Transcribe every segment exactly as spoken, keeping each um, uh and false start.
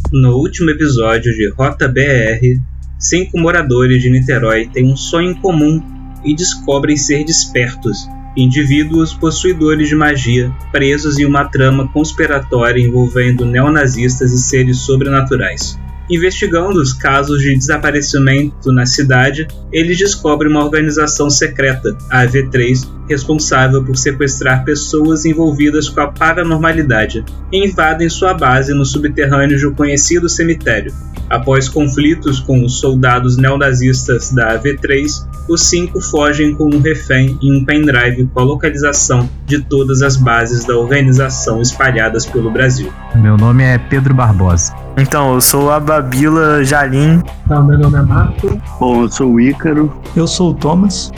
No último episódio de Rota B R, cinco moradores de Niterói têm um sonho em comum e descobrem ser despertos, indivíduos possuidores de magia, presos em uma trama conspiratória envolvendo neonazistas e seres sobrenaturais. Investigando os casos de desaparecimento na cidade, eles descobrem uma organização secreta, a V três, responsável por sequestrar pessoas envolvidas com a paranormalidade, e invadem sua base no subterrâneo de um conhecido cemitério. Após conflitos com os soldados neonazistas da V três, os cinco fogem com um refém e um pendrive com a localização de todas as bases da organização espalhadas pelo Brasil. Meu nome é Pedro Barbosa. Então, eu sou a Babila Jalim. Então, meu nome é Marco. Bom, eu sou o Ícaro. Eu sou o Thomas.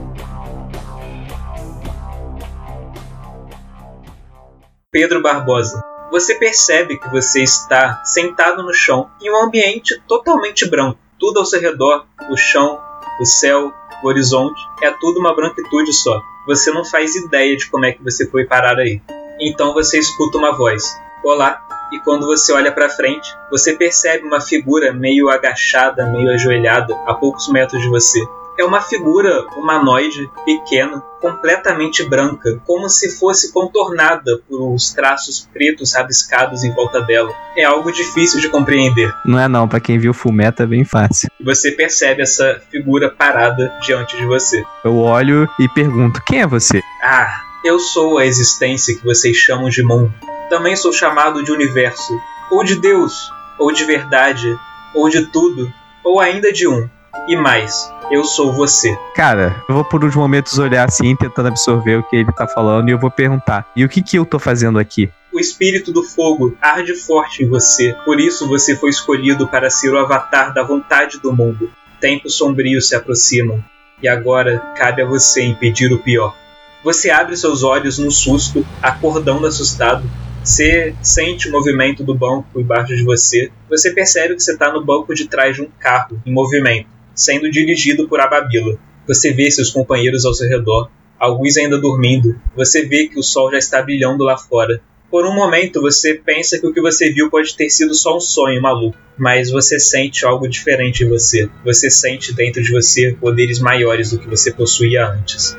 Pedro Barbosa. Você percebe que você está sentado no chão em um ambiente totalmente branco. Tudo ao seu redor, o chão, o céu, o horizonte, é tudo uma branquitude só. Você não faz ideia de como é que você foi parar aí. Então você escuta uma voz. Olá. E quando você olha para frente, você percebe uma figura meio agachada, meio ajoelhada, a poucos metros de você. É uma figura humanoide, pequena, completamente branca, como se fosse contornada por uns traços pretos rabiscados em volta dela. É algo difícil de compreender. Não é não, pra quem viu Fullmetal é bem fácil. Você percebe essa figura parada diante de você. Eu olho e pergunto, quem é você? Ah, eu sou a existência que vocês chamam de mundo. Também sou chamado de universo, ou de Deus, ou de verdade, ou de tudo, ou ainda de um. E mais, eu sou você. Cara, eu vou por uns momentos olhar assim, tentando absorver o que ele tá falando, e eu vou perguntar, e o que que eu tô fazendo aqui? O espírito do fogo arde forte em você, por isso você foi escolhido para ser o avatar da vontade do mundo. Tempos sombrios se aproximam, e agora cabe a você impedir o pior. Você abre seus olhos num susto, acordando assustado. Você sente o movimento do banco embaixo de você. Você percebe que você está no banco de trás de um carro em movimento, sendo dirigido por Ababila. Você vê seus companheiros ao seu redor, alguns ainda dormindo. Você vê que o sol já está brilhando lá fora. Por um momento você pensa que o que você viu pode ter sido só um sonho maluco, mas você sente algo diferente em você. Você sente dentro de você poderes maiores do que você possuía antes.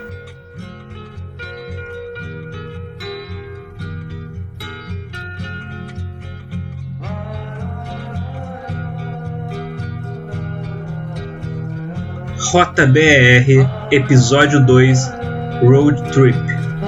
Rota B R, Episódio dois, Road Trip.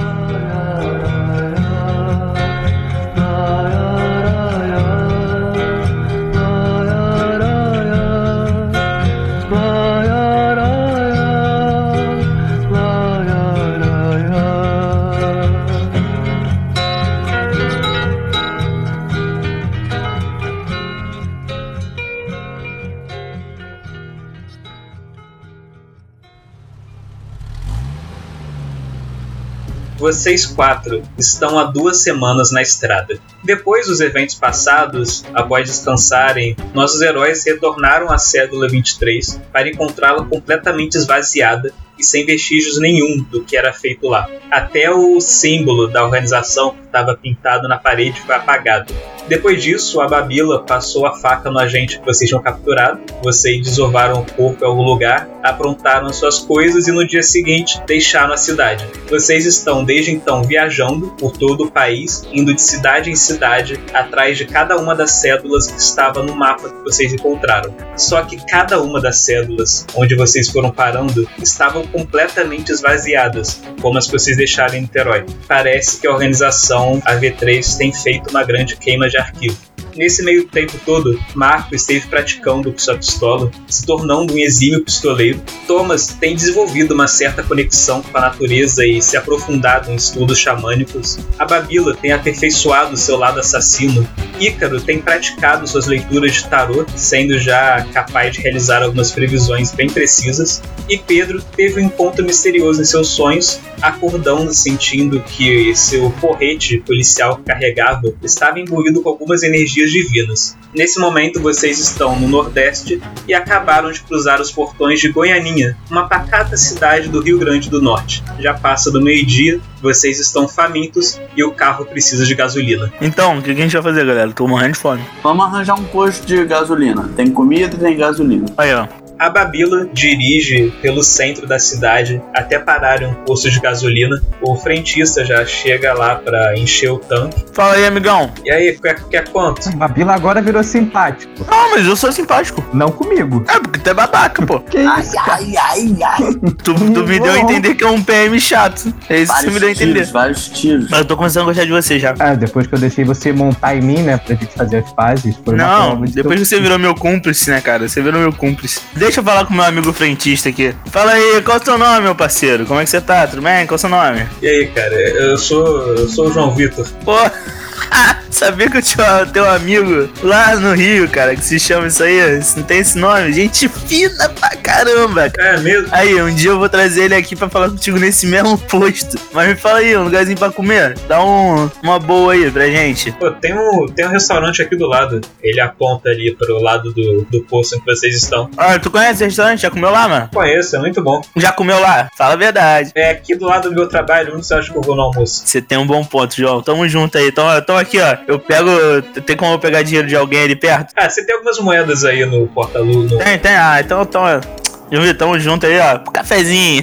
Vocês quatro estão há duas semanas na estrada. Depois dos eventos passados, após descansarem, nossos heróis retornaram à Cédula vinte e três para encontrá-la completamente esvaziada e sem vestígios nenhum do que era feito lá. Até o símbolo da organização que estava pintado na parede foi apagado. Depois disso, a Babila passou a faca no agente que vocês tinham capturado. Vocês desovaram o corpo em algum lugar, aprontaram suas coisas e no dia seguinte deixaram a cidade. Vocês estão desde então viajando por todo o país, indo de cidade em cidade, atrás de cada uma das cédulas que estava no mapa que vocês encontraram. Só que cada uma das cédulas onde vocês foram parando estavam completamente esvaziadas, como as que vocês deixaram em Niterói. Parece que a organização A V três tem feito uma grande queima de arquivo. Nesse meio tempo todo, Marco esteve praticando com sua pistola, se tornando um exímio pistoleiro. Thomas tem desenvolvido uma certa conexão com a natureza e se aprofundado em estudos xamânicos. A Babila tem aperfeiçoado seu lado assassino. Ícaro tem praticado suas leituras de tarô, sendo já capaz de realizar algumas previsões bem precisas. E Pedro teve um encontro misterioso em seus sonhos, acordando sentindo que seu porrete policial que carregava estava imbuído com algumas energias divinas. Nesse momento vocês estão no Nordeste e acabaram de cruzar os portões de Goianinha, uma pacata cidade do Rio Grande do Norte. Já passa do meio-dia vocês estão famintos e o carro precisa de gasolina. Então, o que a gente vai fazer, galera? Tô morrendo de fome. Vamos arranjar um posto de gasolina. Tem comida e tem gasolina. Aí, ó. A Babila dirige pelo centro da cidade até parar em um posto de gasolina. O frentista já chega lá pra encher o tanque. Fala aí, amigão. E aí, quer, quer quanto? Babila agora virou simpático. Ah, mas eu sou simpático. Não comigo. É, porque tu é babaca, pô. Que isso? Ai, ai, ai. Tu, tu me deu a entender que é um P M chato. É isso que você me deu a entender. Tiros, vários tiros. Mas eu tô começando a gostar de você já. Ah, depois que eu deixei você montar em mim, né, pra gente fazer as pazes. Foi uma Não, prova de depois que que você virou meu cúmplice, né, cara? Você virou meu cúmplice. Deixa eu falar com meu amigo frentista aqui. Fala aí, qual é o seu nome, meu parceiro? Como é que você tá? Tudo bem? Qual é o seu nome? E aí, cara, eu sou, eu sou o João Vitor. Pô, sabia que eu tinha teu amigo lá no Rio, cara, que se chama isso aí? Não tem esse nome? Gente fina pra caramba, cara. É mesmo? Aí, um dia eu vou trazer ele aqui pra falar contigo nesse mesmo posto. Mas me fala aí, um lugarzinho pra comer. Dá um, uma boa aí pra gente. Pô, tem um, tem um restaurante aqui do lado. Ele aponta ali pro lado do, do posto em que vocês estão. Ah, tu conhece esse restaurante? Já comeu lá, mano? Conheço, é muito bom. Já comeu lá? Fala a verdade. É aqui do lado do meu trabalho, onde você acha que eu vou no almoço? Você tem um bom ponto, João. Tamo junto aí. Então, então aqui, ó. Eu pego... Tem como eu pegar dinheiro de alguém ali perto? Ah, você tem algumas moedas aí no porta-luz. No... Tem, tem. Ah, então... então João, tamo junto aí, ó. Cafezinho.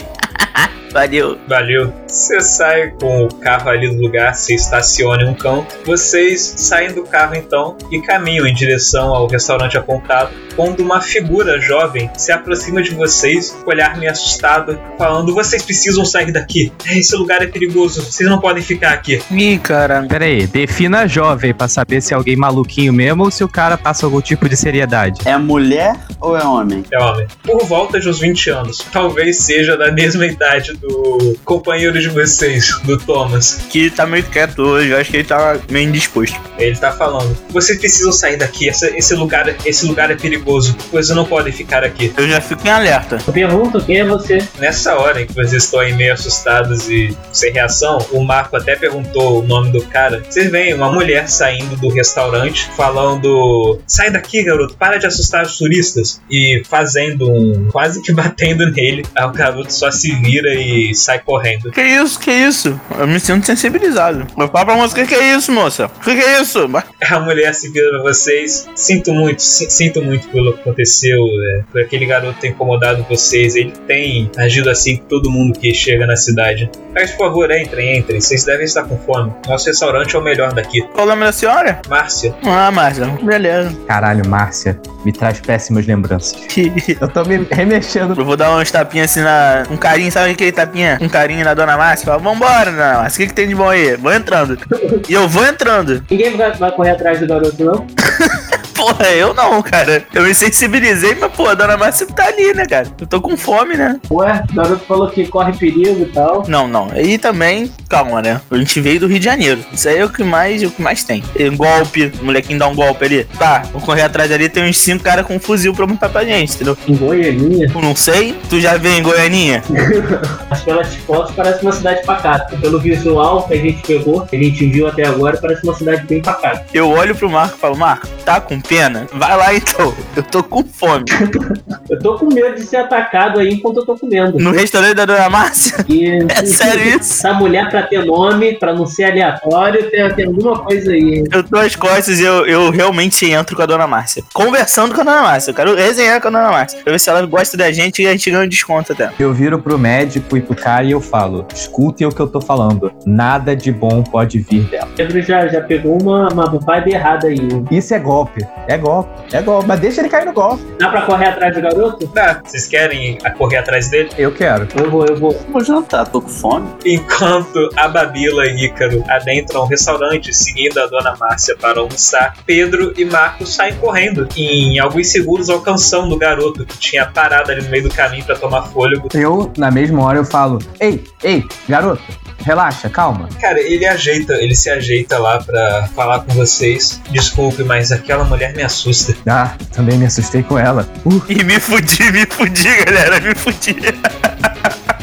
Valeu. Valeu. Você sai com o carro ali do lugar, você estaciona em um canto. Vocês saem do carro então e caminham em direção ao restaurante apontado, quando uma figura jovem se aproxima de vocês, com o olhar meio assustado, falando: vocês precisam sair daqui. Esse lugar é perigoso, vocês não podem ficar aqui. Ih, caramba. Pera aí, defina jovem pra saber se é alguém maluquinho mesmo ou se o cara passa algum tipo de seriedade. É mulher ou é homem? É homem. Por volta de uns vinte anos. Talvez seja da mesma idade do companheiro de vocês, do Thomas. Que tá meio quieto hoje, eu acho que ele tá meio indisposto. Ele tá falando: vocês precisam sair daqui, essa, esse, lugar, esse lugar é perigoso, vocês não podem ficar aqui. Eu já fico em alerta. Eu pergunto, quem é você? Nessa hora em que vocês estão aí meio assustados e sem reação, o Marco até perguntou o nome do cara. Vocês veem uma mulher saindo do restaurante falando: sai daqui, garoto, para de assustar os turistas. E fazendo um... quase que batendo nele. Aí o garoto só se vira e sai correndo. Que isso, que isso? Eu me sinto sensibilizado. Eu falo pra moça, que que é isso, moça? Que que é isso? A mulher se vira pra vocês: sinto muito, sinto muito pelo que aconteceu, é, por aquele garoto ter incomodado vocês. Ele tem agido assim com todo mundo que chega na cidade. Mas por favor, entrem, entrem, vocês devem estar com fome. Nosso restaurante é o melhor daqui. Qual o nome da senhora? Márcia. Ah, Márcia, beleza. Caralho, Márcia, me traz péssimas lembranças. Eu tô me remexendo. Eu vou dar uns tapinhas assim na... Um carinho, sabe aquele tapinha? Um carinho na dona Márcia. Fala: vambora, dona Márcia, o que que tem de bom aí? Vou entrando. E eu vou entrando. Ninguém vai, vai correr atrás do garoto, não? Porra, eu não, cara. Eu me sensibilizei, mas, pô, a dona Márcia tá ali, né, cara? Eu tô com fome, né? Ué, o garoto falou que corre perigo e tal. Não, não. Aí também, calma, né? A gente veio do Rio de Janeiro. Isso aí é o que mais, é o que mais tem. Tem um golpe, o molequinho dá um golpe ali. Tá, vou correr atrás ali, tem uns cinco caras com um fuzil pra montar pra gente, entendeu? Em Goianinha? Eu não sei. Tu já veio em Goianinha? Mas pelas fotos parece uma cidade pacata. Pelo visual que a gente pegou, que a gente viu até agora, parece uma cidade bem pacata. Eu olho pro Marco e falo: Marco, tá com pena? Vai lá então. Eu tô com fome. Eu tô com medo de ser atacado aí enquanto eu tô comendo. No restaurante da dona Márcia? E, É sério isso? Essa mulher, pra ter nome, pra não ser aleatório, tem, tem alguma coisa aí. Eu tô às costas e eu, eu realmente entro com a dona Márcia. Conversando com a dona Márcia. Eu quero resenhar com a dona Márcia. Pra ver se ela gosta da gente e a gente ganha um desconto até. Eu viro pro médico e pro cara e eu falo: escutem o que eu tô falando. Nada de bom pode vir dela. Pedro já, já pegou uma, uma vibe errada aí. Isso é golpe. É golpe. É golpe. Mas deixa ele cair no golpe. Dá pra correr atrás do garoto? Tá, vocês querem correr atrás dele? Eu quero. Eu vou, eu vou. Vou jantar, tô com fome. Enquanto a Babila e Ícaro adentram o restaurante seguindo a dona Márcia para almoçar, Pedro e Marcos saem correndo, em alguns segundos alcançando o garoto que tinha parado ali no meio do caminho para tomar fôlego. Eu, na mesma hora, eu falo: ei, ei, garoto, relaxa, calma. Cara, ele ajeita, ele se ajeita lá pra falar com vocês. Desculpe, mas aquela mulher me assusta. Ah, também me assustei com ela. Uh. E me fudi, me fudi, galera, me fudi.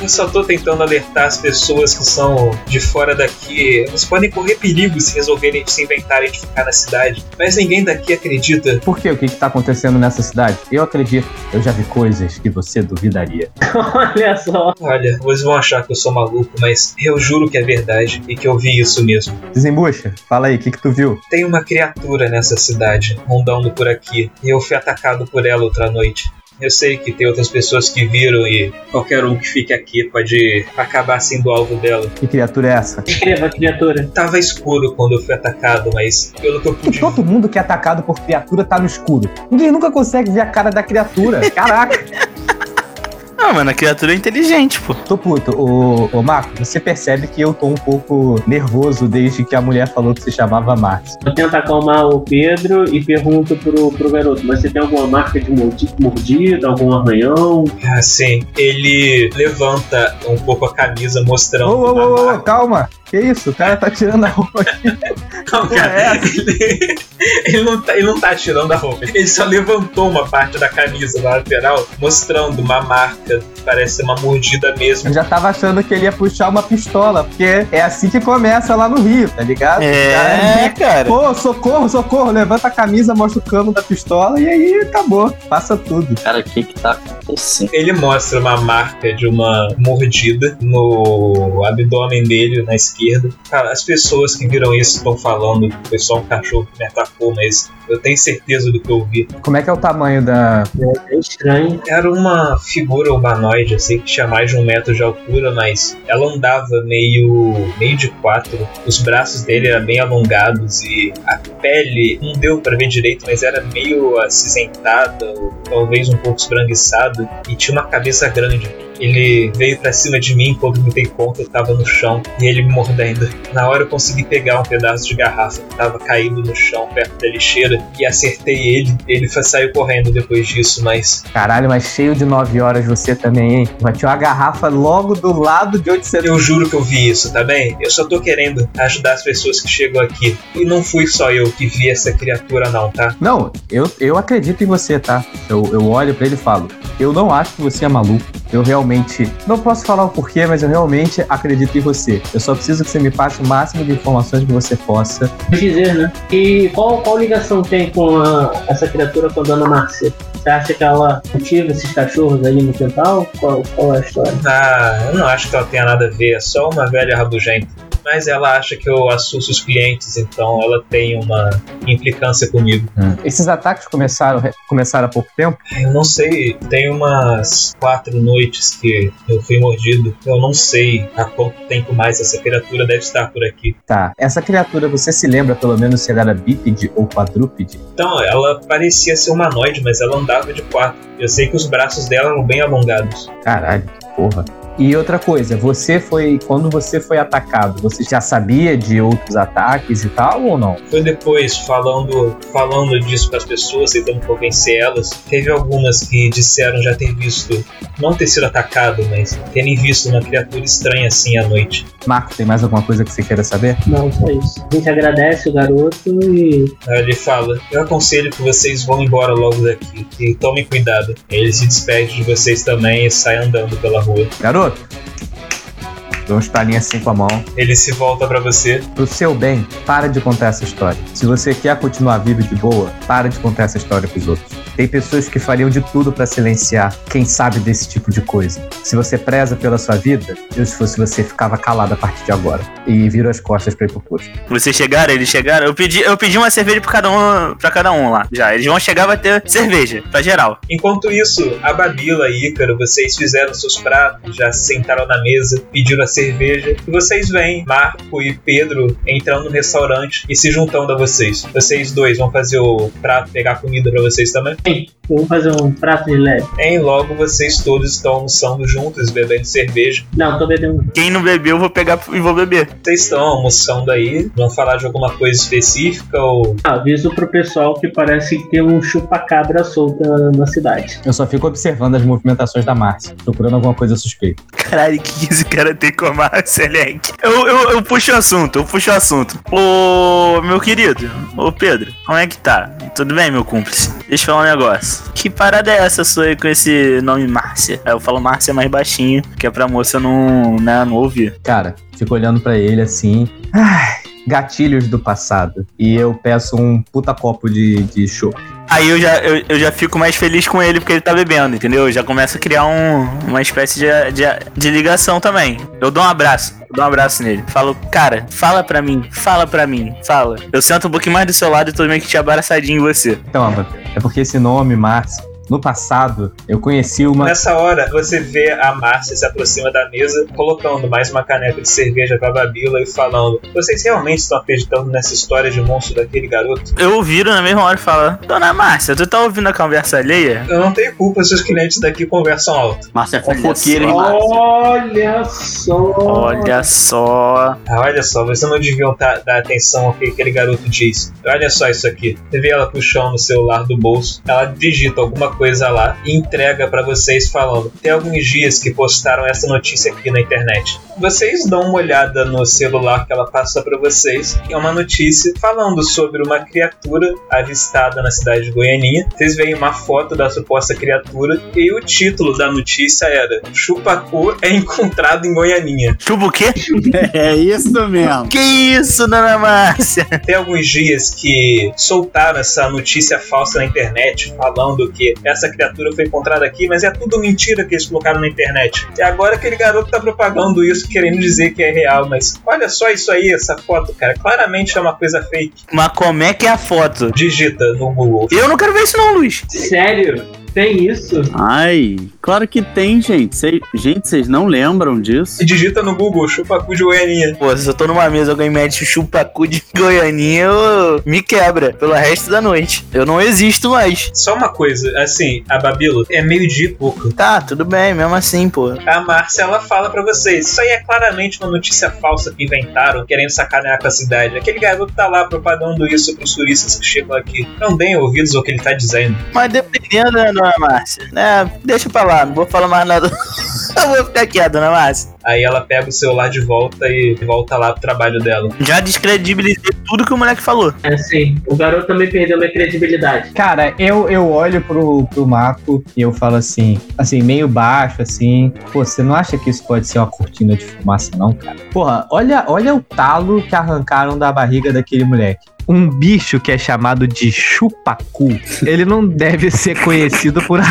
Eu só tô tentando alertar as pessoas que são de fora daqui. Elas podem correr perigo se resolverem se inventarem de ficar na cidade. Mas ninguém daqui acredita. Por quê? O que que tá acontecendo nessa cidade? Eu acredito. Eu já vi coisas que você duvidaria. Olha só. Olha, vocês vão achar que eu sou maluco, mas eu juro que é verdade e que eu vi isso mesmo. Desembucha, fala aí, o que que tu viu? Tem uma criatura nessa cidade, rondando por aqui, e eu fui atacado por ela outra noite. Eu sei que tem outras pessoas que viram e qualquer um que fique aqui pode acabar sendo alvo dela. Que criatura é essa? Escreva, criatura. Tava escuro quando eu fui atacado, mas pelo que eu Que pude... todo mundo que é atacado por criatura tá no escuro. Ninguém nunca consegue ver a cara da criatura. Caraca. Não, mano, a criatura é inteligente, pô. Tô puto. Ô, ô Marco, você percebe que eu tô um pouco nervoso desde que a mulher falou que se chamava Márcio. Eu tento acalmar o Pedro e pergunto pro, pro garoto, mas você tem alguma marca de mordi- mordida, algum arranhão? Assim, ele levanta um pouco a camisa mostrando... Ô, ô, uma ô, ô, marca. calma. Que isso? O cara tá tirando a roupa aqui. Não, cara, ele, ele, não tá, ele não tá tirando a roupa. Ele só levantou uma parte da camisa na lateral, mostrando uma marca, parece ser uma mordida mesmo. Eu já tava achando que ele ia puxar uma pistola, porque é assim que começa lá no Rio, tá ligado? É, cara. Pô, socorro, socorro, levanta a camisa, mostra o cano da pistola e aí acabou, passa tudo. Cara, o que que tá acontecendo? Ele mostra uma marca de uma mordida no abdômen dele, na esquerda. Cara, as pessoas que viram isso estão falando que foi só um cachorro que me atacou, mas eu tenho certeza do que eu vi. Como é que é o tamanho da... É estranho. Era uma figura humanoide, assim, que tinha mais de um metro de altura, mas ela andava meio, meio de quatro. Os braços dele eram bem alongados e a pele não deu pra ver direito, mas era meio acinzentada, ou talvez um pouco esbranquiçada, e tinha uma cabeça grande. Ele veio pra cima de mim quando me dei conta, eu tava no chão e ele me mordendo. Na hora eu consegui pegar um pedaço de garrafa que tava caído no chão perto da lixeira e acertei ele. Ele foi- saiu correndo depois disso, mas Caralho, mas cheio de nove horas você também, hein? Vai ter uma garrafa logo do lado de onde você... eu juro que eu vi isso, tá bem? Eu só tô querendo ajudar as pessoas que chegam aqui. E não fui só eu que vi essa criatura não, tá? Não, eu, eu acredito em você, tá? Eu, eu olho pra ele e falo, eu não acho que você é maluco. Eu realmente, não posso falar o porquê, mas eu realmente acredito em você. Eu só preciso que você me passe o máximo de informações que você possa. Dizer, né? E qual, qual ligação tem com a- essa criatura com a dona Márcia? Você acha que ela cultiva esses cachorros aí no quintal? Qual, qual é a história? Ah, eu não acho que ela tenha nada a ver, é só uma velha rabugenta. Mas ela acha que eu assusto os clientes, então ela tem uma implicância comigo. Esses ataques começaram, começaram há pouco tempo? Eu não sei, tem umas quatro noites que eu fui mordido. Eu não sei há quanto tempo mais essa criatura deve estar por aqui. Tá. Essa criatura, você se lembra pelo menos se ela era bípede ou quadrúpede? Então, ela parecia ser humanoide, mas ela andava de quatro. Eu sei que os braços dela eram bem alongados. Caralho, que porra. E outra coisa, você foi, quando você foi atacado, você já sabia de outros ataques e tal ou não? Foi depois, falando, falando disso para as pessoas, tentando convencer elas. Teve algumas que disseram já ter visto, não ter sido atacado, mas terem visto uma criatura estranha assim à noite. Marco, tem mais alguma coisa que você queira saber? Não, só isso. A gente agradece o garoto e Aí ele fala, eu aconselho que vocês vão embora logo daqui, e tomem cuidado. Ele se despede de vocês também e sai andando pela rua. Garoto, dou um estalinho assim com a mão. Ele se volta pra você. Pro seu bem, para de contar essa história. Se você quer continuar vivo de boa, para de contar essa história pros outros. Tem pessoas que fariam de tudo pra silenciar quem sabe desse tipo de coisa. Se você preza pela sua vida, eu, se fosse você, ficava calado a partir de agora. E vira as costas pra ir pro posto. Vocês chegaram, eles chegaram. Eu pedi, eu pedi uma cerveja pra cada um, pra cada um lá. Já, eles vão chegar, vai ter cerveja, pra geral. Enquanto isso, a Babila e Ícaro, vocês fizeram seus pratos, já se sentaram na mesa, pediram a cerveja, e vocês veem Marco e Pedro entrando no restaurante e se juntando a vocês. Vocês dois vão fazer o prato, pegar comida pra vocês também? vamos fazer um prato de leve. E logo vocês todos estão almoçando juntos, bebendo cerveja. Não, tô bebendo. Quem não bebeu, eu vou pegar e vou beber. Vocês estão almoçando aí, vão falar de alguma coisa específica ou... Aviso pro pessoal que parece que tem um chupa-cabra solta na cidade. Eu só fico observando as movimentações da Márcia, procurando alguma coisa suspeita. Caralho, que esse cara tem com a Márcia, Leque? Eu, eu, eu puxo o assunto, eu puxo o assunto. Ô, meu querido, ô Pedro, como é que tá? Tudo bem, meu cúmplice? Deixa eu falar um negócio. Que parada é essa sua aí com esse nome Márcia? Aí eu falo Márcia mais baixinho, que é pra moça não, né, não ouvir. Cara, fico olhando pra ele assim. Ai, gatilhos do passado. E eu peço um puta copo de, de chopp. Aí eu já, eu, eu já fico mais feliz com ele porque ele tá bebendo, entendeu? Eu já começo a criar um, uma espécie de, de, de ligação também. Eu dou um abraço, eu dou um abraço nele. Falo, cara, fala pra mim, fala pra mim, fala. Eu sento um pouquinho mais do seu lado e tô meio que te abraçadinho em você. Então, é porque esse nome, Márcio, no passado, eu conheci uma... Nessa hora, você vê a Márcia se aproxima da mesa, colocando mais uma caneca de cerveja pra Babila e falando: vocês realmente estão acreditando nessa história de monstro daquele garoto? Eu viro na mesma hora e falo: Dona Márcia, tu tá ouvindo a conversa alheia? Eu não tenho culpa se os clientes daqui conversam alto. Márcia é fofoqueira, hein, Márcia? Olha só. Olha só. Ah, olha só, vocês não deviam tá, dar atenção ao que aquele garoto diz. Olha só isso aqui. Você vê ela puxando o celular do bolso, ela digita alguma coisa lá e entrega pra vocês falando: tem alguns dias que postaram essa notícia aqui na internet. Vocês dão uma olhada no celular que ela passa pra vocês, é uma notícia falando sobre uma criatura avistada na cidade de Goianinha. Vocês veem uma foto da suposta criatura e o título da notícia era: Chupacu é encontrado em Goianinha. Chupa o quê? É isso mesmo. Que isso, Dona Márcia? Tem alguns dias que soltaram essa notícia falsa na internet falando que essa criatura foi encontrada aqui, mas é tudo mentira que eles colocaram na internet. E agora aquele garoto tá propagando isso, querendo dizer que é real, mas olha só isso aí, essa foto, cara, claramente é uma coisa fake. Mas como é que é a foto? Digita no Google. Eu não quero ver isso não, Luiz. Sério? Tem isso? Ai, claro que tem, gente. Cê, gente, vocês não lembram disso? E digita no Google, Chupacu de Goianinha. Pô, se eu tô numa mesa, alguém mete chupacu de Goianinha, eu... me quebra pelo resto da noite. Eu não existo mais. Só uma coisa, assim, a Babilo é meio-dia e pouco. Tá, tudo bem, mesmo assim, pô. A Márcia, ela fala pra vocês: isso aí é claramente uma notícia falsa que inventaram, querendo sacanear com a cidade. Aquele garoto tá lá propagando isso pros turistas que chegam aqui. Não deem ouvidos ao que ele tá dizendo. Mas dependendo, né, Dona Márcia, né, deixa pra lá, não vou falar mais nada. Eu vou ficar quieto, Dona Márcia. Aí ela pega o celular de volta e volta lá pro trabalho dela. Já descredibilizei tudo que o moleque falou. É assim, o garoto também perdeu minha credibilidade. Cara, eu, eu olho pro, pro Marco e eu falo assim, assim, meio baixo, assim: pô, você não acha que isso pode ser uma cortina de fumaça, não, cara? Porra, olha, olha o talo que arrancaram da barriga daquele moleque. Um bicho que é chamado de chupacu, ele não deve ser conhecido por...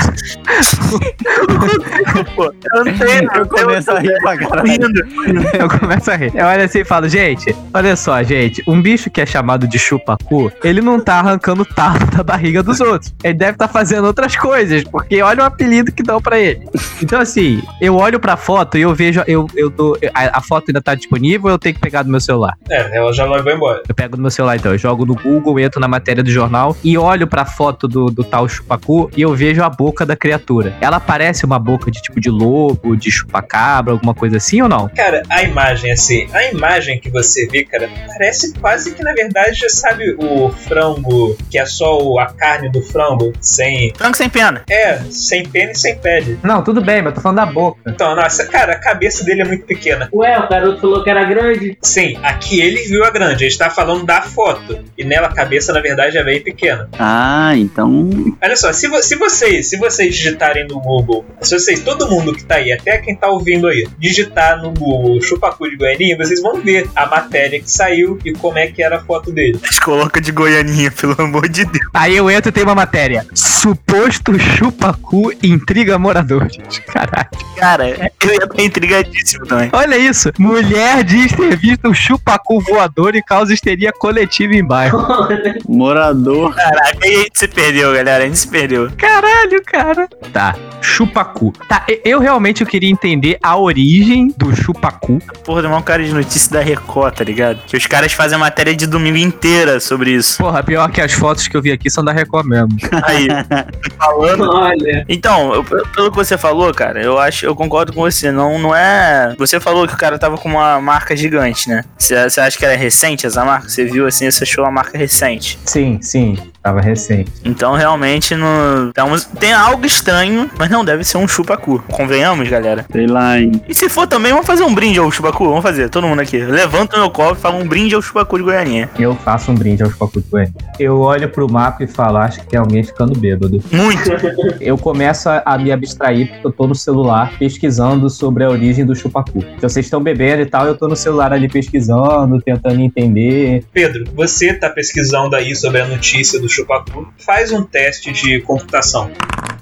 Pô, eu não tenho, Eu começo a rir pra caralho. Eu começo a rir. Eu olho assim e falo: gente, olha só, gente, um bicho que é chamado de chupacu, ele não tá arrancando talo da barriga dos outros. Ele deve estar tá fazendo outras coisas, porque olha o apelido que dão pra ele. Então, assim, eu olho pra foto e eu vejo, eu, eu dou, a, a foto ainda tá disponível ou eu tenho que pegar do meu celular? É, ela já vai embora. Eu pego do meu celular, então, eu jogo no Google, entro na matéria do jornal e olho pra foto do, do tal chupacu e eu vejo a boca da criatura. Ela parece uma boca de tipo de lobo, de chupacabra, alguma coisa assim ou não? Cara, a imagem, assim, a imagem que você vê, cara, parece quase que, na verdade, já sabe o frango, que é só o, a carne do frango, sem... Frango sem pena. É, sem pena e sem pele. Não, tudo bem, mas eu tô falando da boca. Então, nossa, cara, a cabeça dele é muito pequena. Ué, o garoto falou que era grande. Sim, aqui ele viu a grande, ele está falando da foto. E nela a cabeça, na verdade, é bem pequena. Ah, então... Olha só, se, vo- se vocês se vocês digitarem no Google, se vocês, todo mundo que tá aí, até quem tá ouvindo aí, digitar no Google Chupacu de Goianinha, vocês vão ver a matéria que saiu e como é que era a foto dele. Mas coloca de Goianinha, pelo amor de Deus. Aí eu entro e tem uma matéria: suposto chupacu intriga moradores. Caralho. Cara, eu ia estar intrigadíssimo também. Olha isso. Mulher diz ter visto um chupacu voador e causa histeria coletiva em bairro. Morador. Caraca, aí a gente se perdeu, galera. A gente se perdeu. Caralho, cara. Tá, chupacu. Tá, e- eu realmente eu queria entender a origem do chupacu. Porra, deu um cara de notícia da Record, tá ligado? Que os caras fazem matéria de domingo inteira sobre isso. Porra, pior que as fotos que eu vi aqui são da Record mesmo. Aí, falando. Olha, Então, eu- pelo que você falou, cara, eu acho, eu concordo com você. Não, não é. Você falou que o cara tava com uma marca gigante, né? Você você acha que era recente essa marca? Você viu assim, você achou a marca recente? Sim, sim. Tava recente. Então, realmente, no... então, tem algo estranho, mas não deve ser um chupacu. Convenhamos, galera? Sei lá, hein? E se for também, vamos fazer um brinde ao chupacu? Vamos fazer, todo mundo aqui. Levanta o meu copo e fala um brinde ao chupacu de Goianinha. Eu faço um brinde ao chupacu de Goiânia. Eu olho pro mapa e falo, acho que tem alguém ficando bêbado. Muito! Eu começo a, a me abstrair porque eu tô no celular pesquisando sobre a origem do chupacu. Então vocês estão bebendo e tal, eu tô no celular ali pesquisando, tentando entender. Pedro, você tá pesquisando aí sobre a notícia do chupacu. Faz um teste de computação.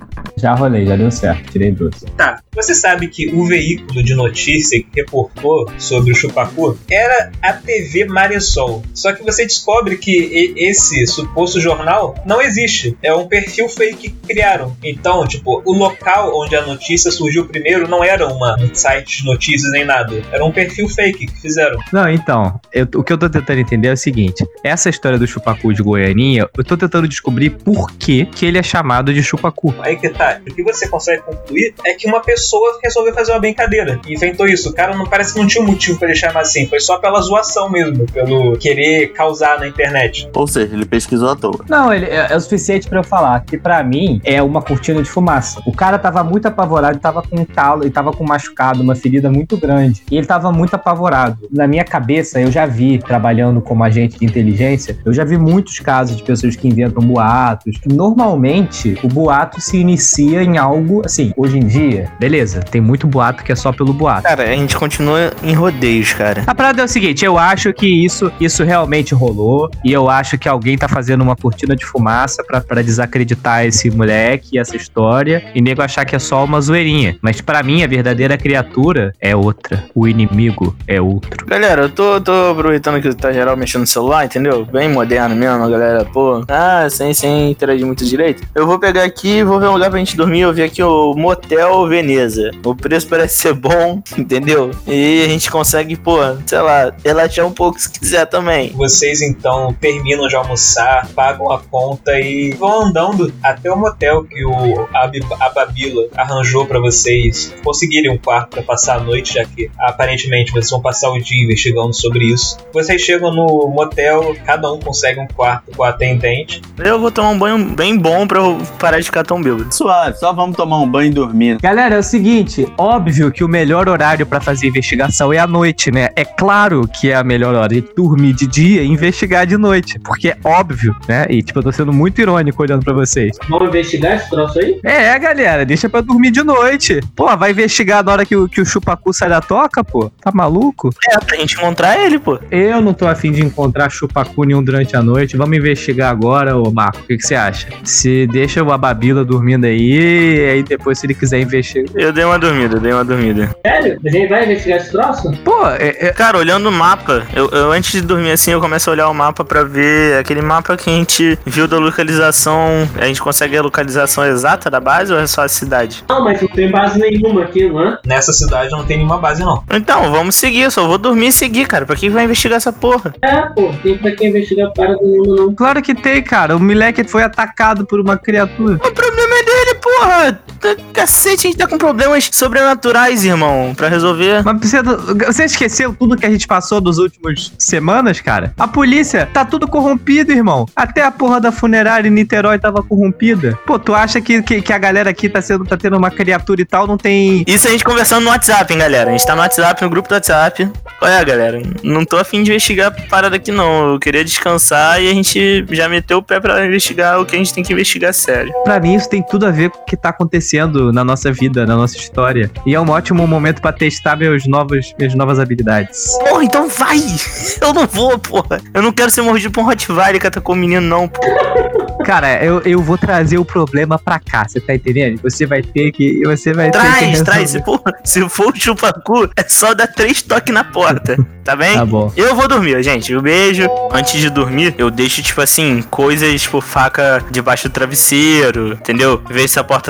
Já rolei, já deu certo, tirei doze. Tá, você sabe que o veículo de notícia que reportou sobre o chupacu era a T V Maresol. Só que você descobre que esse suposto jornal não existe. É um perfil fake que criaram. Então, tipo, o local onde a notícia surgiu primeiro não era uma, um site de notícias nem nada. Era um perfil fake que fizeram. Não, então, eu, o que eu tô tentando entender é o seguinte. Essa história do chupacu de Goianinha, eu tô tentando descobrir por que, que ele é chamado de chupacu. Aí que tá. O que você consegue concluir é que uma pessoa resolveu fazer uma brincadeira e inventou isso. O cara não parece que não tinha um motivo pra ele chamar assim. Foi só pela zoação mesmo, pelo querer causar na internet. Ou seja, ele pesquisou à toa. Não, ele é, é o suficiente pra eu falar que pra mim é uma cortina de fumaça. O cara tava muito apavorado, ele tava com um calo, ele tava com um machucado, uma ferida muito grande. E ele tava muito apavorado. Na minha cabeça, eu já vi, trabalhando como agente de inteligência, eu já vi muitos casos de pessoas que inventam boatos. Normalmente, o boato se inicia em algo, assim, hoje em dia, beleza, tem muito boato que é só pelo boato. Cara, a gente continua em rodeios, cara. A parada é o seguinte, eu acho que isso, isso realmente rolou e eu acho que alguém tá fazendo uma cortina de fumaça pra, pra desacreditar esse moleque e essa história e nego achar que é só uma zoeirinha. Mas pra mim, a verdadeira criatura é outra. O inimigo é outro. Galera, eu tô, tô aproveitando que tá geral mexendo no celular, entendeu? Bem moderno mesmo, a galera, pô, ah, sem, sem interagir muito direito. Eu vou pegar aqui e vou ver um lugar pra gente dormir. Eu vi aqui o Motel Veneza. O preço parece ser bom, entendeu? E a gente consegue, pô, sei lá, relaxar um pouco se quiser também. Vocês então terminam de almoçar, pagam a conta e vão andando até o motel que o Ab- a Babila arranjou pra vocês conseguirem um quarto pra passar a noite, já que aparentemente vocês vão passar o dia investigando sobre isso. Vocês chegam no motel, cada um consegue um quarto com a atendente. Eu vou tomar um banho bem bom pra eu parar de ficar tão bêbado. Suave, só vamos tomar um banho e dormir. Galera, é o seguinte, óbvio que o melhor horário pra fazer investigação é à noite, né? É claro que é a melhor hora de dormir de dia e investigar de noite, porque é óbvio, né? E tipo, eu tô sendo muito irônico olhando pra vocês. Vamos investigar esse troço aí? É, galera, deixa pra dormir de noite. Pô, vai investigar na hora que o, que o chupacu sai da toca, pô? Tá maluco? É, pra gente encontrar ele, pô. Eu não tô afim de encontrar chupacu nenhum durante a noite. Vamos investigar agora, ô Marco. O que, que você acha? Se deixa o Ababila dormindo aí, e aí depois, se ele quiser investigar. Eu dei uma dormida, eu dei uma dormida. Sério? A gente vai investigar esse troço? Pô, é, é... Cara, olhando o mapa, eu, eu antes de dormir assim, eu começo a olhar o mapa pra ver aquele mapa que a gente viu da localização. A gente consegue a localização exata da base ou é só a cidade? Não, mas não tem base nenhuma aqui, não é? Nessa cidade não tem nenhuma base, não. Então, vamos seguir, eu só vou dormir e seguir, cara. Pra que vai investigar essa porra? É, pô, tem pra quem investigar para nenhuma, não. Claro que tem, cara. O moleque foi atacado por uma criatura. O problema é dele, porra! Cacete, a gente tá com problemas sobrenaturais, irmão, pra resolver. Mas você, você esqueceu tudo que a gente passou nas últimas semanas, cara? A polícia tá tudo corrompido, irmão. Até a porra da funerária em Niterói tava corrompida. Pô, tu acha que, que, que a galera aqui tá, sendo, tá tendo uma criatura e tal, não tem... Isso a gente conversando no WhatsApp, hein, galera? A gente tá no WhatsApp, no grupo do WhatsApp. Olha, galera, não tô afim de investigar a parada aqui, não. Eu queria descansar e a gente já meteu o pé pra investigar o que a gente tem que investigar sério. Pra mim, isso tem tudo a ver com o que tá acontecendo na nossa vida, na nossa história. E é um ótimo momento pra testar meus novos, minhas novas habilidades. Porra, então vai! Eu não vou, porra. Eu não quero ser mordido por um Rottweiler que atacou o menino, não, porra. Cara, eu, eu vou trazer o problema pra cá, você tá entendendo? Você vai ter que... Você vai traz, ter que traz. Se for, se for o chupacu, é só dar três toques na porta, tá bem? Tá bom. Eu vou dormir, gente. Um beijo. Antes de dormir, eu deixo, tipo assim, coisas, tipo, faca debaixo do travesseiro, entendeu? Ver se a porta tá bem trancada.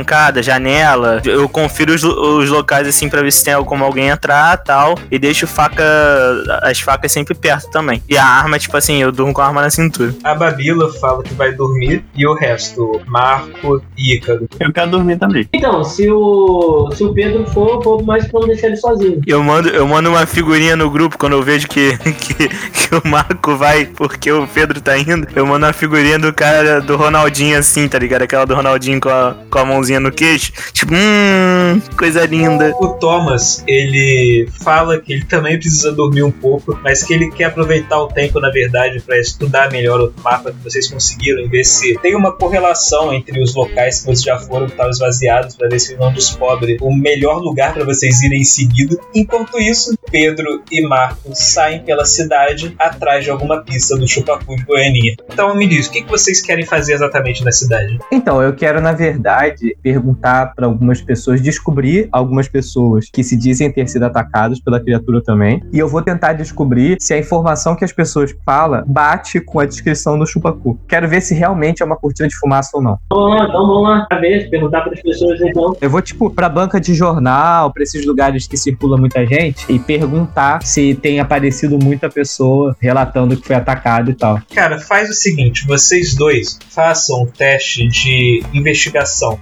bancada, janela. Eu confiro os, os locais assim pra ver se tem como alguém entrar e tal. E deixo faca, as facas sempre perto também. E a arma, tipo assim, eu durmo com a arma na cintura. A Babila fala que vai dormir e o resto, Marco e Ícaro. Eu quero dormir também. Então, se o, se o Pedro for, vou mais pra não deixar ele sozinho. Eu mando, eu mando uma figurinha no grupo quando eu vejo que, que, que o Marco vai porque o Pedro tá indo. Eu mando uma figurinha do cara, do Ronaldinho assim, tá ligado? Aquela do Ronaldinho com a, com a mãozinha no queixo. Tipo, hum, coisa linda. O Thomas, ele fala que ele também precisa dormir um pouco, mas que ele quer aproveitar o tempo, na verdade, pra estudar melhor o mapa que vocês conseguiram e ver se tem uma correlação entre os locais que vocês já foram, que estavam esvaziados, pra ver se ele não descobre o melhor lugar pra vocês irem em seguida. Enquanto isso, Pedro e Marco saem pela cidade atrás de alguma pista do Chupacu de Goianinha. Então me diz, o que vocês querem fazer exatamente na cidade? Então, eu quero, na verdade, perguntar para algumas pessoas, descobrir algumas pessoas que se dizem ter sido atacadas pela criatura também, e eu vou tentar descobrir se a informação que as pessoas falam bate com a descrição do Chupacu. Quero ver se realmente é uma cortina de fumaça ou não. Vamos lá, então vamos lá, pra ver, perguntar para as pessoas então. Eu vou, tipo, pra banca de jornal, pra esses lugares que circula muita gente, e perguntar se tem aparecido muita pessoa relatando que foi atacado e tal. Cara, faz o seguinte, vocês dois façam um teste de investigação.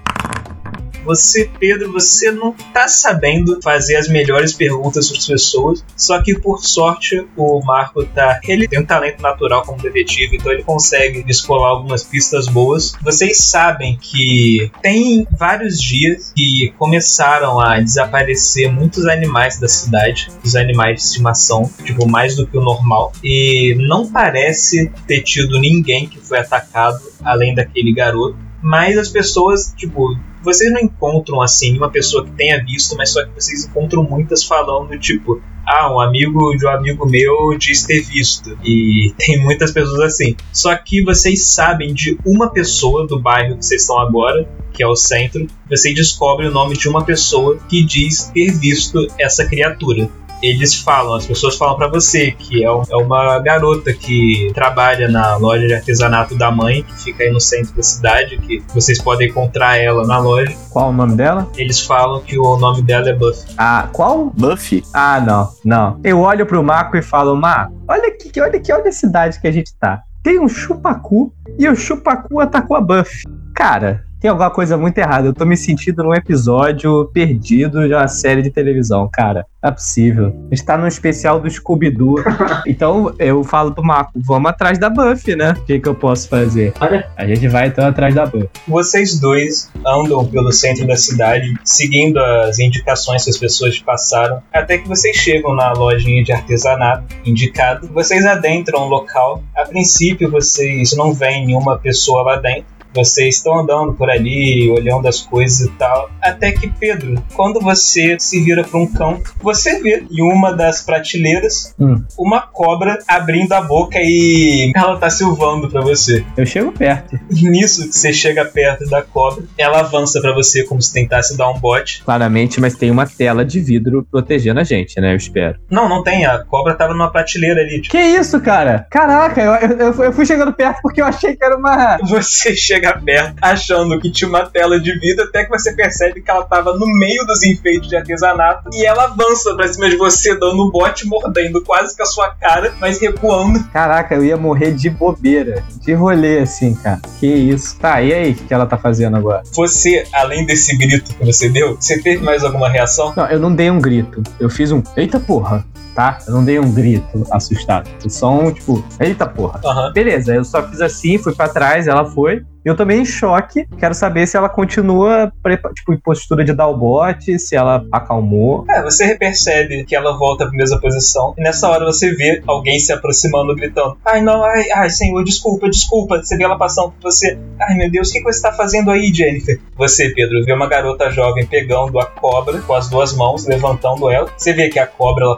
Você, Pedro, você não tá sabendo fazer as melhores perguntas para as pessoas, só que por sorte o Marco tá, ele tem um talento natural como detetive, então ele consegue descolar algumas pistas boas. Vocês sabem que tem vários dias que começaram a desaparecer muitos animais da cidade, os animais de estimação, tipo, mais do que o normal, e não parece ter tido ninguém que foi atacado além daquele garoto, mas as pessoas, tipo, vocês não encontram, assim, uma pessoa que tenha visto, mas só que vocês encontram muitas falando, tipo, ah, um amigo de um amigo meu diz ter visto. E tem muitas pessoas assim. Só que vocês sabem de uma pessoa do bairro que vocês estão agora, que é o centro. Você descobre o nome de uma pessoa que diz ter visto essa criatura. Eles falam, as pessoas falam pra você que é uma garota que trabalha na loja de artesanato da mãe, que fica aí no centro da cidade, que vocês podem encontrar ela na loja. Qual o nome dela? Eles falam que o nome dela é Buffy. Ah, qual? Buffy? Ah, não, não. Eu olho pro Marco e falo, Marco, olha aqui, olha aqui, olha a cidade que a gente tá. Tem um Chupacu e o Chupacu atacou a Buffy. Cara, tem alguma coisa muito errada. Eu tô me sentindo num episódio perdido de uma série de televisão, cara. Não é possível. A gente tá num especial do Scooby-Doo. Então eu falo pro Marco, vamos atrás da Buffy, né? O que que eu posso fazer? Olha. A gente vai então atrás da Buffy. Vocês dois andam pelo centro da cidade, seguindo as indicações que as pessoas passaram, até que vocês chegam na lojinha de artesanato indicado. Vocês adentram o local. A princípio vocês não veem nenhuma pessoa lá dentro. Vocês estão andando por ali, olhando as coisas e tal. Até que, Pedro, quando você se vira para um canto, você vê em uma das prateleiras hum. uma cobra abrindo a boca e ela tá silvando para você. Eu chego perto. Nisso que você chega perto da cobra, ela avança para você como se tentasse dar um bote. Claramente, mas tem uma tela de vidro protegendo a gente, né? Eu espero. Não, não tem. A cobra tava numa prateleira ali. Tipo. Que isso, cara? Caraca, eu, eu, eu fui chegando perto porque eu achei que era uma... Você chega perto achando que tinha uma tela de vidro, até que você percebe que ela tava no meio dos enfeites de artesanato e ela avança pra cima de você, dando um bote, mordendo quase com a sua cara, mas recuando. Caraca, eu ia morrer de bobeira, de rolê assim, cara. Que isso. Tá, e aí, o que ela tá fazendo agora? Você, além desse grito que você deu, você teve mais alguma reação? Não, eu não dei um grito. Eu fiz um eita porra, tá? Eu não dei um grito assustado. Eu só um, tipo, eita porra. Uhum. Beleza, eu só fiz assim, fui pra trás, ela foi. Eu também em choque, quero saber se ela continua tipo, em postura de dar o bote, se ela acalmou. É, você percebe que ela volta pra mesma posição, e nessa hora você vê alguém se aproximando, gritando, ai não, ai, ai, senhor, desculpa, desculpa. Você vê ela passando por você, ai meu Deus, o que você tá fazendo aí, Jennifer? Você, Pedro, vê uma garota jovem pegando a cobra com as duas mãos, levantando ela. Você vê que a cobra, ela parece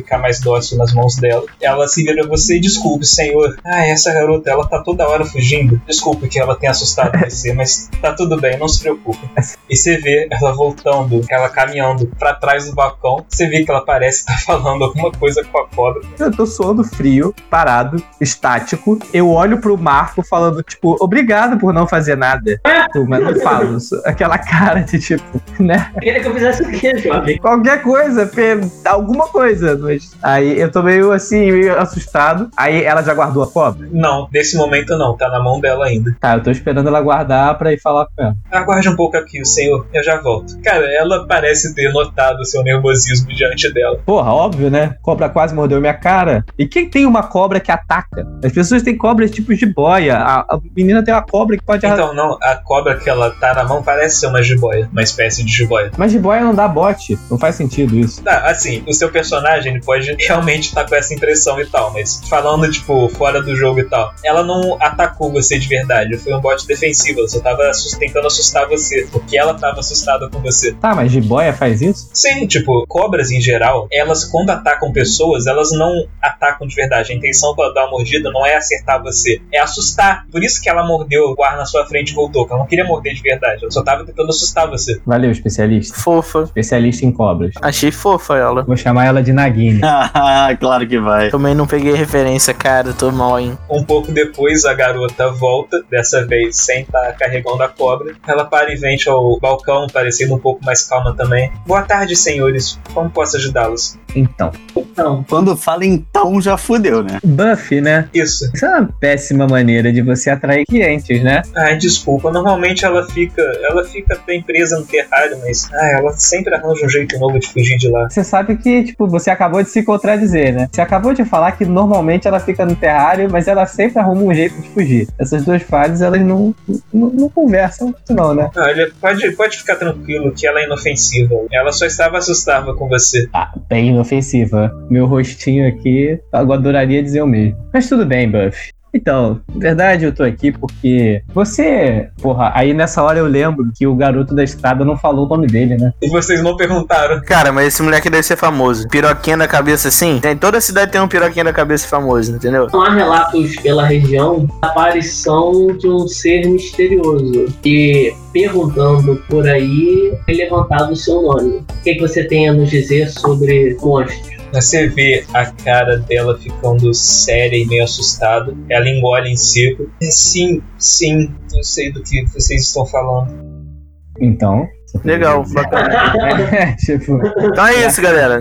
ficar mais dócil nas mãos dela. Ela se vira a você: desculpe, senhor. Ah, essa garota, ela tá toda hora fugindo. Desculpe que ela tenha assustado você, mas tá tudo bem, não se preocupe. E você vê ela voltando, ela caminhando pra trás do balcão. Você vê que ela parece estar falando alguma coisa com a cobra. Eu tô suando frio, parado, estático. Eu olho pro Marco falando, tipo, obrigado por não fazer nada. Mas não falo. Aquela cara de tipo, né? Queria que eu fizesse o quê, jovem? Qualquer coisa, alguma coisa. Mas... Aí eu tô meio assim, meio assustado. Aí ela já guardou a cobra? Não, nesse momento não, tá na mão dela ainda. Tá, eu tô esperando ela guardar pra ir falar com ela. Aguarde um pouco aqui, senhor, eu já volto. Cara, ela parece ter notado o seu nervosismo diante dela. Porra, óbvio, né? Cobra quase mordeu minha cara. E quem tem uma cobra que ataca? As pessoas têm cobras tipos de boia. A, a menina tem uma cobra que pode... Então, não, a cobra que ela tá na mão parece ser uma jiboia, uma espécie de jiboia. Mas jiboia não dá bote, não faz sentido isso. Tá, assim, o seu personagem ele pode realmente estar com essa impressão e tal, mas falando, tipo, fora do jogo e tal, ela não atacou você de verdade, foi um bote defensivo, ela só tava tentando assustar você, porque ela tava assustada com você. Tá, mas jiboia faz isso? Sim, tipo, cobras em geral, elas quando atacam pessoas, elas não atacam de verdade, a intenção pra dar uma mordida não é acertar você, é assustar, por isso que ela mordeu o ar na sua frente e voltou, porque ela não queria morder de verdade, ela só tava tentando assustar você. Valeu, especialista. Fofa. Especialista em cobras. Achei fofa ela. Vou chamar ela de Nagini. Claro que vai. Também não peguei referência, cara, tô mal, hein. Um pouco depois a garota volta, dessa vez sem estar carregando a cobra. Ela para e vem ao balcão, parecendo um pouco mais calma também. Boa tarde, senhores. Como posso ajudá-los? Então. Então. Quando fala então, já fudeu, né? Buff, né? Isso. Isso é uma péssima maneira de você atrair clientes, né? Ai, desculpa. Normalmente ela fica ela fica bem presa no terrário, mas ah, ela sempre arranja um jeito novo de fugir de lá. Você sabe que, tipo, você acabou de se contradizer, né? Você acabou de falar que normalmente ela fica no terrário, mas ela sempre arruma um jeito de fugir. Essas duas fases, elas não, não, não conversam muito não, né? Olha, pode, pode ficar tranquilo que ela é inofensiva. Ela só estava assustada com você. Ah, bem inofensiva. Meu rostinho aqui, eu adoraria dizer o mesmo. Mas tudo bem, Buff. Então, na verdade eu tô aqui porque você... Porra, aí nessa hora eu lembro que o garoto da estrada não falou o nome dele, né? E vocês não perguntaram. Cara, mas esse moleque deve ser famoso. Piroquinha da cabeça assim. Tem, toda a cidade tem um piroquinha da cabeça famoso, entendeu? Não há relatos pela região da aparição de um ser misterioso. E perguntando por aí, foi levantado o seu nome. O que, que você tem a nos dizer sobre monstros? Você vê a cara dela ficando séria e meio assustada. Ela engole em seco. Sim, sim, eu sei do que vocês estão falando. Então... Legal, bacana. É, tipo... Então é isso, galera.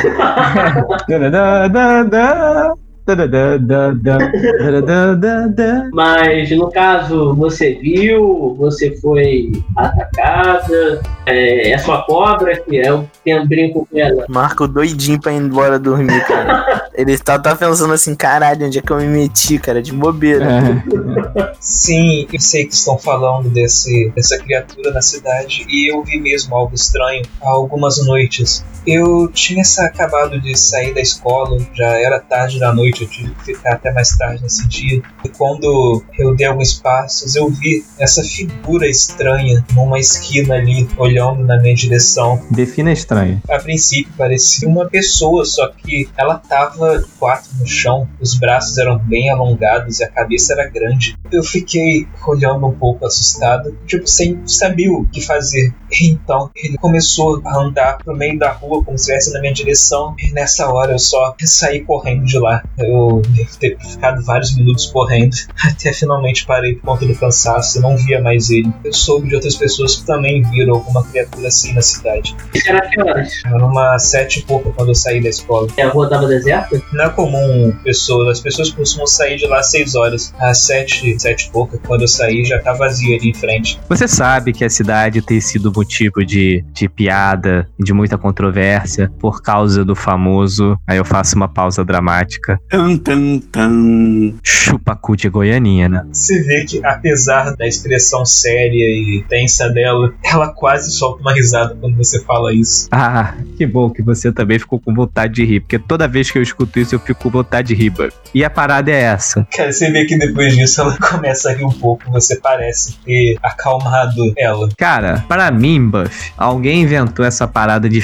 Mas no caso, você viu, você foi atacada, é, é sua cobra, que é o que brinco com ela. Marco doidinho pra ir embora dormir, cara. Ele tá, tá pensando assim, caralho, onde é que eu me meti, cara, de bobeira. É. Sim, eu sei que estão falando desse, dessa criatura na cidade e eu vi mesmo algo estranho há algumas noites. Eu tinha acabado de sair da escola, já era tarde da noite, eu tive que ficar até mais tarde nesse dia. E quando eu dei alguns passos, eu vi essa figura estranha numa esquina ali, olhando na minha direção. Defina estranho. A princípio parecia uma pessoa, só que ela tava quatro no chão, os braços eram bem alongados e a cabeça era grande. Eu fiquei olhando um pouco assustado, tipo, sem saber o que fazer. Então, ele começou a andar pro meio da rua como se estivesse na minha direção, e nessa hora eu só saí correndo de lá. Eu devo ter ficado vários minutos correndo, até finalmente parei por conta do cansaço e não via mais ele. Eu soube de outras pessoas que também viram alguma criatura assim na cidade. Isso era que horas? Era uma sete e pouco quando eu saí da escola. E a rua tava deserta? Não é comum pessoas, as pessoas costumam sair de lá às seis horas. Às sete, sete e pouco, quando eu saí, já tá vazio ali em frente. Você sabe que a cidade tem sido motivo de, de piada, de muita controvérsia, por causa do famoso, aí eu faço uma pausa dramática, Tum, tum, tum. chupacu de Goianinha, né? Você vê que, apesar da expressão séria e tensa dela, ela quase solta uma risada quando você fala isso. Ah, que bom que você também ficou com vontade de rir, porque toda vez que eu escuto isso eu fico com vontade de rir, Buff. E a parada é essa. Cara, você vê que depois disso ela começa a rir um pouco, você parece ter acalmado ela. Cara, para mim, Buff, alguém inventou essa parada de chupacu de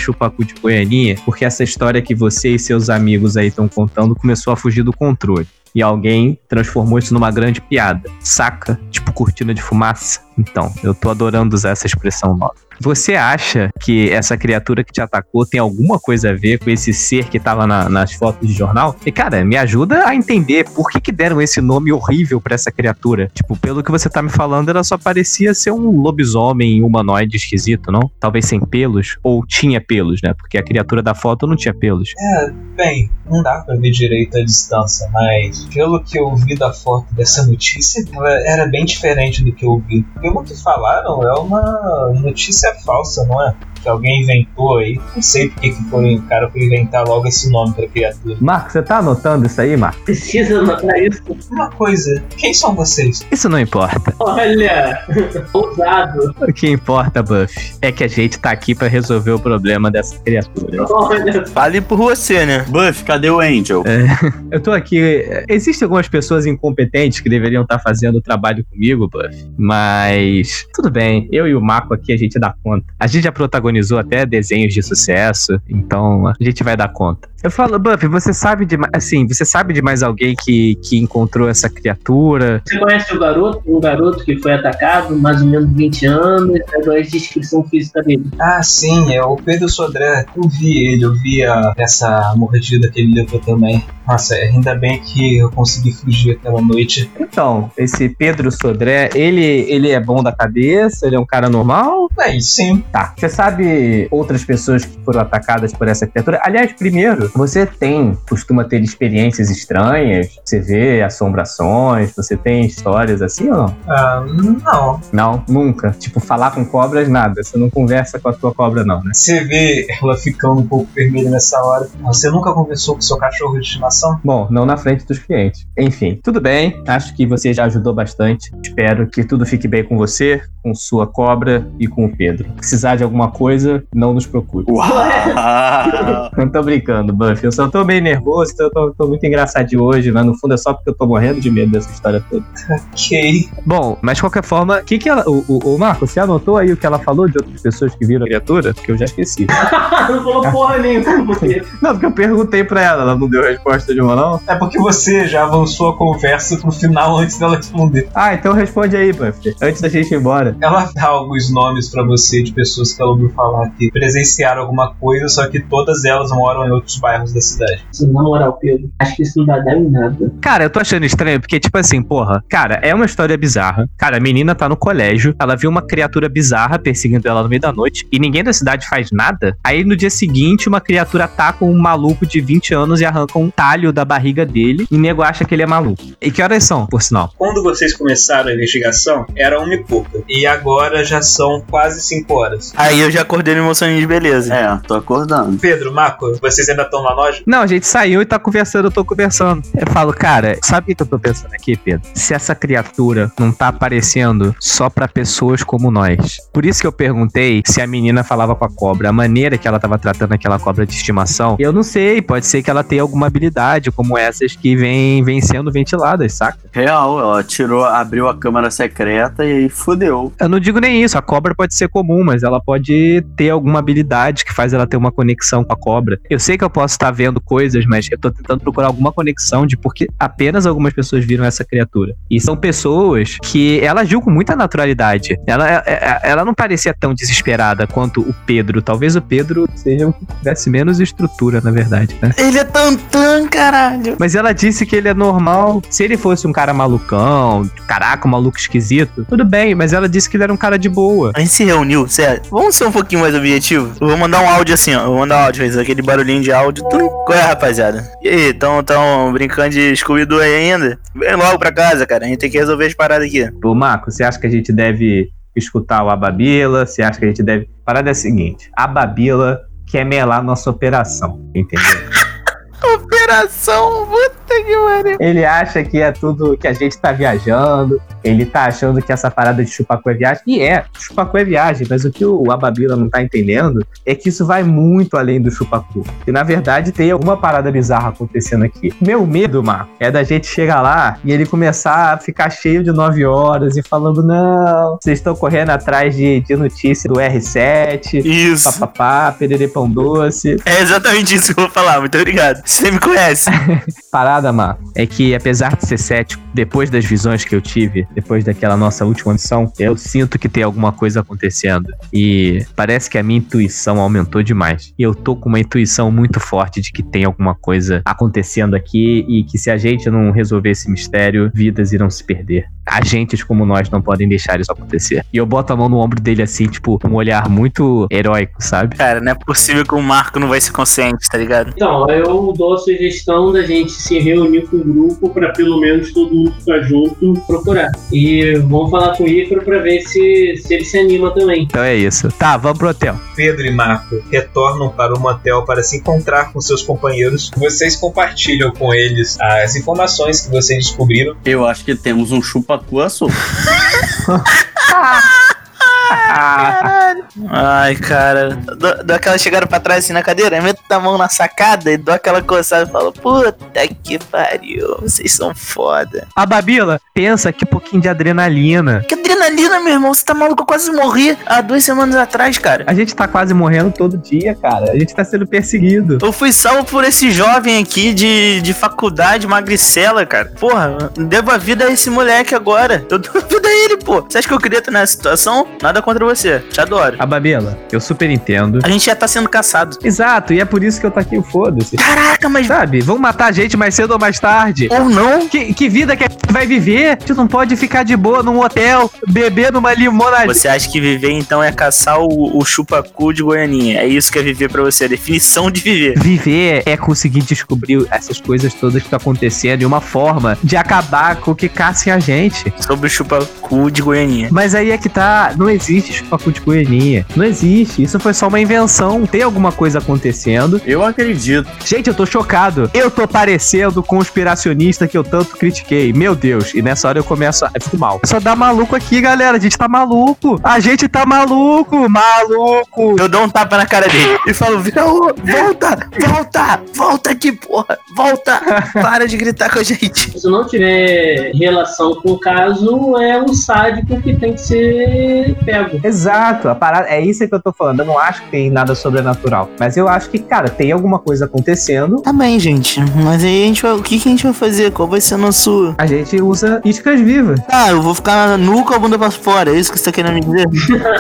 de Goianinha, porque essa história que você e seus amigos aí estão contando começou a fugir do controle. E alguém transformou isso numa grande piada. Saca? Tipo cortina de fumaça. Então, eu tô adorando usar essa expressão nova. Você acha que essa criatura que te atacou tem alguma coisa a ver com esse ser que tava na, nas fotos de jornal? E, cara, me ajuda a entender por que que deram esse nome horrível pra essa criatura. Tipo, pelo que você tá me falando, ela só parecia ser um lobisomem humanoide esquisito, não? Talvez sem pelos, ou tinha pelos, né? Porque a criatura da foto não tinha pelos. É, bem, não dá pra ver direito a distância, mas pelo que eu vi da foto dessa notícia, ela era bem diferente do que eu vi. Pelo que falaram, é uma notícia falsa, não é? Que alguém inventou aí. Não sei porque que foi o cara foi inventar logo esse nome pra criatura. Marco, você tá anotando isso aí, Marco? Precisa anotar isso? Uma coisa, quem são vocês? Isso não importa. Olha, ousado. O que importa, Buff, é que a gente tá aqui pra resolver o problema dessa criatura. Olha, Fale por você, né? Buff, cadê o Angel? Eu tô aqui... Existem algumas pessoas incompetentes que deveriam estar fazendo o trabalho comigo, Buff, mas tudo bem. Eu e o Marco aqui, a gente dá conta. A gente já protagonizou até desenhos de sucesso, então a gente vai dar conta. Eu falo, Buff, você sabe de assim, você sabe de mais alguém que, que encontrou essa criatura? você conhece o garoto? Um garoto que foi atacado, mais ou menos vinte anos, é a descrição física dele. Ah, sim, é o Pedro Sodré. Eu vi ele, eu vi a, essa mordida que ele levou também. Nossa, ainda bem que eu consegui fugir aquela noite. Então, esse Pedro Sodré, ele, ele é bom da cabeça? Ele é um cara normal? É, sim. Tá. Você sabe outras pessoas que foram atacadas por essa criatura? Aliás, primeiro, você tem, costuma ter experiências estranhas? Você vê assombrações? Você tem histórias assim ou não? Ah, não. Não, nunca. Tipo, falar com cobras, nada. Você não conversa com a tua cobra, não, né? Você vê ela ficando um pouco vermelha nessa hora. Você nunca conversou com seu cachorro de estimação? Bom, não na frente dos clientes. Enfim, tudo bem. Acho que você já ajudou bastante. Espero que tudo fique bem com você, com sua cobra e com o Pedro. Se precisar de alguma coisa, não nos procure. Uau! Não tô brincando, Buff. Eu só tô meio nervoso, eu tô, tô muito engraçado de hoje, mas no fundo é só porque eu tô morrendo de medo dessa história toda. Ok. Bom, mas de qualquer forma, o que que ela... O, o, o Marco, você anotou aí o que ela falou de outras pessoas que viram a criatura? Porque eu já esqueci. Não falou porra nenhuma. Não, porque eu perguntei pra ela, ela não deu resposta de uma, não? É porque você já avançou a conversa pro final antes dela responder. Ah, então responde aí, Buff, antes da gente ir embora. Ela dá alguns nomes pra você de pessoas que ela ouviu falar que presenciaram alguma coisa, só que todas elas moram em outros bairros da cidade. Na moral, Pedro, acho que isso não vai dar em nada. Cara, eu tô achando estranho, porque, tipo assim, porra, cara, é uma história bizarra. Cara, a menina tá no colégio, ela viu uma criatura bizarra perseguindo ela no meio da noite, e ninguém da cidade faz nada. Aí, no dia seguinte, uma criatura ataca um maluco de vinte anos e arranca um talho da barriga dele, e o nego acha que ele é maluco. E que horas são, por sinal? Quando vocês começaram a investigação, era uma e pouca. E agora já são quase cinco horas. Aí eu já acordei no emocionante de beleza. É, tô acordando. Pedro, Marco, vocês ainda estão na loja? Não, a gente saiu e tá conversando, eu tô conversando. Eu falo, cara, sabe o que eu tô pensando aqui, Pedro? Se essa criatura não tá aparecendo só pra pessoas como nós. Por isso que eu perguntei se a menina falava com a cobra. A maneira que ela tava tratando aquela cobra de estimação, eu não sei, pode ser que ela tenha alguma habilidade, como essas que vem, vem sendo ventiladas, saca? Real, ela tirou, abriu a câmara secreta e aí fudeu. Eu não digo nem isso, a cobra pode ser comum, mas ela pode ter alguma habilidade que faz ela ter uma conexão com a cobra. Eu sei que eu posso estar vendo coisas, mas eu tô tentando procurar alguma conexão de porque apenas algumas pessoas viram essa criatura. E são pessoas que ela agiu com muita naturalidade. Ela, ela, ela não parecia tão desesperada quanto o Pedro. Talvez o Pedro seja o que tivesse menos estrutura, na verdade, né? Ele é tantã, caralho. Mas ela disse que ele é normal. Se ele fosse um cara malucão, caraca, um maluco esquisito, tudo bem, mas ela disse que ele era um cara de boa. A gente se reuniu, sério. Vamos ser um pouquinho mais objetivo? Eu vou mandar um áudio assim, ó. Eu vou mandar um áudio, fez aquele barulhinho de áudio. Tum. Qual é, rapaziada? E aí, tão, tão brincando de Scooby-Doo aí ainda? Vem logo pra casa, cara. A gente tem que resolver as paradas aqui. Ô, Marco, você acha que a gente deve escutar o Ababila? Você acha que a gente deve... A parada é a seguinte. A Ababila quer melar nossa operação, entendeu? Operação, puta que pariu. Ele acha que é tudo que a gente tá viajando. Ele tá achando que essa parada de chupacu é viagem. E é, chupacu é viagem, mas o que o Ababila não tá entendendo é que isso vai muito além do chupacu. E na verdade tem alguma parada bizarra acontecendo aqui. Meu medo, Marco, é da gente chegar lá e ele começar a ficar cheio de nove horas e falando: não, vocês estão correndo atrás de, de notícia do R sete. Isso. Papapá, pererê pão doce. É exatamente isso que eu vou falar, muito obrigado. Você me conhece. Parada, Marco, é que apesar de ser cético, depois das visões que eu tive, depois daquela nossa última missão, eu sinto que tem alguma coisa acontecendo. E parece que a minha intuição aumentou demais. E eu tô com uma intuição muito forte de que tem alguma coisa acontecendo aqui e que se a gente não resolver esse mistério, vidas irão se perder. Agentes como nós não podem deixar isso acontecer. E eu boto a mão no ombro dele assim, tipo, um olhar muito heróico, sabe? Cara, não é possível que o Marco não vai ser consciente, tá ligado? Então, eu dou a sugestão da gente se reunir com o grupo pra pelo menos todo mundo ficar junto procurar. E vamos falar com o Ícaro pra ver se, se ele se anima também. Então é isso. Tá, vamos pro hotel. Pedro e Marco retornam para o motel para se encontrar com seus companheiros. Vocês compartilham com eles as informações que vocês descobriram. Eu acho que temos um chupacu azul. Caralho. Ai, cara. Dou, dou aquela chegada pra trás assim na cadeira, meto a mão na sacada e dou aquela coçada e falo: puta que pariu, vocês são foda. A Babila, pensa que um pouquinho de adrenalina. Que adrenalina, meu irmão? Você tá maluco? Eu quase morri há duas semanas atrás, cara. A gente tá quase morrendo todo dia, cara. A gente tá sendo perseguido. Eu fui salvo por esse jovem aqui de, de faculdade, magricela, cara. Porra, devo a vida a esse moleque agora. Eu devo a vida a ele, pô. Você acha que eu queria estar nessa situação? Nada contra você. Te adoro. A Babila, eu super entendo. A gente já tá sendo caçado. Exato, e é por isso que eu tô aqui, foda-se. Caraca, mas... Sabe, vão matar a gente mais cedo ou mais tarde. Ou não? Que, que vida que a gente vai viver? A gente não pode ficar de boa num hotel, beber numa limonada. Você acha que viver, então, é caçar o, o chupacu de Goianinha? É isso que é viver pra você, a definição de viver. Viver é conseguir descobrir essas coisas todas que estão acontecendo e uma forma de acabar com o que caçem a gente. Sobre o chupacu de Goianinha. Mas aí é que tá, não existe chupacu de Goianinha. Não existe, isso foi só uma invenção. Tem alguma coisa acontecendo. Eu acredito. Gente, eu tô chocado. Eu tô parecendo o conspiracionista que eu tanto critiquei. Meu Deus. E nessa hora eu começo a... Eu fico mal. Só dá maluco aqui, galera. A gente tá maluco. A gente tá maluco. Maluco. Eu dou um tapa na cara dele e falo: Viraú, volta, volta, volta aqui, porra. Volta. Para de gritar com a gente. Se não tiver relação com o caso, é um sádico que tem que ser pego. Exato. A parada... É isso que eu tô falando. Eu não acho que tem nada sobrenatural. Mas eu acho que, cara, tem alguma coisa acontecendo. Tá bem, gente. Mas aí a gente vai... O que, que a gente vai fazer? Qual vai ser a nossa... A gente usa iscas vivas. Ah, eu vou ficar nu com a bunda pra fora. É isso que você tá querendo me dizer?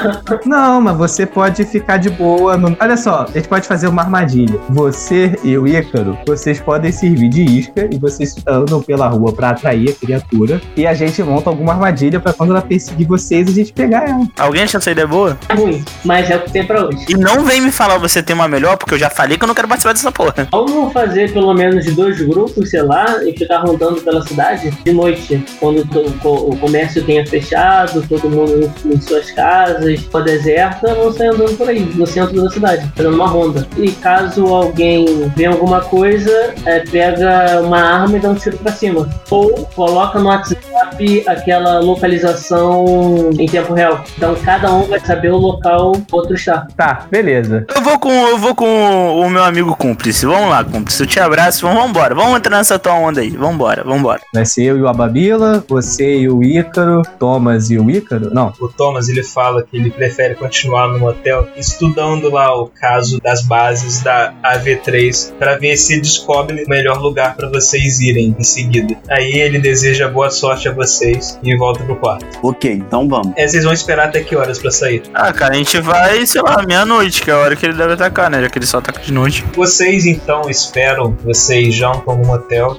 Não, mas você pode ficar de boa. No... Olha só, a gente pode fazer uma armadilha. Você e o Ícaro, vocês podem servir de isca e vocês andam pela rua pra atrair a criatura. E a gente monta alguma armadilha pra quando ela perseguir vocês, a gente pegar ela. Alguém acha essa ideia boa? É ruim, mas é o que tem pra hoje. E não vem me falar você tem uma melhor, porque eu já falei que eu não quero participar dessa porra. Vamos fazer pelo menos dois grupos, sei lá, e ficar rondando pela cidade de noite, quando o comércio tenha fechado, todo mundo em suas casas, a deserta, vão sair andando por aí, no centro da cidade, fazendo uma ronda. E caso alguém vê alguma coisa, é, pega uma arma e dá um tiro pra cima. Ou coloca no WhatsApp aquela localização em tempo real. Então cada um vai saber o local que o outro está. Tá, beleza. Eu vou com, eu vou com o meu amigo cúmplice. Vamos lá, cúmplice. Eu te abraço. Vamos embora. Vamos entrar nessa tua onda aí. Vambora, vambora. Vai ser eu e o Ababila, você e o Ícaro, Thomas e o Ícaro? Não. O Thomas, ele fala que ele prefere continuar no hotel estudando lá o caso das bases da A V três para ver se descobre o melhor lugar para vocês irem em seguida. Aí ele deseja boa sorte a vocês e volta pro quarto. Ok, então vamos. É, vocês vão esperar até que horas pra sair? Ah, cara, a gente vai, sei lá, meia-noite, que é a hora que ele deve atacar, né? Já que ele só ataca de noite. Vocês então esperam, vocês jantam no motel.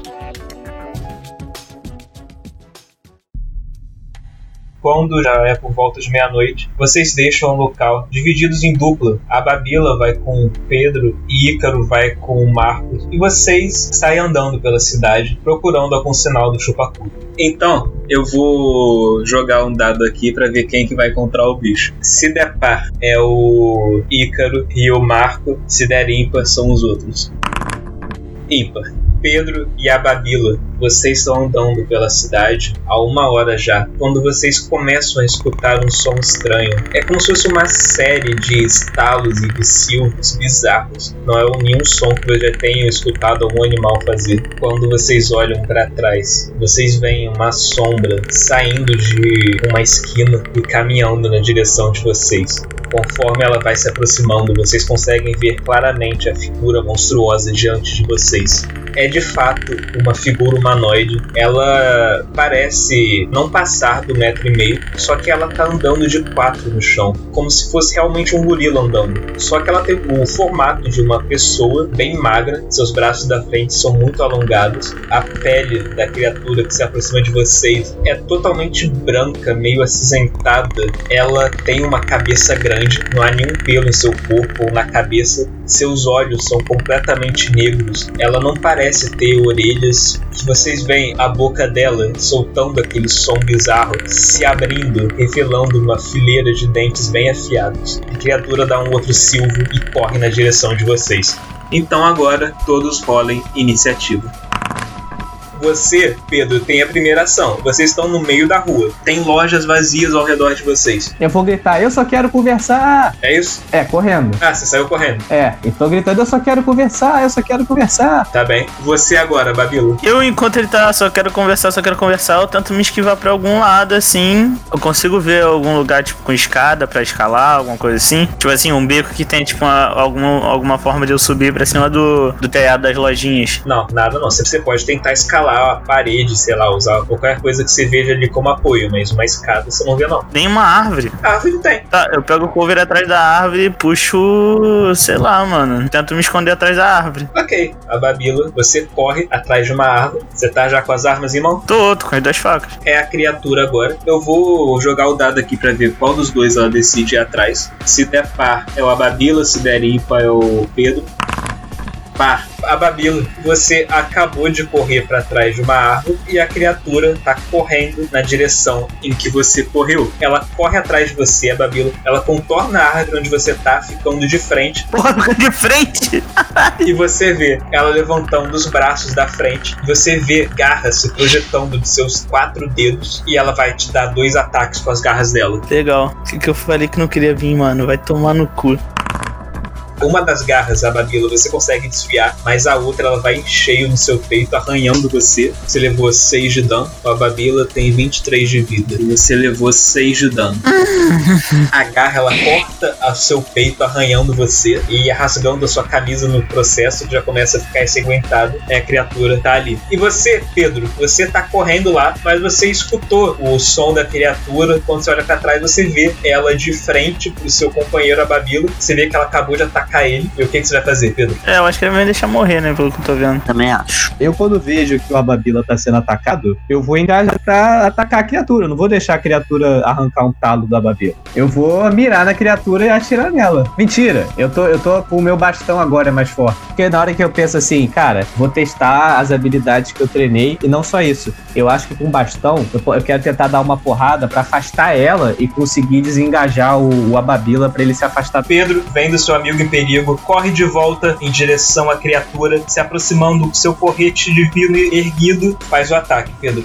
Quando já é por volta de meia-noite, vocês deixam o local divididos em dupla. A Babila vai com o Pedro e Ícaro vai com o Marcos. E vocês saem andando pela cidade, procurando algum sinal do chupacu. Então, eu vou jogar um dado aqui para ver quem que vai encontrar o bicho. Se der par, é o Ícaro e o Marco. Se der ímpar, são os outros. Ímpar. Pedro e a Babila, vocês estão andando pela cidade há uma hora já, quando vocês começam a escutar um som estranho. É como se fosse uma série de estalos e de silvos bizarros. Não é nenhum som que vocês já tenham escutado algum animal fazer. Quando vocês olham para trás, vocês veem uma sombra saindo de uma esquina e caminhando na direção de vocês. Conforme ela vai se aproximando, vocês conseguem ver claramente a figura monstruosa diante de vocês. É de fato uma figura humanoide. Ela parece não passar do metro e meio, só que ela tá andando de quatro no chão, como se fosse realmente um gorila andando. Só que ela tem o formato de uma pessoa bem magra, seus braços da frente são muito alongados, a pele da criatura que se aproxima de vocês é totalmente branca, meio acinzentada. Ela tem uma cabeça grande, não há nenhum pelo em seu corpo ou na cabeça. Seus olhos são completamente negros. Ela não parece ter orelhas. Vocês veem a boca dela soltando aquele som bizarro, se abrindo, revelando uma fileira de dentes bem afiados. A criatura dá um outro silvo e corre na direção de vocês. Então agora todos rolem iniciativa. Você, Pedro, tem a primeira ação. Vocês estão no meio da rua. Tem lojas vazias ao redor de vocês. Eu vou gritar, eu só quero conversar. É isso? É, correndo. Ah, você saiu correndo. É, e tô gritando, eu só quero conversar, eu só quero conversar. Tá bem. Você agora, Babilo. Eu, enquanto ele tá, só quero conversar, só quero conversar, eu tento me esquivar pra algum lado, assim. Eu consigo ver algum lugar, tipo, com escada pra escalar, alguma coisa assim. Tipo assim, um beco que tem, tipo, uma, alguma, alguma forma de eu subir pra cima do, do telhado das lojinhas. Não, nada não. Você pode tentar escalar a parede, sei lá, usar qualquer coisa que você veja ali como apoio, mas uma escada você não vê não. Nem uma árvore. A árvore tem. Tá, eu pego o cover atrás da árvore e puxo, sei lá, mano. Tento me esconder atrás da árvore. Ok. A Babila, você corre atrás de uma árvore. Você tá já com as armas em mão? Tô, tô com as duas facas. É a criatura agora. Eu vou jogar o dado aqui pra ver qual dos dois ela decide ir atrás. Se der par é o Ababila, se der ímpar é o Pedro. Par. A Babila, você acabou de correr para trás de uma árvore e a criatura tá correndo na direção em que você correu. Ela corre atrás de você, a Babila. Ela contorna a árvore onde você tá, ficando de frente. Porra, de frente! E você vê ela levantando os braços da frente. Você vê garras se projetando de seus quatro dedos e ela vai te dar dois ataques com as garras dela. Legal. O que eu falei que não queria vir, mano? Vai tomar no cu. Uma das garras, a Babila, você consegue desviar, mas a outra ela vai em cheio no seu peito, arranhando você. Você levou seis de dano. A Babila tem vinte e três de vida. E você levou seis de dano. A garra, ela corta o seu peito, arranhando você e rasgando a sua camisa no processo, que já começa a ficar ensanguentado. É, a criatura tá ali. E você, Pedro, você tá correndo lá, mas você escutou o som da criatura. Quando você olha pra trás, você vê ela de frente pro seu companheiro, a Babila. Você vê que ela acabou de atacar ele. E o que, que você vai fazer, Pedro? É, eu acho que ele vai deixar morrer, né? Pelo que eu tô vendo. Também acho. Eu, quando vejo que o Ababila tá sendo atacado, eu vou engajar pra atacar a criatura. Eu não vou deixar a criatura arrancar um talo do Ababila. Eu vou mirar na criatura e atirar nela. Mentira, eu tô, eu tô com o meu bastão agora é mais forte. Porque na hora que eu penso assim, cara, vou testar as habilidades que eu treinei. E não só isso. Eu acho que com o bastão, eu, eu quero tentar dar uma porrada pra afastar ela e conseguir desengajar o, o Ababila pra ele se afastar. Pedro, vendo seu amigo em perigo, corre de volta em direção à criatura, se aproximando do seu porrete divino erguido, faz o ataque, Pedro.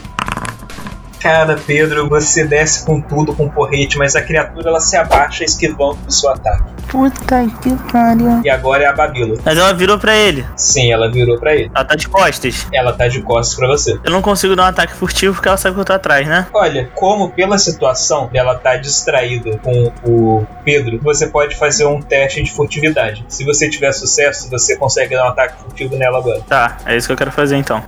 Cara, Pedro, você desce com tudo com o porrete, mas a criatura ela se abaixa esquivando do seu ataque. Puta que pariu. E agora é a Babila. Mas ela virou pra ele. Sim, ela virou pra ele. Ela tá de costas. Ela tá de costas pra você. Eu não consigo dar um ataque furtivo porque ela sabe que eu tô atrás, né? Olha, como pela situação dela tá distraída com o Pedro, você pode fazer um teste de furtividade. Se você tiver sucesso, você consegue dar um ataque furtivo nela agora. Tá, é isso que eu quero fazer então.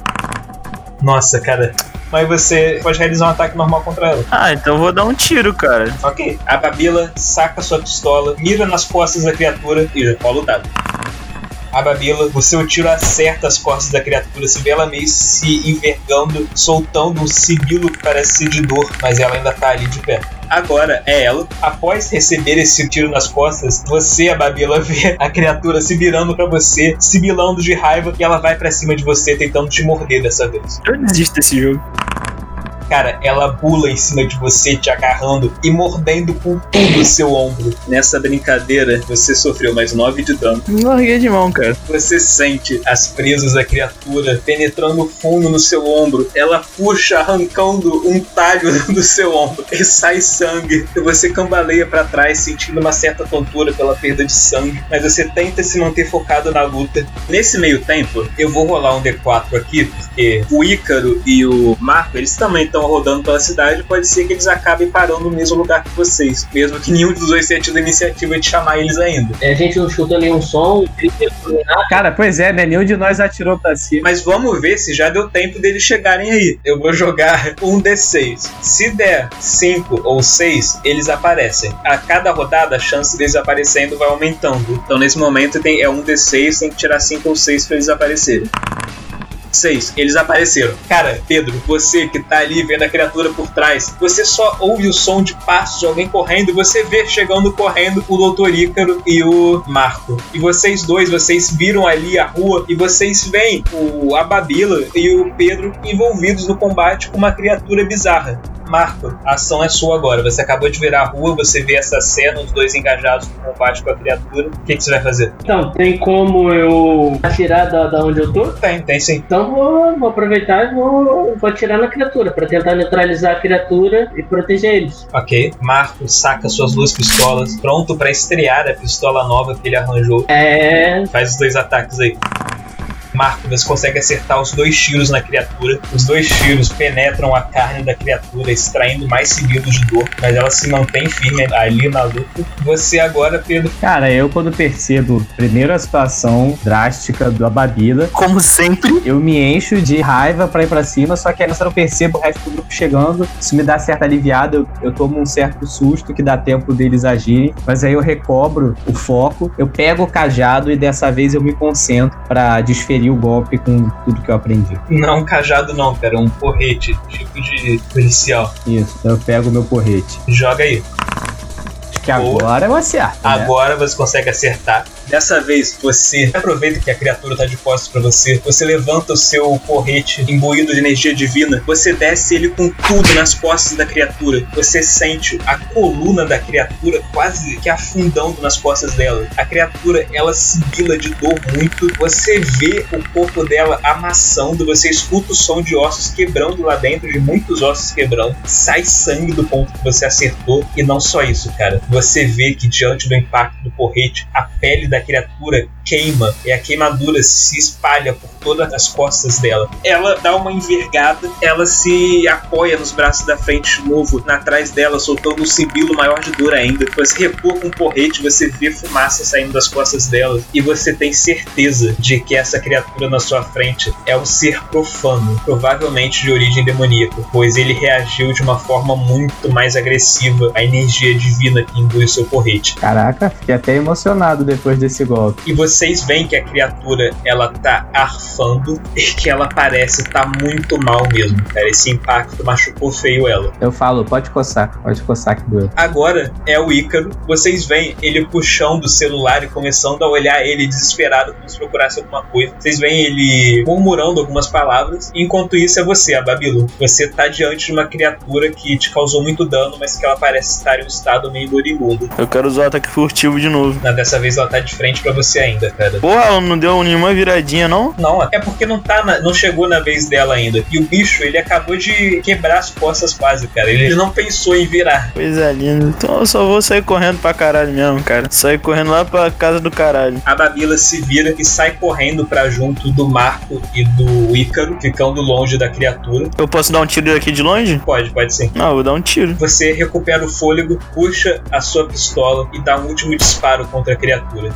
Nossa, cara. Mas você pode realizar um ataque normal contra ela. Ah, então eu vou dar um tiro, cara. Ok. A Babila saca sua pistola, mira nas costas da criatura e já rola o dado. A Babila, o seu tiro acerta as costas da criatura, se vê ela meio se envergando, soltando um sibilo que parece ser de dor, mas ela ainda tá ali de pé. Agora é ela. Após receber esse tiro nas costas, você, a Babila, vê a criatura se virando pra você, sibilando de raiva, e ela vai pra cima de você, tentando te morder dessa vez. Eu desisto desse jogo. Cara, ela pula em cima de você, te agarrando e mordendo com tudo o seu ombro. Nessa brincadeira, você sofreu mais nove de dano. Não larguei de mão, cara. Você sente as presas da criatura penetrando fundo no seu ombro. Ela puxa, arrancando um talho do seu ombro e sai sangue. E você cambaleia pra trás, sentindo uma certa tontura pela perda de sangue. Mas você tenta se manter focado na luta. Nesse meio tempo, eu vou rolar um D quatro aqui, porque o Ícaro e o Marco, eles também estão rodando pela cidade. Pode ser que eles acabem parando no mesmo lugar que vocês, mesmo que nenhum dos dois tenha tido a iniciativa de chamar eles ainda. A gente não escutou nenhum som. Cara, pois é, né? Nenhum de nós atirou pra cima. Mas vamos ver se já deu tempo deles chegarem aí. Eu vou jogar um D seis. Se der cinco ou seis, eles aparecem. A cada rodada, a chance deles aparecendo vai aumentando. Então, nesse momento, tem, é um D seis, tem que tirar cinco ou seis pra eles aparecerem. seis, eles apareceram. Cara, Pedro, você que tá ali vendo a criatura por trás, você só ouve o som de passos de alguém correndo e você vê chegando correndo o doutor Ícaro e o Marco. E vocês dois, vocês viram ali a rua e vocês veem o Ababila e o Pedro envolvidos no combate com uma criatura bizarra. Marco, a ação é sua agora. Você acabou de virar a rua, você vê essa cena, os dois engajados no combate com a criatura. O que, que você vai fazer? Então, tem como eu atirar da, da onde eu tô? Tem, tem sim. Então vou, vou aproveitar e vou, vou atirar na criatura, pra tentar neutralizar a criatura e proteger eles. Ok. Marco saca suas duas pistolas, pronto pra estrear a pistola nova que ele arranjou. É... Faz os dois ataques aí. Marco, você consegue acertar os dois tiros na criatura. Os dois tiros penetram a carne da criatura, extraindo mais seguidos de dor, mas ela se mantém firme ali na luta. Você agora, Pedro. Cara, eu quando percebo primeiro a situação drástica do Ababila, como sempre, eu me encho de raiva pra ir pra cima, só que aí eu percebo o resto do grupo chegando. Isso me dá certa aliviada, eu, eu tomo um certo susto que dá tempo deles agirem, mas aí eu recobro o foco, eu pego o cajado e dessa vez eu me concentro pra desferir o golpe com tudo que eu aprendi. Não um cajado não, cara, um porrete, tipo de policial. Isso, eu pego o meu porrete. Joga aí. Acho que agora eu acerto, né? Agora você consegue acertar. Dessa vez, você aproveita que a criatura tá de costas pra você, você levanta o seu porrete imbuído de energia divina, você desce ele com tudo nas costas da criatura. Você sente a coluna da criatura quase que afundando nas costas dela. A criatura, ela sibila de dor muito. Você vê o corpo dela amassando, você escuta o som de ossos quebrando lá dentro, de muitos ossos quebrando. Sai sangue do ponto que você acertou. E não só isso, cara. Você vê que diante do impacto do porrete, a pele da criatura queima e a queimadura se espalha por todas as costas dela. Ela dá uma envergada, ela se apoia nos braços da frente de novo, atrás dela, soltando um sibilo maior de dor ainda. Você recua com o porrete, você vê fumaça saindo das costas dela e você tem certeza de que essa criatura na sua frente é um ser profano, provavelmente de origem demoníaca, pois ele reagiu de uma forma muito mais agressiva à energia divina que imbui o seu porrete. Caraca, fiquei até emocionado depois desse golpe. E vocês veem que a criatura, ela tá arfando e que ela parece tá muito mal mesmo, cara. Esse impacto machucou feio ela. Eu falo, pode coçar, pode coçar que doeu. Agora é o Ícaro. Vocês veem ele puxando o celular e começando a olhar ele desesperado como se procurasse alguma coisa. Vocês veem ele murmurando algumas palavras. Enquanto isso é você, a Babilo. Você tá diante de uma criatura que te causou muito dano, mas que ela parece estar em um estado meio moribundo. Eu quero usar o ataque furtivo de novo. Não, dessa vez ela tá de frente pra você ainda, cara. Porra, ela não deu nenhuma viradinha, não? Não, é porque não tá na, não chegou na vez dela ainda. E o bicho, ele acabou de quebrar as costas quase, cara. Ele não pensou em virar. Coisa linda. Então eu só vou sair correndo pra caralho mesmo, cara. Sair correndo lá pra casa do caralho. A Babila se vira e sai correndo pra junto do Marco e do Ícaro, ficando longe da criatura. Eu posso dar um tiro daqui de longe? Pode, pode sim. Não, eu vou dar um tiro. Você recupera o fôlego, puxa a sua pistola e dá um último disparo contra a criatura.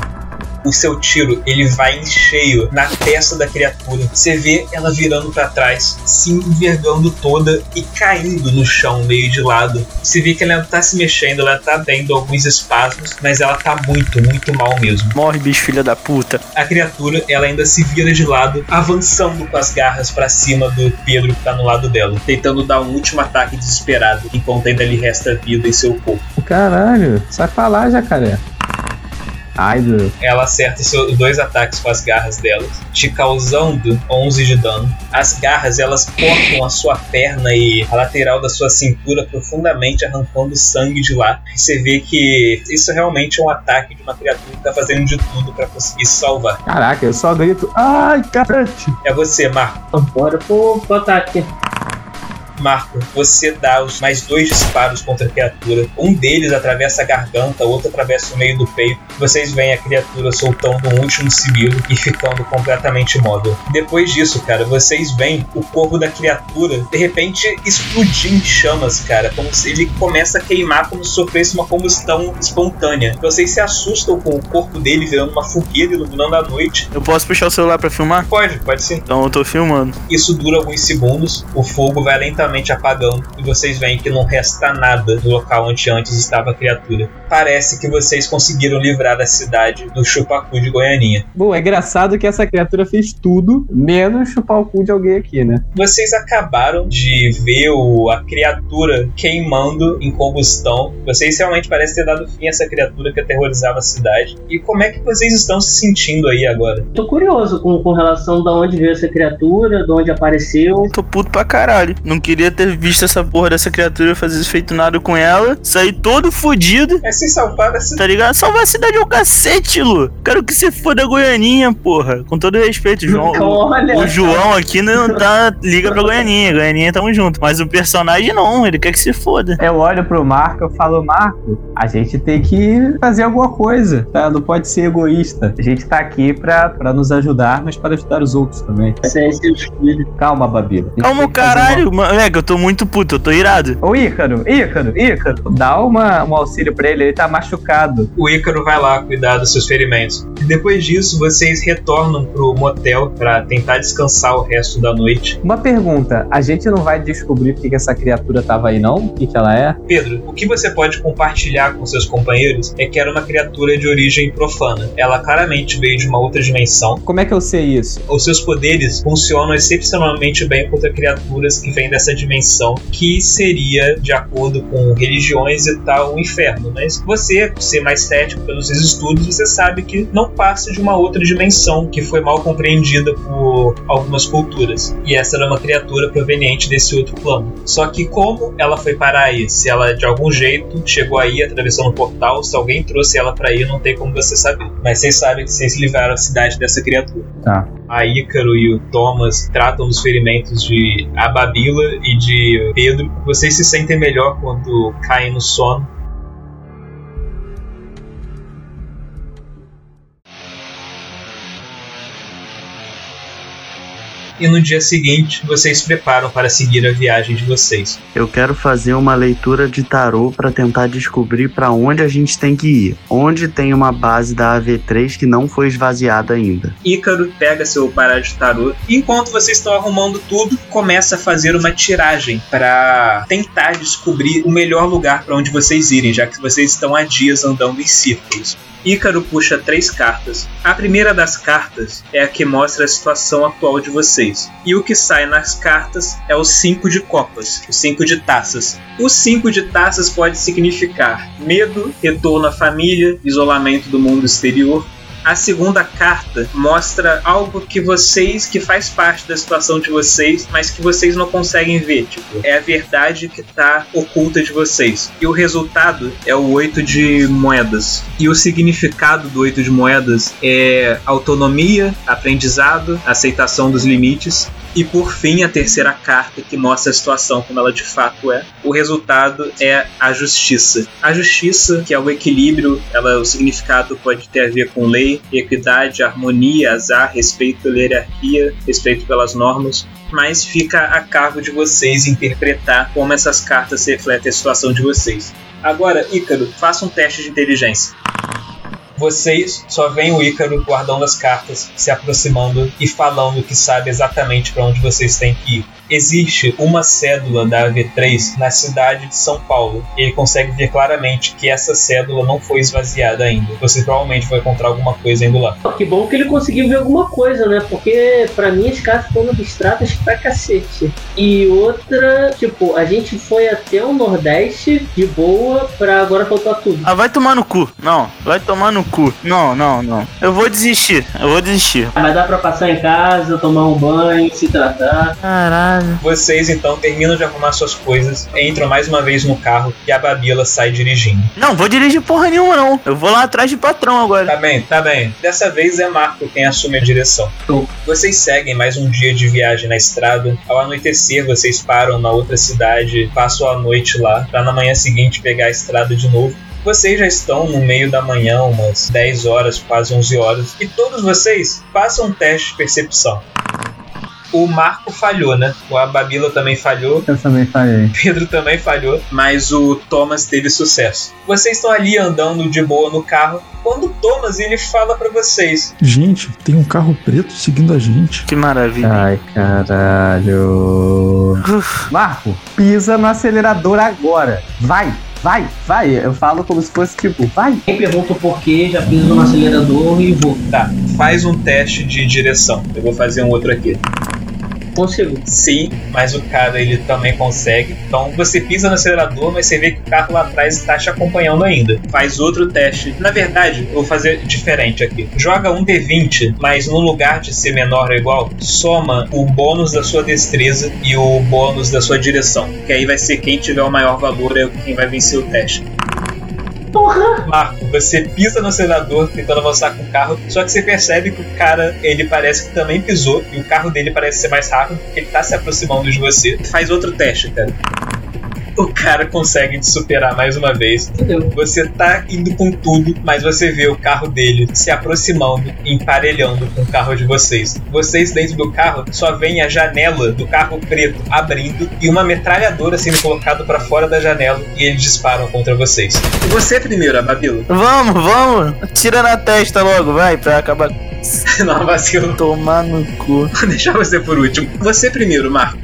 O seu tiro, ele vai em cheio na testa da criatura. Você vê ela virando pra trás, se envergando toda e caindo no chão, meio de lado. Você vê que ela tá se mexendo, ela tá tendo alguns espasmos, mas ela tá muito, muito mal mesmo. Morre, bicho, filha da puta. A criatura, ela ainda se vira de lado, avançando com as garras pra cima do Pedro que tá no lado dela, tentando dar um último ataque desesperado, enquanto ainda lhe resta vida em seu corpo. Caralho, sai pra lá, jacaré. Ai, Deus. Ela acerta seus dois ataques com as garras delas, te causando onze de dano. As garras, elas cortam a sua perna e a lateral da sua cintura profundamente, arrancando sangue de lá. E você vê que isso realmente é um ataque de uma criatura que tá fazendo de tudo pra conseguir se salvar. Caraca, eu só grito. Ai, carete. É você, Marco. Bora pro, pro ataque. Marco, você dá os mais dois disparos contra a criatura. Um deles atravessa a garganta, o outro atravessa o meio do peito. Vocês veem a criatura soltando um último sibilo e ficando completamente imóvel. Depois disso, cara, vocês veem o corpo da criatura de repente explodir em chamas, cara. Como se ele começa a queimar, como se sofresse uma combustão espontânea. Vocês se assustam com o corpo dele virando uma fogueira, iluminando a noite. Eu posso puxar o celular pra filmar? Pode, pode sim. Então eu tô filmando. Isso dura alguns segundos, o fogo vai lentamente apagando e vocês veem que não resta nada do local onde antes estava a criatura. Parece que vocês conseguiram livrar a cidade do chupacu de Goianinha. Bom, é engraçado que essa criatura fez tudo, menos chupar o cu de alguém aqui, né? Vocês acabaram de ver o, a criatura queimando em combustão. Vocês realmente parecem ter dado fim a essa criatura que aterrorizava a cidade. E como é que vocês estão se sentindo aí agora? Tô curioso com, com relação de onde veio essa criatura, de onde apareceu. Tô puto pra caralho. Não queria ter visto essa porra dessa criatura fazer feito nada com ela. Sair todo fodido. É se salvar essa... Tá ligado? Salvar a cidade é o cacete, Lu. Quero que você foda a Goianinha, porra. Com todo respeito, João. Olha. O, o João aqui não tá... Liga pra Goianinha. Goianinha, tamo junto. Mas o personagem não. Ele quer que se foda. Eu olho pro Marco e falo, Marco, a gente tem que fazer alguma coisa, tá? Não pode ser egoísta. A gente tá aqui pra, pra nos ajudar, mas para ajudar os outros também. Calma, Babila. Calma, caralho. Uma... Moleque, eu tô muito puto. Eu tô irado. Ô, Ícaro, Ícaro, Ícaro, dá uma, um auxílio pra ele. Ele tá machucado. O Ícaro vai lá cuidar dos seus ferimentos. E depois disso, vocês retornam pro motel pra tentar descansar o resto da noite. Uma pergunta, a gente não vai descobrir porque que essa criatura tava aí, não? O que que ela é? Pedro, o que você pode compartilhar com seus companheiros é que era uma criatura de origem profana. Ela claramente veio de uma outra dimensão. Como é que eu sei isso? Os seus poderes funcionam excepcionalmente bem contra criaturas que vêm dessa dimensão, que seria, de acordo com religiões e tal, um inferno. Mas você, por ser mais cético pelos seus estudos, você sabe que não passa de uma outra dimensão que foi mal compreendida por algumas culturas. E essa era uma criatura proveniente desse outro plano. Só que como ela foi parar aí? Se ela de algum jeito chegou aí, atravessando o portal, se alguém trouxe ela pra aí, não tem como você saber. Mas vocês sabem que vocês livraram a cidade dessa criatura. Tá. A Ícaro e o Thomas tratam dos ferimentos de Ababila e de Pedro. Vocês se sentem melhor quando caem no sono. E no dia seguinte, vocês se preparam para seguir a viagem de vocês. Eu quero fazer uma leitura de tarô para tentar descobrir para onde a gente tem que ir. Onde tem uma base da A V três que não foi esvaziada ainda. Ícaro pega seu baralho de tarô e enquanto vocês estão arrumando tudo, começa a fazer uma tiragem para tentar descobrir o melhor lugar para onde vocês irem, já que vocês estão há dias andando em círculos. Ícaro puxa três cartas. A primeira das cartas é a que mostra a situação atual de vocês. E o que sai nas cartas é o cinco de copas, o cinco de taças. O cinco de taças pode significar medo, retorno à família, isolamento do mundo exterior. A segunda carta mostra algo que vocês, que faz parte da situação de vocês, mas que vocês não conseguem ver, tipo, é a verdade que está oculta de vocês. E o resultado é o oito de moedas. E o significado do oito de moedas é autonomia, aprendizado, aceitação dos limites. E por fim, a terceira carta que mostra a situação como ela de fato é. O resultado é a justiça. A justiça, que é o equilíbrio, ela, o significado pode ter a ver com lei, equidade, harmonia, azar, respeito pela hierarquia, respeito pelas normas. Mas fica a cargo de vocês interpretar como essas cartas refletem a situação de vocês. Agora, Ícaro, faça um teste de inteligência. Vocês só veem o Ícaro guardando as cartas, se aproximando e falando que sabe exatamente para onde vocês têm que ir. Existe uma cédula da A V três na cidade de São Paulo. E ele consegue ver claramente que essa cédula não foi esvaziada ainda. Você provavelmente vai encontrar alguma coisa indo lá. Que bom que ele conseguiu ver alguma coisa, né? Porque pra mim as cartas estão abstratas pra cacete. E outra, tipo, a gente foi até o Nordeste de boa pra agora faltar tudo. Ah, vai tomar no cu. Não, vai tomar no cu. Não, não, não. Eu vou desistir. Eu vou desistir. Mas dá pra passar em casa, tomar um banho, se tratar. Caralho. Vocês então terminam de arrumar suas coisas, entram mais uma vez no carro e a Babila sai dirigindo. Não, vou dirigir porra nenhuma, não. Eu vou lá atrás de patrão agora. Tá bem, tá bem. Dessa vez é Marco quem assume a direção. Tô. Vocês seguem mais um dia de viagem na estrada. Ao anoitecer, vocês param na outra cidade, passam a noite lá, pra na manhã seguinte pegar a estrada de novo. Vocês já estão no meio da manhã, umas dez horas, quase onze horas, e todos vocês passam um teste de percepção. O Marco falhou, né? A Babila também falhou. Eu também falhei. Pedro também falhou, mas o Thomas teve sucesso. Vocês estão ali andando de boa no carro, quando o Thomas ele fala pra vocês: gente, tem um carro preto seguindo a gente. Que maravilha. Ai, caralho. Marco, pisa no acelerador agora. Vai, vai, vai. Eu falo como se fosse tipo, vai. Quem pergunta o porquê, já piso no acelerador e vou. Tá, faz um teste de direção. Eu vou fazer um outro aqui. Consigo. Sim, mas o cara ele também consegue. Então você pisa no acelerador, mas você vê que o carro lá atrás está te acompanhando ainda. Faz outro teste. Na verdade, eu vou fazer diferente aqui. Joga um D vinte, mas no lugar de ser menor ou igual, soma o bônus da sua destreza e o bônus da sua direção. Que aí vai ser quem tiver o maior valor é quem vai vencer o teste. Porra! Marco, você pisa no acelerador tentando avançar com o carro, só que você percebe que o cara, ele parece que também pisou, e o carro dele parece ser mais rápido, porque ele tá se aproximando de você. Faz outro teste, cara. O cara consegue te superar mais uma vez. Entendeu? Você tá indo com tudo, mas você vê o carro dele se aproximando, emparelhando com o carro de vocês. Vocês dentro do carro só veem a janela do carro preto abrindo e uma metralhadora sendo colocada pra fora da janela e eles disparam contra vocês. E você primeiro, Babila. Vamos, vamos. Tira na testa logo, vai, pra acabar. Não, vacilo. Tomar no cu. Vou deixar você por último. Você primeiro, Marco.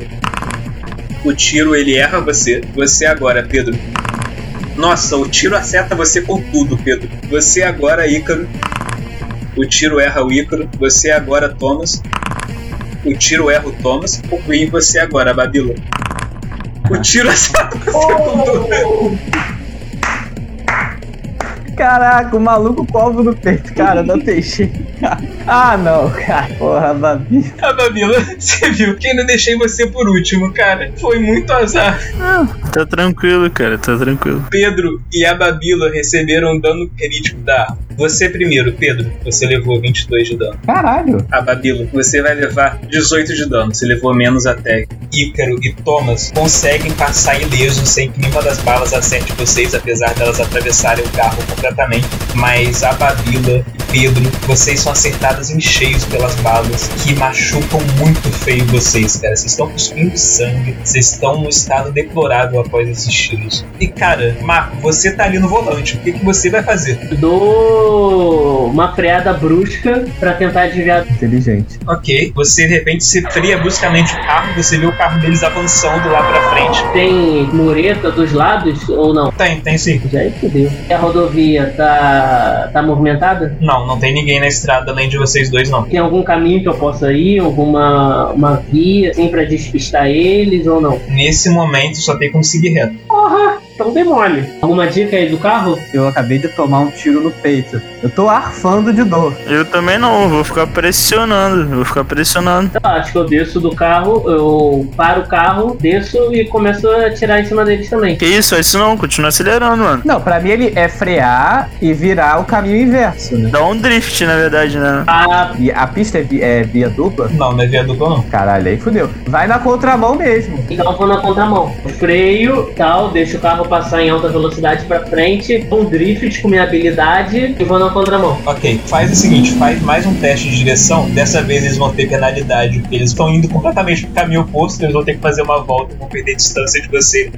O tiro, ele erra você. Você agora, Pedro. Nossa, o tiro acerta você com tudo, Pedro. Você agora, Ícaro. O tiro erra o Ícaro. Você agora, Thomas. O tiro erra o Thomas. E você agora, Babila. O tiro acerta você com tudo. Caraca, o maluco com alvo no peito, cara, não tem jeito, cara. Ah, não, cara. Porra, Babila. A Babila, você viu que ainda deixei você por último, cara. Foi muito azar. Ah, tá tranquilo, cara, tá tranquilo. Pedro e a Babila receberam dano crítico da arma. Você primeiro, Pedro, você levou vinte e dois de dano. Caralho. A Babila, você vai levar dezoito de dano, você levou menos até. Ícaro e Thomas conseguem passar ileso sem que nenhuma das balas acerte vocês, apesar delas atravessarem o carro completamente. Mas a Babila e Pedro, vocês são acertadas em cheios pelas balas que machucam muito feio vocês, cara. Vocês estão cuspindo sangue, vocês estão num estado deplorável após esses tiros. E cara, Marco, você tá ali no volante, o que, que você vai fazer? Dou uma freada brusca pra tentar desviar. Inteligente. Ok, você de repente se freia bruscamente o carro, você vê o carro deles avançando lá pra frente. Tem mureta dos lados ou não? Tem, tem sim. Já aí fodeu. E a rodovia tá, tá movimentada? Não, não tem ninguém na estrada além de vocês dois, não. Tem algum caminho que eu possa ir? Alguma uma via assim pra despistar eles ou não? Nesse momento só tem como seguir reto. Porra! Então demole. Alguma dica aí do carro? Eu acabei de tomar um tiro no peito. Eu tô arfando de dor. Eu também não, vou ficar pressionando, vou ficar pressionando. Então, acho que eu desço do carro, eu paro o carro, desço e começo a atirar em cima deles também. Que isso, é isso não, continua acelerando, mano. Não, pra mim ele é frear e virar o caminho inverso, né? Dá um drift, na verdade, né? Ah, E a pista é, vi- é via dupla? Não, não é via dupla, não. Caralho, aí fudeu. Vai na contramão mesmo. então eu vou na contramão. Freio, tal, deixo o carro passar em alta velocidade pra frente, um drift com minha habilidade e vou na contramão. Ok, faz o seguinte, faz mais um teste de direção. Dessa vez eles vão ter penalidade, porque eles estão indo completamente pro caminho oposto, eles vão ter que fazer uma volta, vão perder distância de você.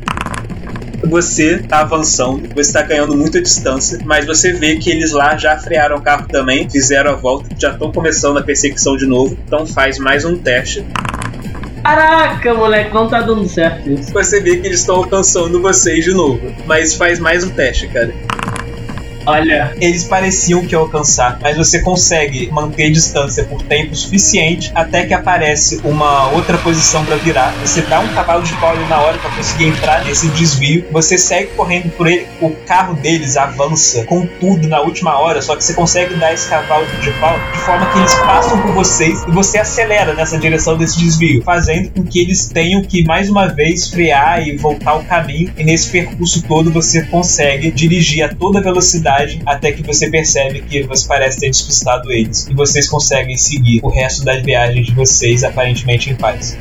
Você tá avançando, você tá ganhando muita distância, mas você vê que eles lá já frearam o carro também, fizeram a volta, já estão começando a perseguição de novo, então faz mais um teste. Caraca, moleque, não tá dando certo isso. Você vê que eles estão alcançando vocês de novo, mas faz mais um teste, cara. Olha, Eles pareciam que alcançar, mas você consegue manter distância por tempo suficiente até que aparece uma outra posição pra virar. Você dá um cavalo de pau ali na hora pra conseguir entrar nesse desvio. Você segue correndo por ele, o carro deles avança com tudo na última hora, só que você consegue dar esse cavalo de pau de forma que eles passam por vocês e você acelera nessa direção desse desvio, fazendo com que eles tenham que mais uma vez frear e voltar o caminho. E nesse percurso todo você consegue dirigir a toda velocidade até que você percebe que você parece ter despistado eles e vocês conseguem seguir o resto da viagem de vocês aparentemente em paz.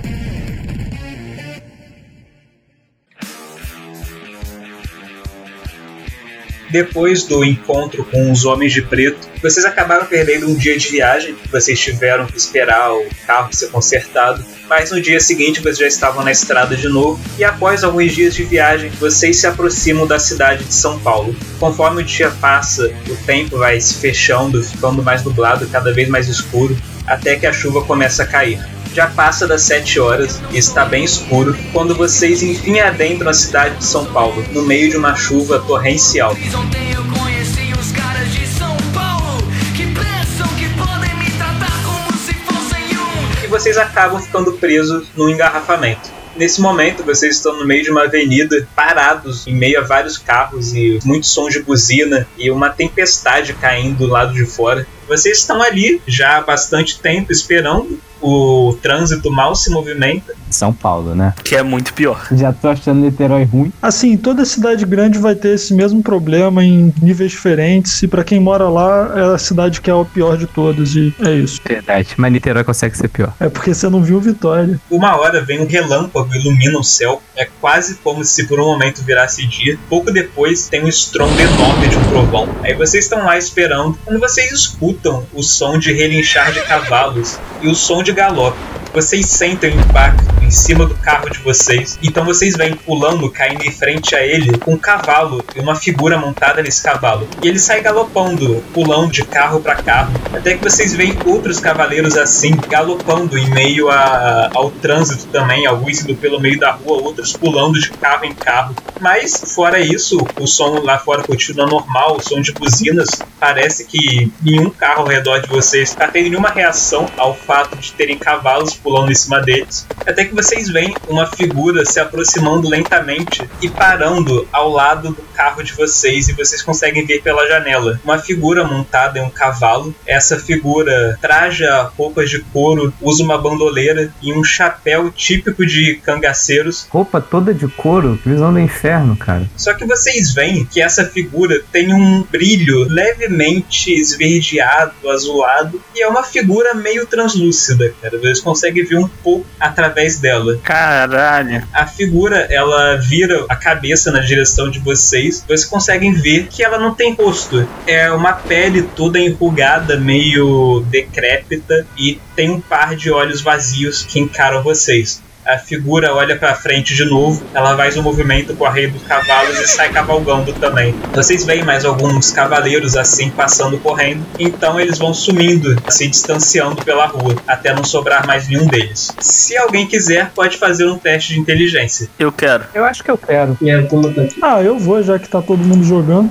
Depois do encontro com os Homens de Preto, vocês acabaram perdendo um dia de viagem. Vocês tiveram que esperar o carro ser consertado, mas no dia seguinte vocês já estavam na estrada de novo, e após alguns dias de viagem, vocês se aproximam da cidade de São Paulo. Conforme o dia passa, o tempo vai se fechando, ficando mais nublado, cada vez mais escuro, até que a chuva começa a cair. Já passa das sete horas e está bem escuro quando vocês enfim adentram a cidade de São Paulo, no meio de uma chuva torrencial. Ontem eu conheci os caras de São Paulo que pensam que podem me tratar como se fossem um. E vocês acabam ficando presos num engarrafamento. Nesse momento, vocês estão no meio de uma avenida, parados em meio a vários carros e muitos sons de buzina e uma tempestade caindo do lado de fora. Vocês estão ali já há bastante tempo esperando, o trânsito mal se movimenta. São Paulo, né? Que é muito pior. Já tô achando Niterói ruim. Assim, toda cidade grande vai ter esse mesmo problema em níveis diferentes, e pra quem mora lá, é a cidade que é a pior de todas, e é isso. Verdade, mas Niterói consegue ser pior. É porque você não viu Vitória. Uma hora vem um relâmpago, ilumina o céu, é quase como se por um momento virasse dia. Pouco depois tem um estrondo enorme de um trovão. Aí vocês estão lá esperando, quando vocês escutam o som de relinchar de cavalos e o som de galope. Vocês sentem o impacto em cima do carro de vocês, então vocês vêm pulando, caindo em frente a ele com um cavalo e uma figura montada nesse cavalo. E ele sai galopando, pulando de carro para carro, até que vocês veem outros cavaleiros assim, galopando em meio a, ao trânsito também, alguns indo pelo meio da rua, outros pulando de carro em carro. Mas, fora isso, o som lá fora continua normal, o som de buzinas, parece que nenhum carro ao redor de vocês está tendo nenhuma reação ao fato de terem cavalos pulando em cima deles, até que vocês veem uma figura se aproximando lentamente e parando ao lado do carro de vocês, e vocês conseguem ver pela janela uma figura montada em um cavalo. Essa figura traja roupas de couro, usa uma bandoleira e um chapéu típico de cangaceiros. Roupa toda de couro, que visão do inferno, cara. Só que vocês veem que essa figura tem um brilho levemente esverdeado, azulado, e é uma figura meio translúcida, cara. Vocês conseguem ver um pouco através dela. Caralho. A figura, ela vira a cabeça na direção de vocês. Vocês conseguem ver que ela não tem rosto. É uma pele toda enrugada, meio decrépita, e tem um par de olhos vazios que encaram vocês. A figura olha pra frente de novo, ela faz um movimento com a rei dos cavalos e sai cavalgando também. Vocês veem mais alguns cavaleiros assim passando correndo, então eles vão sumindo, se distanciando pela rua, até não sobrar mais nenhum deles. Se alguém quiser, pode fazer um teste de inteligência. Eu quero. Eu acho que eu quero. e é como tá. Ah, eu vou, já que tá todo mundo jogando.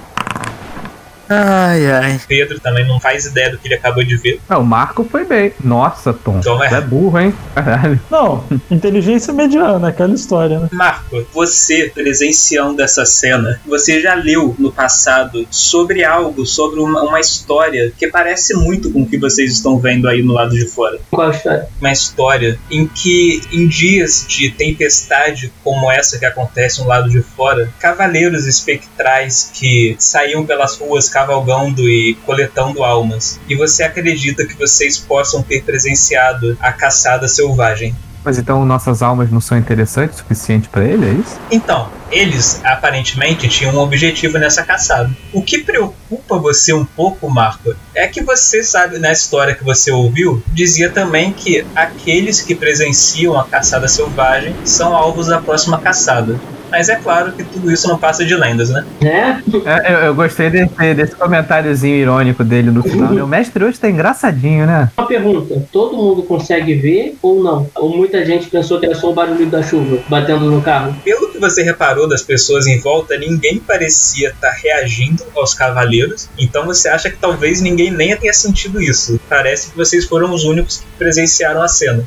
Ai, ai. Pedro também não faz ideia do que ele acabou de ver. Ah, o Marco foi bem. Nossa, Tom. Tom é- Tu é burro, hein? Caralho. Não, inteligência mediana, aquela história, né? Marco, você presenciando essa cena, você já leu no passado sobre algo, sobre uma, uma história que parece muito com o que vocês estão vendo aí no lado de fora. Qual a história? Uma história em que, em dias de tempestade como essa que acontece no lado de fora, cavaleiros espectrais que saíam pelas ruas cavalgando e coletando almas. E você acredita que vocês possam ter presenciado a caçada selvagem. Mas então nossas almas não são interessantes o suficiente pra ele, é isso? Então, eles aparentemente tinham um objetivo nessa caçada. O que preocupa você um pouco, Marco, é que você sabe, na história que você ouviu, dizia também que aqueles que presenciam a caçada selvagem são alvos da próxima caçada. Mas é claro que tudo isso não passa de lendas, né? Né? É, eu, eu gostei desse, desse comentáriozinho irônico dele no final. Né? O mestre hoje tá engraçadinho, né? Uma pergunta: todo mundo consegue ver ou não? Ou muita gente pensou que era só o barulho da chuva batendo no carro? Pelo que você reparou das pessoas em volta, ninguém parecia estar reagindo aos cavaleiros, então você acha que talvez ninguém nem tenha sentido isso. Parece que vocês foram os únicos que presenciaram a cena.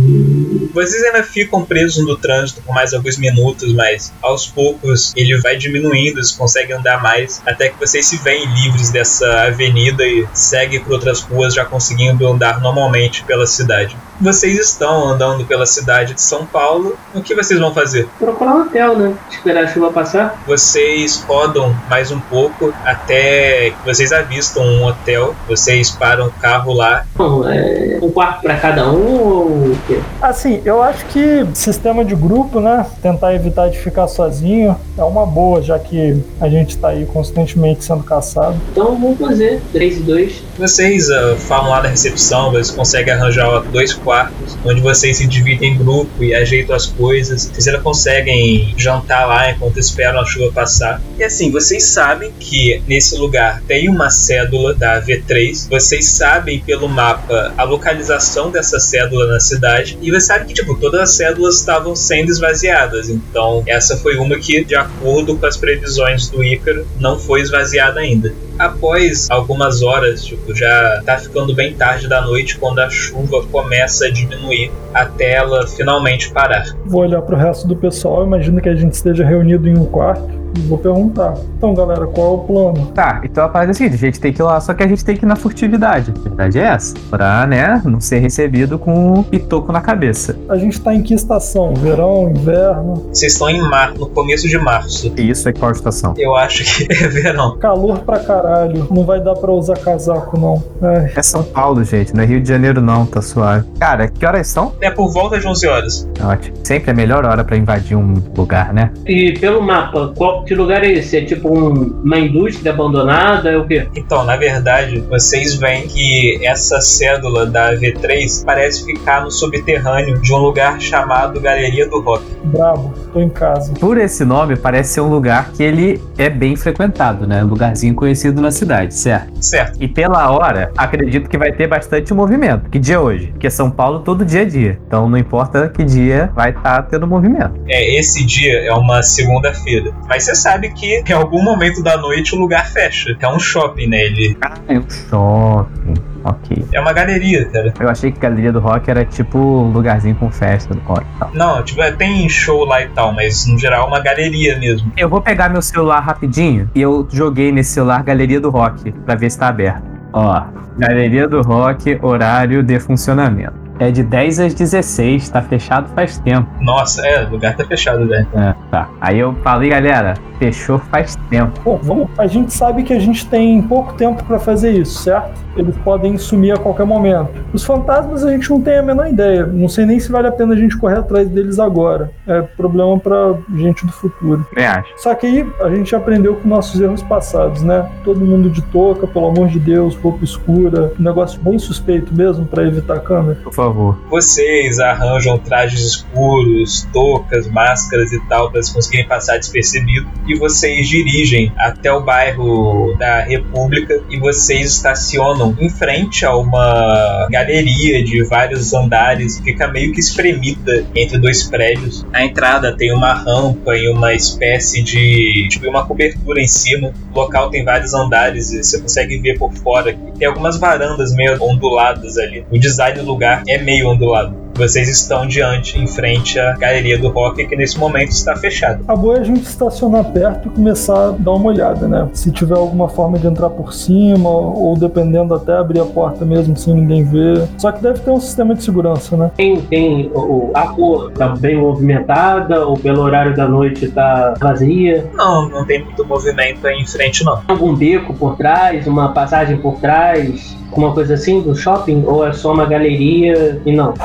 Vocês ainda ficam presos no trânsito por mais alguns minutos, mas aos poucos ele vai diminuindo, eles conseguem andar mais, até que vocês se veem livres dessa avenida e seguem por outras ruas, já conseguindo andar normalmente pela cidade. Vocês estão andando pela cidade de São Paulo, o que vocês vão fazer? Procurar um hotel, né? Esperar a chuva passar. Vocês rodam mais um pouco até que vocês avistam um hotel, vocês param o carro lá. Não, é um quarto pra cada um ou o quê? Assim, eu acho que sistema de grupo, né? Tentar evitar de ficar sozinho é uma boa, já que a gente tá aí constantemente sendo caçado. Então vamos fazer três e dois. Vocês uh, falam lá na recepção, vocês conseguem arranjar ó, dois quartos, onde vocês se dividem em grupo e ajeitam as coisas. Vocês ainda conseguem jantar lá enquanto esperam a chuva passar. E assim, vocês sabem que nesse lugar tem uma cédula da V três. Vocês sabem pelo mapa a localização dessa cédula na cidade. E você sabe que tipo, todas as cédulas estavam sendo esvaziadas. Então essa foi uma que, de acordo com as previsões do Ícaro, não foi esvaziada ainda. Após algumas horas, tipo, já tá ficando bem tarde da noite quando a chuva começa a diminuir até ela finalmente parar. Vou olhar pro resto do pessoal, imagino que a gente esteja reunido em um quarto e vou perguntar. Então, galera, qual é o plano? Tá, então a parada é a seguinte, a gente tem que ir lá, só que a gente tem que ir na furtividade. A verdade é essa. Pra, né, não ser recebido com um pitoco na cabeça. A gente tá em que estação? Verão, inverno? Vocês estão em mar, no começo de março. E isso é qual estação? Eu acho que é verão. Calor pra caralho. Não vai dar pra usar casaco, não. Ai. É São Paulo, gente, não é Rio de Janeiro não, tá suave. Cara, que horas são? É por volta de onze horas. Ótimo. Sempre é a melhor hora pra invadir um lugar, né? E pelo mapa, qual, que lugar é esse? É tipo um, uma indústria abandonada? É o quê? Então, na verdade, vocês veem que essa cédula da V três parece ficar no subterrâneo de um lugar chamado Galeria do Rock. Brabo, tô em casa. Por esse nome, parece ser um lugar que ele é bem frequentado, né? Lugarzinho conhecido na cidade, certo? Certo. E pela hora, acredito que vai ter bastante movimento. Que dia é hoje? Porque São Paulo todo dia é dia. Então não importa que dia vai estar tendo movimento. É, esse dia é uma segunda-feira. Mas você sabe que em algum momento da noite o lugar fecha. É um shopping, né? Ele Ah, é um shopping. Ok. é uma galeria, cara. Eu achei que a Galeria do Rock era tipo um lugarzinho com festa do rock e tal. Não, tipo, é, tem show lá e tal, mas no geral é uma galeria mesmo. Eu vou pegar meu celular rapidinho e eu joguei nesse celular Galeria do Rock pra ver se tá aberto. Ó, Galeria do Rock, horário de funcionamento. É de dez às dezesseis, tá fechado faz tempo. Nossa, é, o lugar tá fechado, velho. É, tá. Aí eu falei, galera, fechou faz tempo. Bom, vamos. A gente sabe que a gente tem pouco tempo pra fazer isso, certo? Eles podem sumir a qualquer momento. Os fantasmas a gente não tem a menor ideia. Não sei nem se vale a pena a gente correr atrás deles agora. É problema pra gente do futuro. Eu acho. Só que aí a gente aprendeu com nossos erros passados, né? Todo mundo de touca, pelo amor de Deus, roupa escura. Um negócio bem suspeito mesmo pra evitar a câmera. Por favor. Vocês arranjam trajes escuros, toucas, máscaras e tal para conseguirem passar despercebido. E vocês dirigem até o bairro da República e vocês estacionam em frente a uma galeria de vários andares. Fica meio que espremida entre dois prédios. Na entrada tem uma rampa e uma espécie de... tipo, uma cobertura em cima. O local tem vários andares e você consegue ver por fora. Tem algumas varandas meio onduladas ali. O design do lugar é meio ondulado. Vocês estão diante, em frente à Galeria do Rock, que nesse momento está fechada. A boa é a gente estacionar perto e começar a dar uma olhada, né? Se tiver alguma forma de entrar por cima, ou dependendo até abrir a porta mesmo sem ninguém ver. Só que deve ter um sistema de segurança, né? Tem, tem o, a rua tá bem movimentada, ou pelo horário da noite tá vazia? Não, não tem muito movimento aí em frente, não. Algum beco por trás, uma passagem por trás, alguma coisa assim do shopping? Ou é só uma galeria e não? É, quantas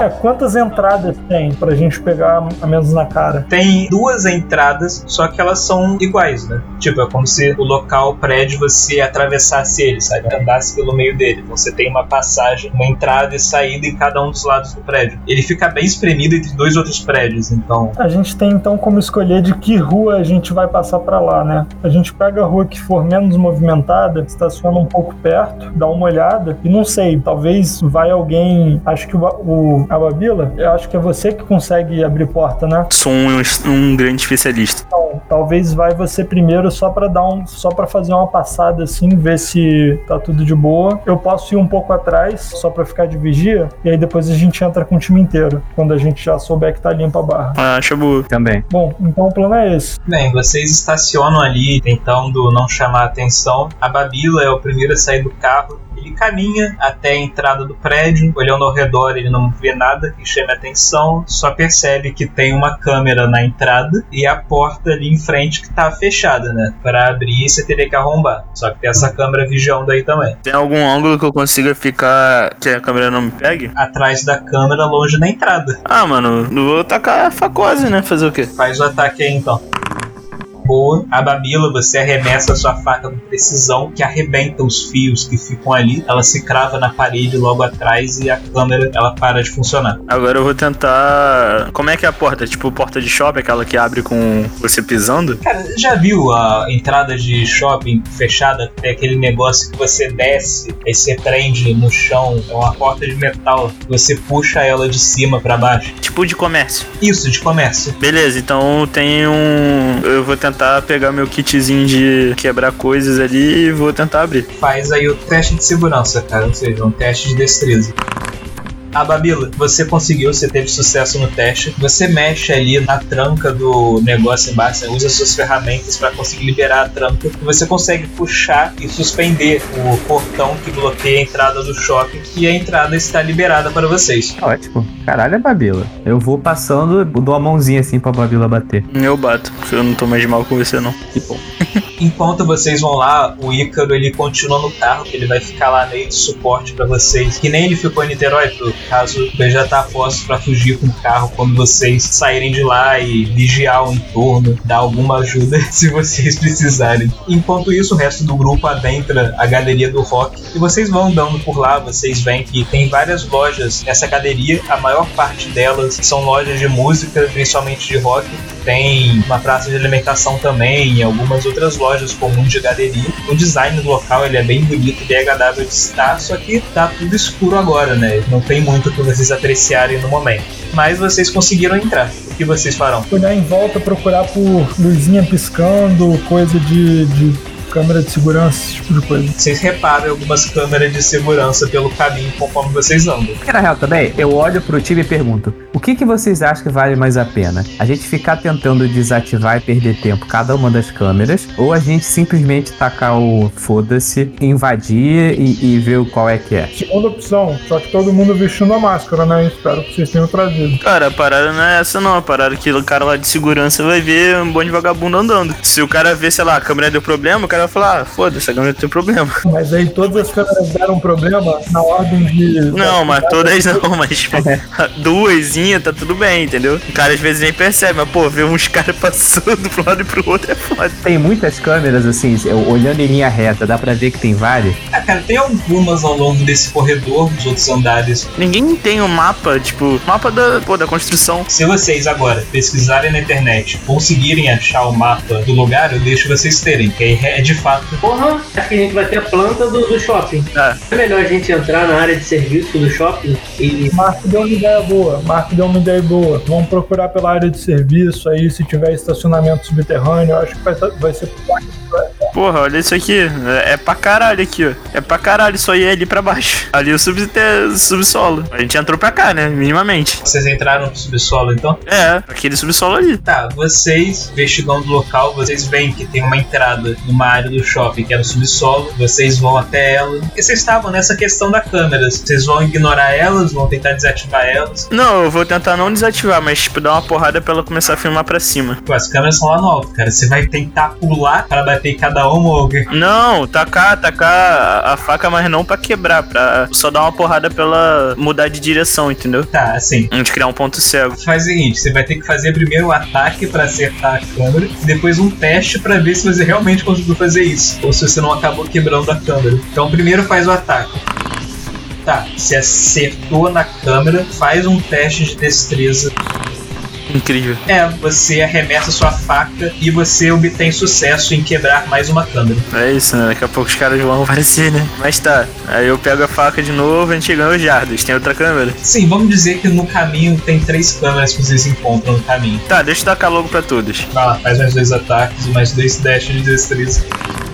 Quantas entradas tem pra gente pegar a menos na cara? Tem duas entradas, só que elas são iguais, né? Tipo, é como se o local, o prédio, você atravessasse ele, sabe? Andasse pelo meio dele. Então você tem uma passagem, uma entrada e saída em cada um dos lados do prédio. Ele fica bem espremido entre dois outros prédios, então... A gente tem então como escolher de que rua a gente vai passar pra lá, né? A gente pega a rua que for menos movimentada, estaciona um pouco perto, dá uma olhada e não sei, talvez vai alguém... Acho que o, o a Babila, eu acho que é você que consegue abrir porta, né? Sou um, um grande especialista. Então, talvez vai você primeiro só pra dar um, só para fazer uma passada assim, ver se tá tudo de boa. Eu posso ir um pouco atrás, só pra ficar de vigia, e aí depois a gente entra com o time inteiro, quando a gente já souber que tá limpa a barra. Ah, acho boa. Também. Bom, então o plano é esse. Bem, vocês estacionam ali, tentando não chamar a atenção. A Babila é o primeiro a sair do carro. Ele caminha até a entrada do prédio, olhando ao redor, ele não vê nada que chame a atenção, só percebe que tem uma câmera na entrada e a porta ali em frente que tá fechada, né? Para abrir, você teria que arrombar. Só que tem essa câmera vigiando aí também. Tem algum ângulo que eu consiga ficar que a câmera não me pegue? Atrás da câmera, longe da entrada. Ah, mano, não vou tacar a facose, né? Fazer o quê? Faz o ataque aí então. Boa. A Babila, você arremessa a sua faca com precisão, que arrebenta os fios que ficam ali. Ela se crava na parede logo atrás e a câmera, ela para de funcionar. Agora eu vou tentar... Como é que é a porta? Tipo porta de shopping, aquela que abre com você pisando? Cara, já viu a entrada de shopping fechada? Tem aquele negócio que você desce, aí você prende no chão. É uma porta de metal. Você puxa ela de cima pra baixo. Tipo de comércio. Isso, de comércio. Beleza, então tem um... Eu vou tentar pegar meu kitzinho de quebrar coisas ali e vou tentar abrir. Faz aí o teste de segurança, cara, ou seja, um teste de destreza. A Babila, você conseguiu, você teve sucesso no teste. Você mexe ali na tranca do negócio embaixo, você usa suas ferramentas para conseguir liberar a tranca. E você consegue puxar e suspender o portão que bloqueia a entrada do shopping. E a entrada está liberada para vocês. Ótimo. Caralho, é Babila. Eu vou passando, dou a mãozinha assim pra Babila bater. Eu bato, porque eu não tô mais mal com você não. Que bom. Enquanto vocês vão lá, o Ícaro ele continua no carro, que ele vai ficar lá meio de suporte pra vocês. Que nem ele ficou em Niterói, pro caso ele já tá a posto pra fugir com o carro quando vocês saírem de lá e vigiar o entorno, dar alguma ajuda se vocês precisarem. Enquanto isso, o resto do grupo adentra a galeria do rock e vocês vão andando por lá. Vocês veem que tem várias lojas nessa galeria, a maior parte delas são lojas de música, principalmente de rock. Tem uma praça de alimentação também e algumas outras lojas comuns de galeria. O design do local ele é bem bonito, bem agradável de estar, só que tá tudo escuro agora, né? Não tem muito para vocês apreciarem no momento. Mas vocês conseguiram entrar. O que vocês farão? Olhar em volta, procurar por luzinha piscando, coisa de... de... câmera de segurança, esse tipo de coisa. Vocês reparam algumas câmeras de segurança pelo caminho conforme vocês andam. Na real também, eu olho pro time e pergunto: o que, que vocês acham que vale mais a pena? A gente ficar tentando desativar e perder tempo cada uma das câmeras, ou a gente simplesmente tacar o foda-se, invadir e, e ver qual é que é? Segunda opção, só que todo mundo vestindo a máscara, né? Espero que vocês tenham trazido. Cara, a parada não é essa não, a parada que o cara lá de segurança vai ver um bando de vagabundo andando. Se o cara ver, sei lá, a câmera deu problema, o cara vai falar, ah, foda-se, a câmera tem problema. Mas aí todas as câmeras deram problema na ordem de... Não, mas todas não, mas tipo, duasinha tá tudo bem, entendeu? O cara às vezes nem percebe, mas pô, ver uns caras passando pro lado e pro outro é foda. Tem muitas câmeras assim, eu, olhando em linha reta, dá pra ver que tem várias? Ah, cara, tem algumas ao longo desse corredor, dos outros andares. Ninguém tem um mapa, tipo, mapa da, pô, da construção. Se vocês agora pesquisarem na internet, conseguirem achar o mapa do lugar, eu deixo vocês terem, que aí é de fato. Porra, acho que a gente vai ter a planta do, do shopping. É. É melhor a gente entrar na área de serviço do shopping e... Marco deu uma ideia boa, Marco deu uma ideia boa. Vamos procurar pela área de serviço aí, se tiver estacionamento subterrâneo, acho que vai, vai ser... Porra, olha isso aqui. É, é pra caralho aqui, ó. É pra caralho, só ir ali pra baixo. Ali o sub, subsolo. A gente entrou pra cá, né? Minimamente. Vocês entraram no subsolo, então? É, aquele subsolo ali. Tá, vocês, investigando o local, vocês veem que tem uma entrada numa área do shopping que é no subsolo. Vocês vão até ela. E vocês estavam nessa questão da câmera. Vocês vão ignorar elas, vão tentar desativar elas. Não, eu vou tentar não desativar, mas tipo, dar uma porrada pra ela começar a filmar pra cima. Pô, as câmeras são lá no alto, cara. Você vai tentar pular para bater em cada matar o Monger. Não, tacar, tacar a faca, mas não pra quebrar, pra só dar uma porrada pra ela mudar de direção, entendeu? Tá, assim. A gente criar um ponto cego. Faz o seguinte, você vai ter que fazer primeiro o ataque pra acertar a câmera, e depois um teste pra ver se você realmente conseguiu fazer isso, ou se você não acabou quebrando a câmera. Então primeiro faz o ataque. Tá, você acertou na câmera, faz um teste de destreza. Incrível. É, você arremessa sua faca e você obtém sucesso em quebrar mais uma câmera. É isso, né? Daqui a pouco os caras vão aparecer, né? Mas tá, aí eu pego a faca de novo e a gente ganha os jardas. Tem outra câmera? Sim, vamos dizer que no caminho tem três câmeras que vocês encontram no caminho. Tá, deixa eu tacar logo pra todos. Vai lá, faz mais dois ataques e mais dois dashes de destreza.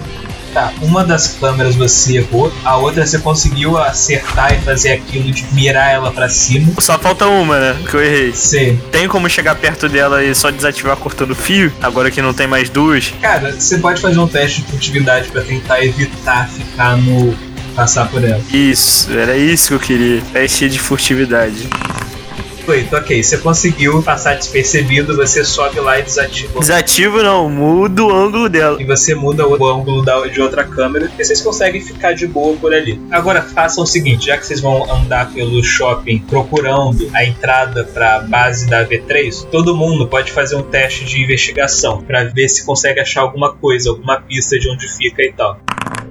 Tá, uma das câmeras você errou, a outra você conseguiu acertar e fazer aquilo de mirar ela pra cima. Só falta uma, né? Que eu errei. Sim. Tem como chegar perto dela e só desativar cortando fio? Agora que não tem mais duas? Cara, você pode fazer um teste de furtividade pra tentar evitar ficar no... passar por ela. Isso, era isso que eu queria. Teste de furtividade. Oito, ok, você conseguiu passar despercebido, você sobe lá e desativa. Desativo não, muda o ângulo dela. E você muda o ângulo da, de outra câmera e vocês conseguem ficar de boa por ali. Agora façam o seguinte, já que vocês vão andar pelo shopping procurando a entrada para base da A V três, todo mundo pode fazer um teste de investigação para ver se consegue achar alguma coisa, alguma pista de onde fica e tal.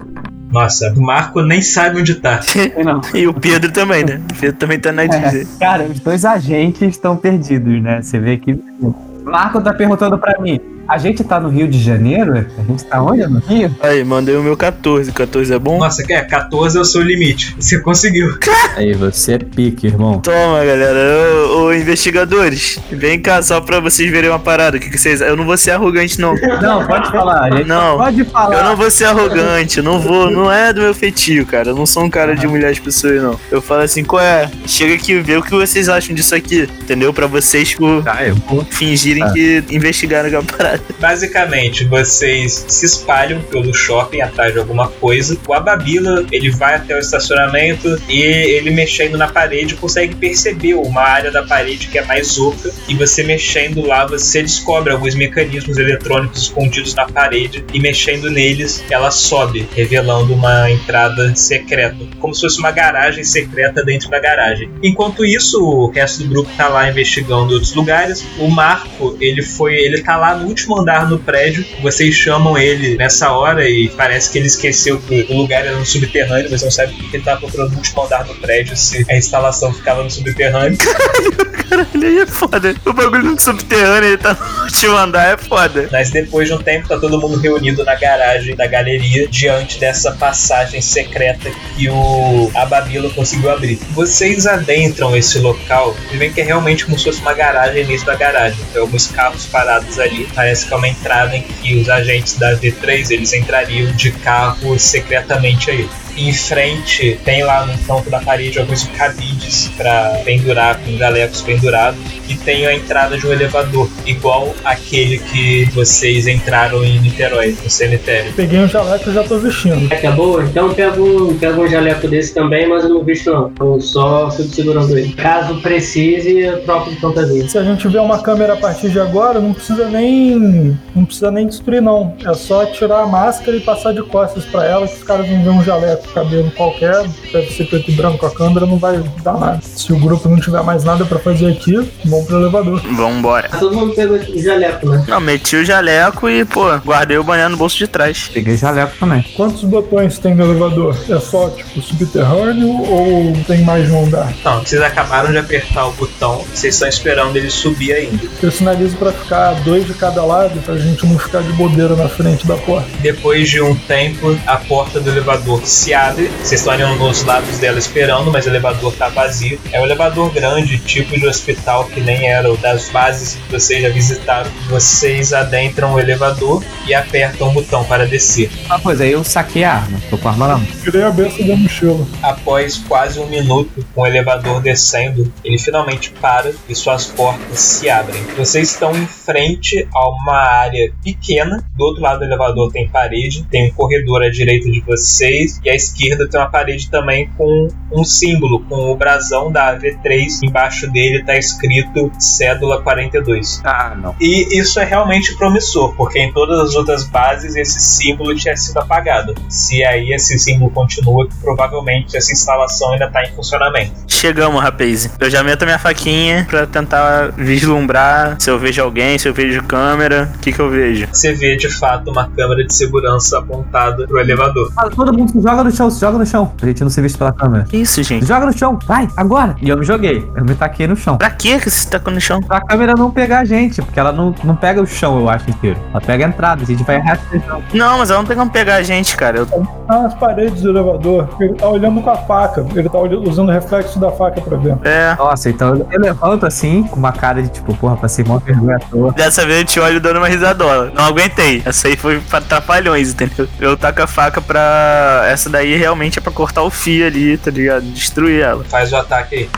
Nossa, o Marco nem sabe onde tá. Não. E o Pedro também, né? O Pedro também tá na Disney. É, cara, os dois agentes estão perdidos, né? Você vê que... Marco tá perguntando pra mim, a gente tá no Rio de Janeiro? A gente tá onde? No Rio? Aí, mandei o meu catorze. catorze é bom? Nossa, é, catorze é o seu limite. Você conseguiu. Aí, você é pique, irmão. Toma, galera. Ô, ô, investigadores, vem cá só pra vocês verem uma parada. O que, que vocês... Eu não vou ser arrogante, não. Não, pode falar. Gente. Não, pode falar. Eu não vou ser arrogante. Eu não vou... Não é do meu feitio, cara. Eu não sou um cara de humilhar as pessoas, não. Eu falo assim, qual é? Chega aqui e vê o que vocês acham disso aqui. Entendeu? Pra vocês, tipo, Tá, eu vou. fingirem Ah. que investigaram aquela parada. Basicamente, vocês se espalham pelo shopping atrás de alguma coisa. O Ababila, ele vai até o estacionamento e ele mexendo na parede consegue perceber uma área da parede que é mais oca, e você mexendo lá, você descobre alguns mecanismos eletrônicos escondidos na parede e mexendo neles, ela sobe, revelando uma entrada secreta, como se fosse uma garagem secreta dentro da garagem. Enquanto isso, o resto do grupo tá lá investigando outros lugares. O Marco, ele foi, ele tá lá no último andar no prédio, vocês chamam ele nessa hora e parece que ele esqueceu que o lugar era no subterrâneo, mas não sabe porque ele tava procurando no último andar no prédio se a instalação ficava no subterrâneo. Caralho, aí é foda. O bagulho no subterrâneo, ele tá no último andar, é foda. Mas depois de um tempo tá todo mundo reunido na garagem da galeria diante dessa passagem secreta que o Ababila conseguiu abrir. Vocês adentram esse local e veem que é realmente como se fosse uma garagem dentro da garagem. Tem alguns carros parados ali. Parece que é uma entrada em que os agentes da A V três eles entrariam de carro secretamente aí. Em frente tem lá no canto da parede alguns cabides para pendurar, com jalecos pendurados, e tem a entrada de um elevador igual aquele que vocês entraram em Niterói, no cemitério. Peguei um jaleco e já tô vestindo. É que é boa? Então pego um, pego um jaleco desse também, mas eu não visto não. Eu só fico segurando ele. Caso precise, eu troco de fantasia. Se a gente vê uma câmera a partir de agora, não precisa nem não precisa nem destruir não. É só tirar a máscara e passar de costas pra ela, que os caras vão ver um jaleco, cabelo qualquer, deve ser preto e branco, a câmera não vai dar nada. Se o grupo não tiver mais nada pra fazer aqui, vamos pro elevador. Vambora. Todo mundo pegou o jaleco, né? Não, meti o jaleco e, pô, guardei o boné no bolso de trás. Peguei jaleco também. Quantos botões tem no elevador? É só, tipo, subterrâneo ou tem mais de um andar? Então, vocês acabaram de apertar o botão, vocês estão esperando ele subir ainda. Eu sinalizo pra ficar dois de cada lado, pra gente não ficar de bobeira na frente da porta. Depois de um tempo, a porta do elevador se abre. Vocês estão ali nos lados dela esperando, mas o elevador tá vazio. É um elevador grande, tipo de hospital, que nem era o das bases que vocês já visitaram. Vocês adentram o elevador e apertam o botão para descer. Uma coisa, eu saquei a arma. Tô com a arma na mão. Tirei a beça da mochila. Após quase um minuto com o elevador descendo, ele finalmente para e suas portas se abrem. Vocês estão em frente a uma área pequena. Do outro lado do elevador tem parede, tem um corredor à direita de vocês e à esquerda tem uma parede também com um símbolo, com o brasão da A V três. Embaixo dele está escrito escrito cédula quarenta e dois. Ah, não. E isso é realmente promissor, porque em todas as outras bases esse símbolo tinha sido apagado. Se aí esse símbolo continua, provavelmente essa instalação ainda está em funcionamento. Chegamos, rapaz. Eu já meto minha faquinha pra tentar vislumbrar se eu vejo alguém, se eu vejo câmera. O que que eu vejo? Você vê de fato uma câmera de segurança apontada pro elevador. Fala, todo mundo se joga no chão, se joga no chão. Pra gente não ser visto pela câmera. Que isso, gente? Se joga no chão, vai, agora. E eu me joguei. Eu me taquei no chão. Pra que que você tá no chão? Pra câmera não pegar a gente, porque ela não, não pega o chão, eu acho, inteiro. Ela pega a entrada, a gente vai reto no chão. Não, mas ela não tem como pegar a gente, cara. Eu... Tá nas paredes do elevador. Ele tá olhando com a faca. Ele tá olhando, usando o reflexo da faca pra ver. É. Nossa, então eu, eu levanto assim, com uma cara de tipo, porra, passei mó vergonha à toa. Dessa vez eu te olho dando uma risadola. Não aguentei. Essa aí foi pra trapalhões, entendeu? Eu taco a faca pra... Essa daí realmente é pra cortar o fio ali, tá ligado? Destruir ela. Faz o ataque aí.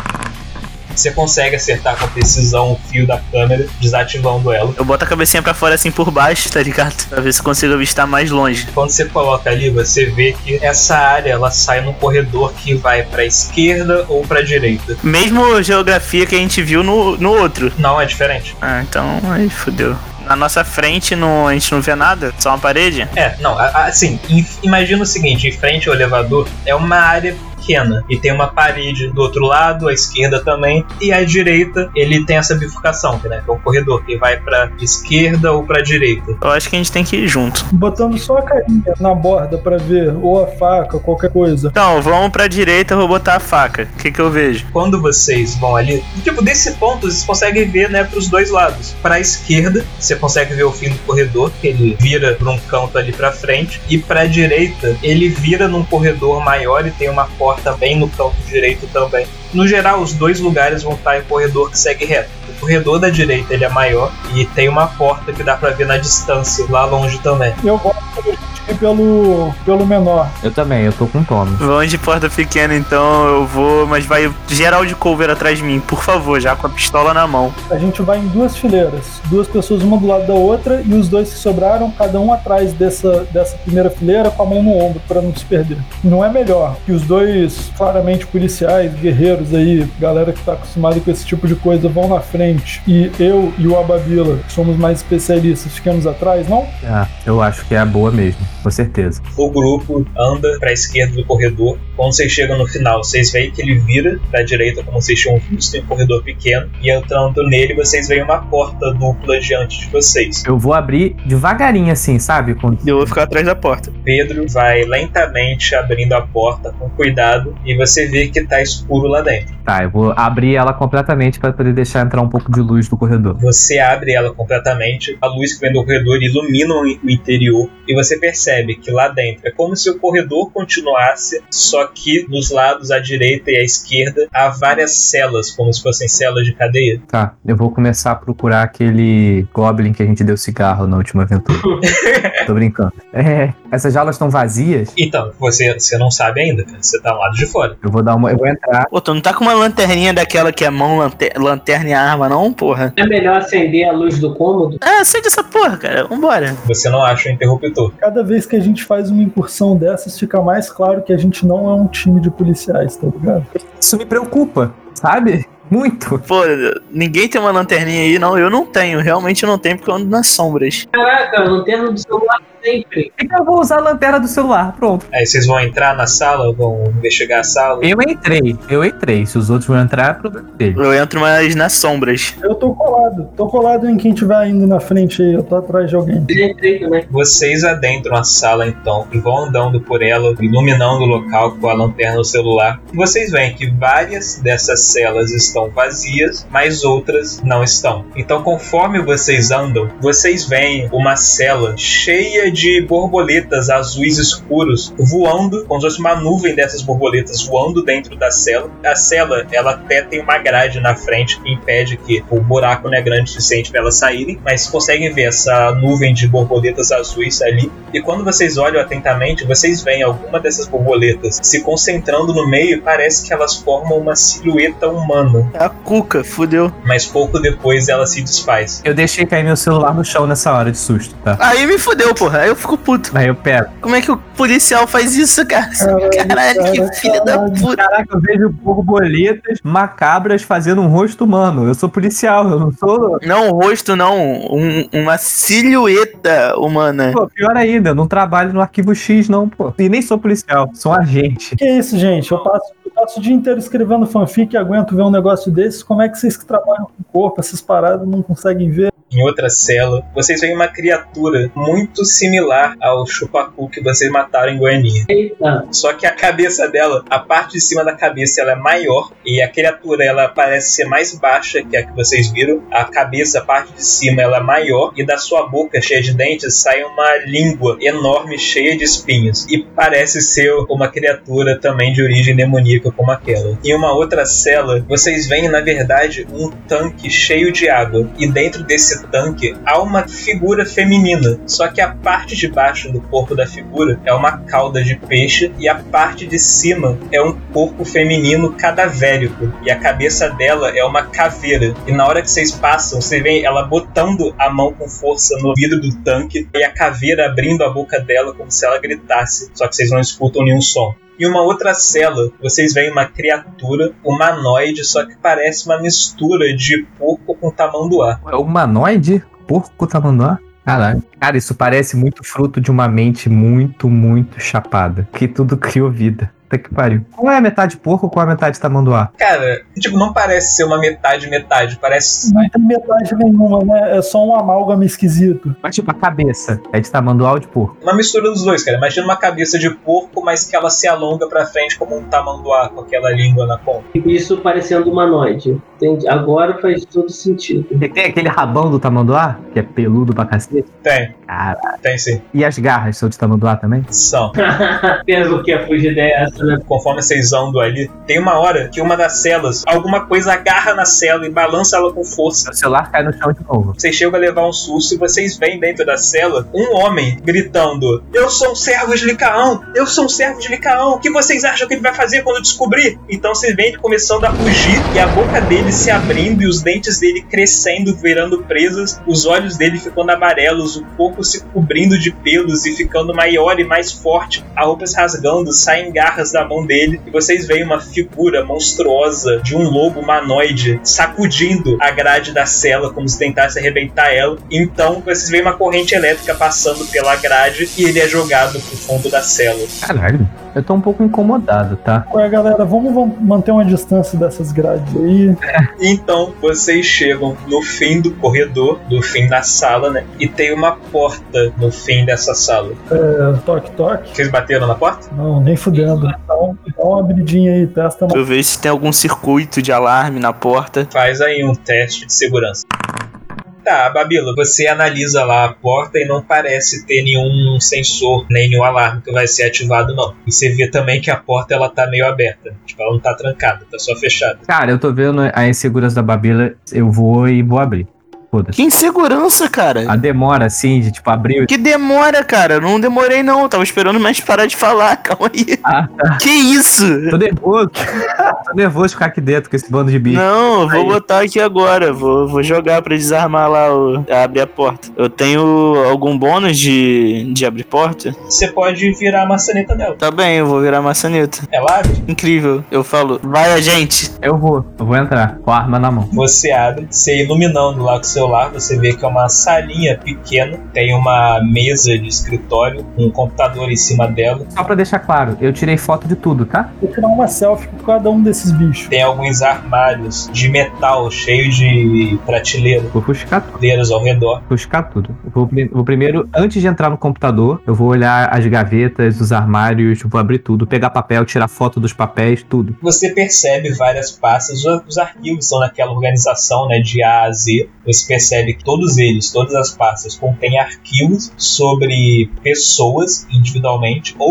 Você consegue acertar com precisão o fio da câmera, desativando ela. Eu boto a cabecinha pra fora assim por baixo, tá ligado? Pra ver se consigo avistar mais longe. Quando você coloca ali, você vê que essa área ela sai num corredor que vai pra esquerda ou pra direita. Mesmo geografia que a gente viu no, no outro. Não, é diferente. Ah, então aí fodeu. Na nossa frente não, a gente não vê nada? Só uma parede? É, não, assim, imagina o seguinte, em frente ao elevador é uma área pequena e tem uma parede do outro lado, à esquerda também, e à direita ele tem essa bifurcação, né, que é um corredor que vai pra esquerda ou pra direita. Eu acho que a gente tem que ir junto. Botando só a carinha na borda pra ver, ou a faca, qualquer coisa. Então, vamos pra direita, eu vou botar a faca. O que que eu vejo? Quando vocês vão ali, tipo, desse ponto vocês conseguem ver, né, pros dois lados. Pra esquerda, você consegue ver o fim do corredor, que ele vira pra um canto ali pra frente, e pra direita, ele vira num corredor maior e tem uma porta bem no canto direito também. No geral, os dois lugares vão estar em corredor que segue reto. O corredor da direita ele é maior e tem uma porta que dá pra ver na distância, lá longe também. Eu gosto de ir pelo, pelo menor. Eu também, eu tô com o Tommy. Vamos de porta pequena, então eu vou, mas vai geral de cover atrás de mim, por favor, já com a pistola na mão. A gente vai em duas fileiras, duas pessoas uma do lado da outra e os dois que sobraram, cada um atrás dessa, dessa primeira fileira com a mão no ombro pra não se perder. Não é melhor que os dois, claramente policiais, guerreiros aí, galera que tá acostumada com esse tipo de coisa, vão na frente e eu e o Ababila, que somos mais especialistas, ficamos atrás, não? Ah, eu acho que é a boa mesmo, com certeza. O grupo anda pra esquerda do corredor. Quando vocês chegam no final, vocês veem que ele vira pra direita, como vocês tinham visto, em um corredor pequeno, e entrando nele, vocês veem uma porta dupla diante de vocês. Eu vou abrir devagarinho assim, sabe? Com... Eu vou ficar atrás da porta. Pedro vai lentamente abrindo a porta com cuidado e você vê que tá escuro lá dentro. Tá, eu vou abrir ela completamente pra poder deixar entrar um pouco de luz do corredor. Você abre ela completamente, a luz que vem do corredor ilumina o interior e você percebe que lá dentro é como se o corredor continuasse, só que dos lados à direita e à esquerda há várias celas, como se fossem celas de cadeia. Tá, eu vou começar a procurar aquele Goblin que a gente deu cigarro na última aventura. Tô brincando. É, essas jaulas estão vazias? Então, você, você não sabe ainda, cara. Você tá lá lado de fora. Eu vou dar uma. Eu vou entrar. Pô, tu não tá com uma lanterninha daquela que é mão, lanter, lanterna e arma, não, porra? É melhor acender a luz do cômodo? É, acende essa porra, cara. Vambora. Você não acha o interruptor. Cada vez que a gente faz uma incursão dessas, fica mais claro que a gente não é um time de policiais, tá ligado? Isso me preocupa, sabe? Muito. Pô, ninguém tem uma lanterninha aí, não. Eu não tenho, realmente eu não tenho, porque eu ando nas sombras. Caraca, a lanterna do celular sempre. Então eu vou usar a lanterna do celular, pronto. Aí vocês vão entrar na sala, vão investigar a sala. Eu entrei, eu entrei. Se os outros vão entrar, é problema dele. Eu entro mais nas sombras. Eu tô colado, tô colado em quem tiver indo na frente aí, eu tô atrás de alguém. Eu entrei também. Vocês adentram a sala então e vão andando por ela, iluminando o local com a lanterna do celular. E vocês veem que várias dessas celas estão vazias, mas outras não estão. Então, conforme vocês andam, vocês veem uma cela cheia de borboletas azuis escuros voando, como se fosse uma nuvem dessas borboletas voando dentro da cela. A cela, ela até tem uma grade na frente que impede que o buraco não é grande o suficiente para elas saírem, mas conseguem ver essa nuvem de borboletas azuis ali. E quando vocês olham atentamente, vocês veem alguma dessas borboletas se concentrando no meio e parece que elas formam uma silhueta humana. A Cuca, fudeu. Mas pouco depois ela se desfaz. Eu deixei cair meu celular no chão nessa hora de susto, tá? Aí me fudeu, porra. Aí eu fico puto. Aí eu pego. Como é que o policial faz isso, cara? Caralho, que filho da puta. Caraca, eu vejo borboletas macabras fazendo um rosto humano. Eu sou policial, eu não sou... Não, um rosto não. Um, uma silhueta humana. Pô, pior ainda, eu não trabalho no Arquivo X, não, pô. E nem sou policial, sou agente. Que isso, gente? Eu passo, eu passo o dia inteiro escrevendo fanfic e aguento ver um negócio desses. Como é que vocês que trabalham com o corpo, essas paradas, não conseguem ver? Em outra cela, vocês veem uma criatura muito similar ao Chupacu que vocês mataram em Goianinha. Eita. Só que a cabeça dela, a parte de cima da cabeça, ela é maior e a criatura ela parece ser mais baixa que a que vocês viram. A cabeça, a parte de cima, ela é maior e da sua boca cheia de dentes sai uma língua enorme cheia de espinhos e parece ser uma criatura também de origem demoníaca como aquela. Em uma outra cela, vocês veem na verdade um tanque cheio de água e dentro desse tanque há uma figura feminina, só que a parte de baixo do corpo da figura é uma cauda de peixe e a parte de cima é um corpo feminino cadavérico e a cabeça dela é uma caveira. E na hora que vocês passam, você vê ela botando a mão com força no vidro do tanque e a caveira abrindo a boca dela como se ela gritasse, só que vocês não escutam nenhum som. Em uma outra cela, vocês veem uma criatura humanoide, só que parece uma mistura de porco com tamanduá. É humanoide? Porco com tamanduá? Caralho. Cara, isso parece muito fruto de uma mente muito, muito chapada. Que tudo criou vida. Puta que pariu. Qual é a metade porco, qual é a metade tamanduá? Cara, tipo, não parece ser uma metade-metade, parece... Não tem metade nenhuma, né? É só um amálgama esquisito. Mas tipo, a cabeça é de tamanduá ou de porco? Uma mistura dos dois, cara. Imagina uma cabeça de porco, mas que ela se alonga pra frente como um tamanduá, com aquela língua na ponta. Isso parecendo humanoide. Entendi. Agora faz todo sentido. E tem aquele rabão do tamanduá, que é peludo pra cacete? Tem. Caralho. Tem sim. E as garras são de tamanduá também? São. Pensa o que a fugida é essa, né? Conforme vocês andam ali, tem uma hora que uma das celas, alguma coisa agarra na cela e balança ela com força. O celular cai no chão de novo. Vocês chegam a levar um susto e vocês veem dentro da cela um homem gritando: "Eu sou um servo de Licaão! Eu sou um servo de Licaão! O que vocês acham que ele vai fazer quando descobrir?" Então vocês veem ele começando a fugir e a boca dele se abrindo e os dentes dele crescendo, virando presas, os olhos dele ficando amarelos, o corpo se cobrindo de pelos e ficando maior e mais forte, a roupa se rasgando, saem garras da mão dele e vocês veem uma figura monstruosa de um lobo humanoide sacudindo a grade da cela como se tentasse arrebentar ela. Então vocês veem uma corrente elétrica passando pela grade e ele é jogado pro fundo da cela. Caralho, eu tô um pouco incomodado, tá? Ué, galera, vamos, vamos manter uma distância dessas grades aí. Então vocês chegam no fim do corredor, no fim da sala, né? E tem uma porta no fim dessa sala. É, toque, toque. Vocês bateram na porta? Não, nem fudendo. Dá, um, dá uma abridinha aí, testa. Deixa eu ver se tem algum circuito de alarme na porta. Faz aí um teste de segurança. Tá, Babila, você analisa lá a porta e não parece ter nenhum sensor, nem nenhum alarme que vai ser ativado, não. E você vê também que a porta ela tá meio aberta. Tipo, ela não tá trancada, tá só fechada. Cara, eu tô vendo a insegurança da Babila, eu vou e vou abrir. Foda-se. Que insegurança, cara. A demora, assim, de tipo, abrir... Que demora, cara. Eu não demorei, não. Eu tava esperando mais parar de falar. Calma aí. Ah, tá. Que isso? Tô nervoso. Tô nervoso de ficar aqui dentro com esse bando de bicho. Não, eu vou Aí. botar aqui agora. Vou, vou jogar pra desarmar lá, o, abrir a porta. Eu tenho algum bônus de, de abrir porta? Você pode virar a maçaneta dela. Tá bem, eu vou virar a maçaneta. Ela abre, Incrível. Eu falo, vai a gente. Eu vou, eu vou entrar, com a arma na mão. você abre, você iluminando lá com o celular, você vê que é uma salinha pequena, tem uma mesa de escritório, um computador em cima dela, Só pra deixar claro, eu tirei foto de tudo, tá? Vou tirar uma selfie com cada um desses bichos. tem alguns armários de metal cheio de prateleiras Vou fuxicar tudo. prateleiras ao redor. Fuxicar tudo. Eu vou, pri- vou primeiro, antes de entrar no computador, eu vou olhar as gavetas, os armários, vou abrir tudo, pegar papel, tirar foto dos papéis, tudo. Você percebe várias pastas, os os arquivos são naquela organização, né, de A a Z. Você percebe que todos eles, todas as pastas, contêm arquivos sobre pessoas individualmente ou criaturas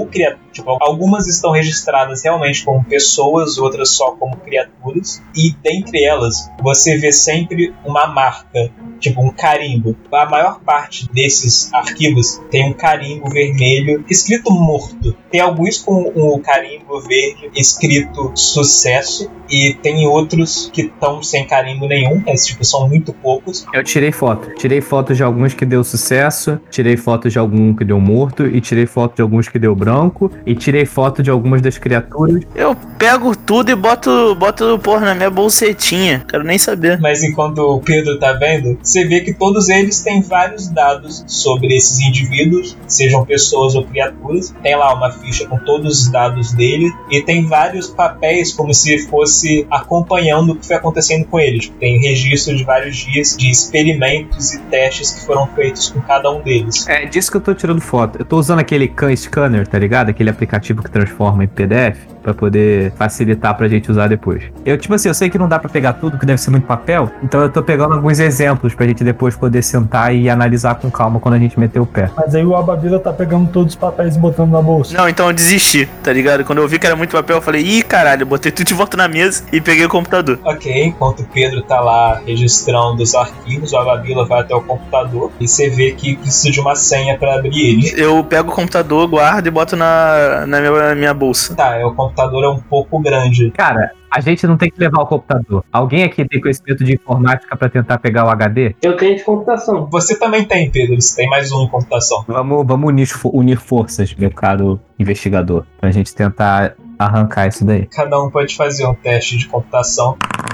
Tipo, algumas estão registradas realmente como pessoas, outras só como criaturas. E dentre elas, você vê sempre uma marca, tipo um carimbo. A maior parte desses arquivos tem um carimbo vermelho escrito morto. Tem alguns com o carimbo verde escrito sucesso. E tem outros que estão sem carimbo nenhum. Mas, tipo, são muito poucos. Eu tirei foto. Tirei foto de alguns que deu sucesso, tirei foto de algum que deu morto, e tirei foto de alguns que deu branco, e tirei foto de algumas das criaturas. Eu pego tudo e boto, boto porra, na minha bolsetinha. Quero nem saber. Mas enquanto o Pedro tá vendo, você vê que todos eles têm vários dados sobre esses indivíduos, sejam pessoas ou criaturas. Tem lá uma ficha com todos os dados dele, e tem vários papéis como se fosse acompanhando o que foi acontecendo com ele. Tipo, tem registro de vários dias de experimentos e testes que foram feitos com cada um deles. É disso que eu tô tirando foto. Eu tô usando aquele Khan Scanner, tá ligado? Aquele aplicativo que transforma em P D F pra poder facilitar pra gente usar depois. Eu, tipo assim, eu sei que não dá pra pegar tudo, que deve ser muito papel, então eu tô pegando alguns exemplos pra gente depois poder sentar e analisar com calma quando a gente meter o pé. Mas aí o Ababila tá pegando todos os papéis e botando na bolsa. Não, então eu desisti, tá ligado? Quando eu vi que era muito papel, eu falei, ih, caralho, eu botei tudo de volta na mesa e peguei o computador. Ok, enquanto o Pedro tá lá registrando os arquivos, o Ababila vai até o computador e você vê que precisa de uma senha pra abrir ele. Eu pego o computador, guardo e boto na, na minha, na minha bolsa. Tá, é, o computador é um pouco grande. Cara, a gente não tem que levar o computador. Alguém aqui tem conhecimento de informática pra tentar pegar o H D? Eu tenho de computação. Você também tem, Pedro, você tem mais um em computação. Vamos, vamos unir, unir forças, meu caro investigador, pra gente tentar arrancar isso daí. Cada um pode fazer um teste de computação.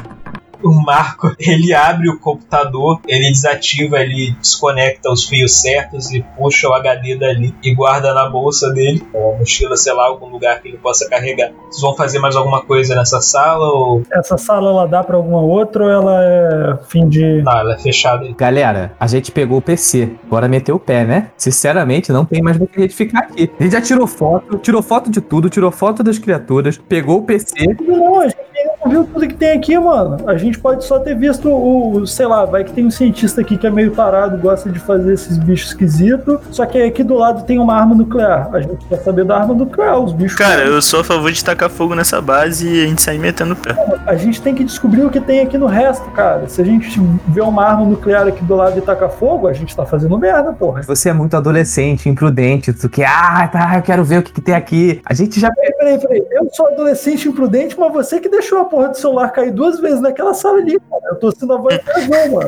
O Marco, ele abre o computador, ele desativa, ele desconecta os fios certos e puxa o H D dali e guarda na bolsa dele, ou mochila, sei lá, algum lugar que ele possa carregar. Vocês vão fazer mais alguma coisa nessa sala ou... Essa sala ela dá pra alguma outra ou ela é fim de... Não, ela é fechada. Galera, a gente pegou o P C, bora meter o pé, né? Sinceramente, não tem mais do que a gente ficar aqui. A gente já tirou foto, tirou foto de tudo, tirou foto das criaturas, pegou o P C. Não, a gente não viu tudo que tem aqui, mano. A gente pode só ter visto o, o, sei lá, vai que tem um cientista aqui que é meio tarado, gosta de fazer esses bichos esquisitos, só que aí aqui do lado tem uma arma nuclear. A gente quer saber da arma nuclear, os bichos... Cara, eu sou a favor de tacar fogo nessa base e a gente sair metendo o pé. A gente tem que descobrir o que tem aqui no resto, cara. Se a gente vê uma arma nuclear aqui do lado e tacar fogo, a gente tá fazendo merda, porra. Você é muito adolescente, imprudente, tu que, ah, tá, eu quero ver o que, que tem aqui. A gente já... Peraí, peraí, peraí. Eu sou adolescente imprudente, mas você que deixou a porra do celular cair duas vezes naquela sala ali, cara. Eu tô sendo a voz de razão, mano.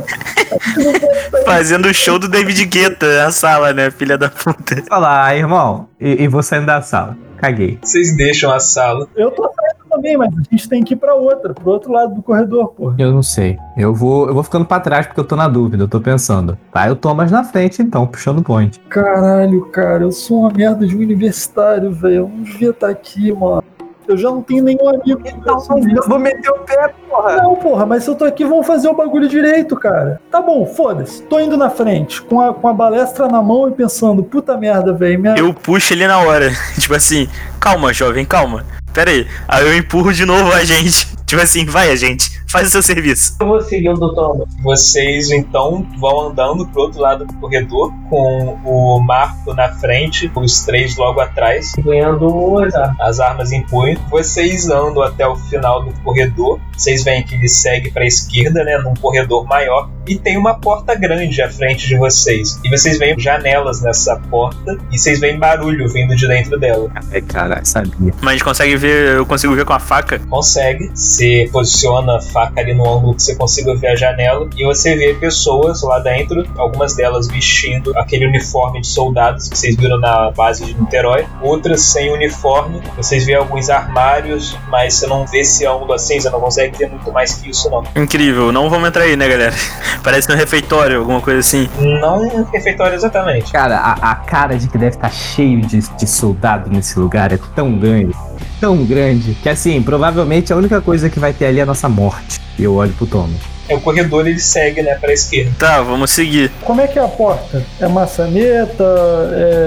Fazendo o show do David Guetta na sala, né, filha da puta. Fala, irmão, e, e vou saindo da sala. Caguei. Vocês deixam a sala. Eu tô saindo também, mas a gente tem que ir pra outra, pro outro lado do corredor, porra. Eu não sei. Eu vou, eu vou ficando pra trás porque eu tô na dúvida, eu tô pensando. Tá, eu tô mais na frente então, puxando o point. Caralho, cara, eu sou uma merda de um universitário, velho. Eu não devia estar aqui, mano. Eu já não tenho nenhum amigo. Então, eu vou meter o pé, porra. Não, porra, mas se eu tô aqui, vamos fazer o bagulho direito, cara. Tá bom, foda-se. Tô indo na frente, com a, com a balestra na mão e pensando, puta merda, velho. Minha... Eu puxo ele na hora. Tipo assim, calma, jovem, calma. Pera aí. Aí eu empurro de novo a gente. Tipo assim, vai, a gente. Faz o seu serviço. Eu vou seguindo o Thomas. Vocês então vão andando pro outro lado do corredor, com o Marco na frente, os três logo atrás, Ganhando as armas. as armas em punho. Vocês andam até o final do corredor. Vocês veem que ele segue pra esquerda, né, num corredor maior, e tem uma porta grande à frente de vocês. E vocês veem janelas nessa porta, e vocês veem barulho vindo de dentro dela. Ai, caralho, sabia. Mas a gente consegue ver, eu consigo ver com a faca. Consegue, você posiciona a faca ali no ângulo que você consiga ver a janela, e você vê pessoas lá dentro, algumas delas vestindo aquele uniforme de soldados que vocês viram na base de Niterói, outras sem uniforme. Vocês vê alguns armários, mas você não vê esse ângulo assim, você não consegue ver muito mais que isso não. Incrível, não vamos entrar aí, né, galera? Parece um refeitório, alguma coisa assim. Não um refeitório exatamente. Cara, a, a cara de que deve estar cheio de, de soldado nesse lugar é tão grande, tão grande, que assim, provavelmente a única coisa que vai ter ali é a nossa morte. E eu olho pro Thomas. É, o corredor ele segue, né, pra esquerda. Tá, vamos seguir. Como é que é a porta? É maçaneta? É...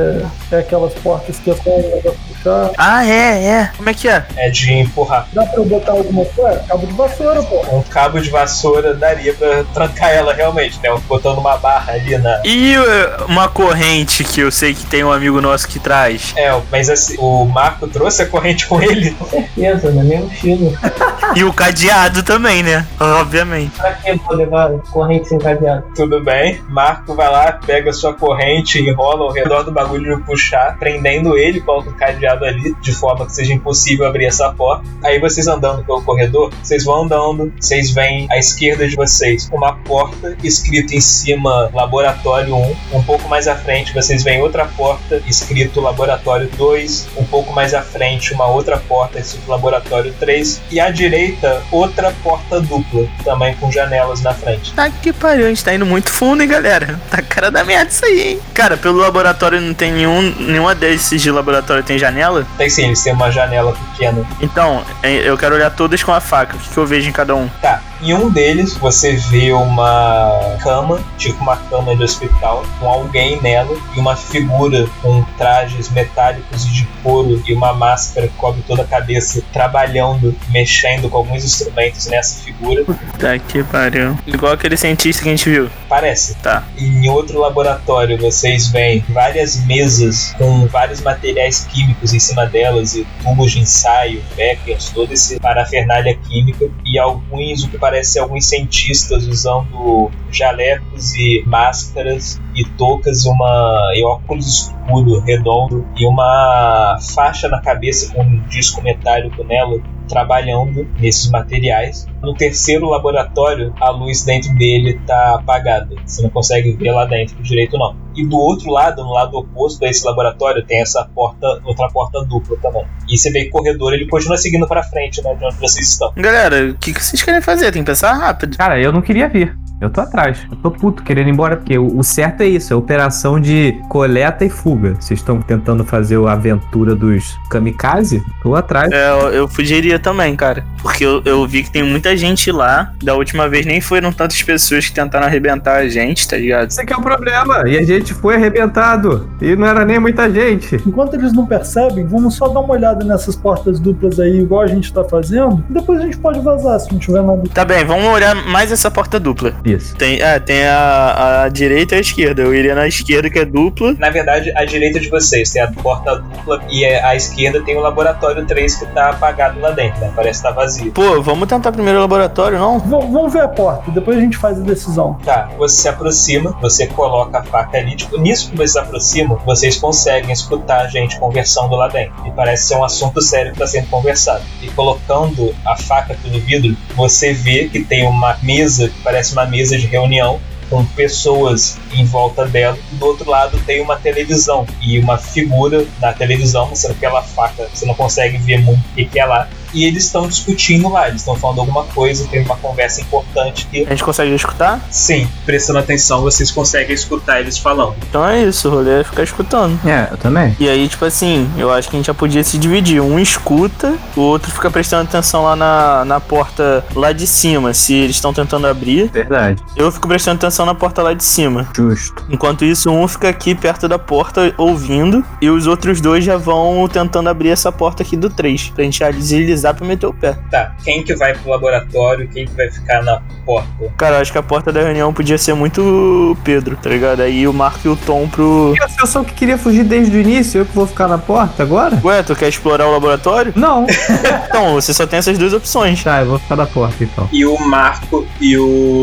É aquelas portas que é só um pra puxar. Ah, é, é. Como é que é? É de empurrar. Dá pra eu botar alguma coisa? Cabo de vassoura, pô. Um cabo de vassoura daria pra trancar ela realmente, né? Botando uma barra ali na... E uh, uma corrente que eu sei que tem um amigo nosso que traz. É, mas assim, o Marco trouxe a corrente com ele. Com certeza, na minha mochila. E o cadeado também, né? Obviamente. Pra que eu vou levar corrente sem cadeado? Tudo bem. Marco vai lá, pega a sua corrente, enrola ao redor do bagulho de puxar, prendendo ele, coloca o cadeado ali, de forma que seja impossível abrir essa porta. Aí vocês andando pelo corredor, vocês vão andando, vocês veem à esquerda de vocês uma porta escrito em cima Laboratório um. Um pouco mais à frente vocês veem outra porta escrito Laboratório dois. Um pouco mais à frente uma outra porta escrito Laboratório três. E à direita outra porta dupla, também com janelas na frente. Tá que pariu, a gente tá indo muito fundo, hein, galera? Tá cara da merda isso aí, hein? Cara, pelo laboratório não tem nenhum, nenhuma desses de laboratório tem janela? Tem sim, eles têm uma janela pequena. Então, eu quero olhar todas com a faca. O que, que eu vejo em cada um? Tá, em um deles você vê uma cama, tipo uma cama de hospital, com alguém nela e uma figura com trajes metálicos de couro e uma máscara que cobre toda a cabeça, trabalhando, mexendo com alguns instrumentos nessa figura. Tá que pariu. Igual aquele cientista que a gente viu. Parece. Tá. Em outro laboratório vocês veem várias mesas com vários materiais químicos em cima delas e tubos de ensaio, beckers, toda essa parafernália química e alguns, o que parece ser alguns cientistas usando jalecos e máscaras e toucas uma, e óculos escuro, redondo e uma faixa na cabeça com um disco metálico nela, trabalhando nesses materiais. No terceiro laboratório, a luz dentro dele está apagada. Você não consegue ver lá dentro direito, não. E do outro lado, no lado oposto a esse laboratório, tem essa porta, outra porta dupla também. E você vê que o corredor, ele continua seguindo para frente, né, de onde vocês estão. Galera, o que, que vocês querem fazer? Tem que pensar rápido. Cara, eu não queria vir. Eu tô atrás. Eu tô puto querendo ir embora, porque o, o certo é isso, é operação de coleta e fuga. Vocês estão tentando fazer a aventura dos kamikaze? Tô atrás. É, eu, eu fugiria também, cara. Porque eu, eu vi que tem muita gente lá. Da última vez nem foram tantas pessoas que tentaram arrebentar a gente, tá ligado? Esse aqui é o problema. E a gente foi arrebentado. E não era nem muita gente. Enquanto eles não percebem, vamos só dar uma olhada nessas portas duplas aí, igual a gente tá fazendo. E depois a gente pode vazar se não tiver nada. Tá bem, vamos olhar mais essa porta dupla. Isso. Tem, é, tem a, a direita e a esquerda. Eu iria na esquerda, que é dupla. Na verdade, à direita de vocês tem a porta dupla e à esquerda tem o laboratório três que tá apagado lá dentro, né? Parece que tá vazio. Pô, vamos tentar primeiro o laboratório, não? V- vamos ver a porta, depois a gente faz a decisão. Tá, você se aproxima, você coloca a faca ali. Tipo, nisso que vocês se aproximam, vocês conseguem escutar a gente conversando lá dentro. E parece ser um assunto sério que tá sendo conversado. E colocando a faca pelo vidro, você vê que tem uma mesa, que parece uma mesa de reunião, com pessoas em volta dela. E do outro lado tem uma televisão e uma figura na televisão, mostrando pela faca, você não consegue ver muito o que, que é lá. E eles estão discutindo lá, eles estão falando alguma coisa, tem uma conversa importante que... A gente consegue escutar? Sim, prestando atenção, vocês conseguem escutar eles falando. Então é isso, o rolê é ficar escutando. É, eu também. E aí, tipo assim, eu acho que a gente já podia se dividir. Um escuta, o outro fica prestando atenção lá na, na porta lá de cima, se eles estão tentando abrir. Verdade. Eu fico prestando atenção na porta lá de cima. Justo. Enquanto isso, um fica aqui perto da porta ouvindo, e os outros dois já vão tentando abrir essa porta aqui do três, pra gente deslizar pra meter o pé. Tá, quem que vai pro laboratório, quem que vai ficar na porta? Cara, eu acho que a porta da reunião podia ser muito o Pedro, tá ligado? Aí o Marco e o Tom pro... Eu sou o que queria fugir desde o início, eu que vou ficar na porta agora? Ué, tu quer explorar o laboratório? Não. Então, você só tem essas duas opções. Tá, eu vou ficar na porta então. E o Marco e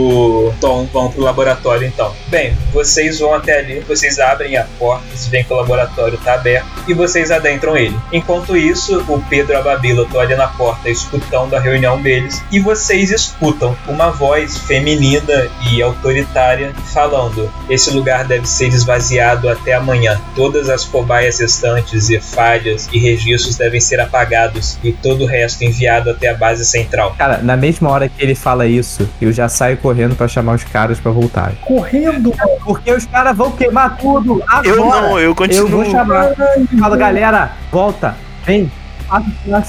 o Tom vão pro laboratório então. Bem, vocês vão até ali, vocês abrem a porta, vocês veem que o laboratório tá aberto e vocês adentram ele. Enquanto isso, o Pedro e a Babila estão ali na porta escutando a reunião deles e vocês escutam uma voz feminina e autoritária falando: esse lugar deve ser esvaziado até amanhã. Todas as cobaias restantes e falhas e registros devem ser apagados e todo o resto enviado até a base central. Cara, na mesma hora que ele fala isso, eu já saio correndo pra chamar os caras pra voltarem. Correndo, Porque os caras vão queimar tudo agora. Eu não, eu continuo. Eu vou chamar. Fala, galera, volta, vem. Assim,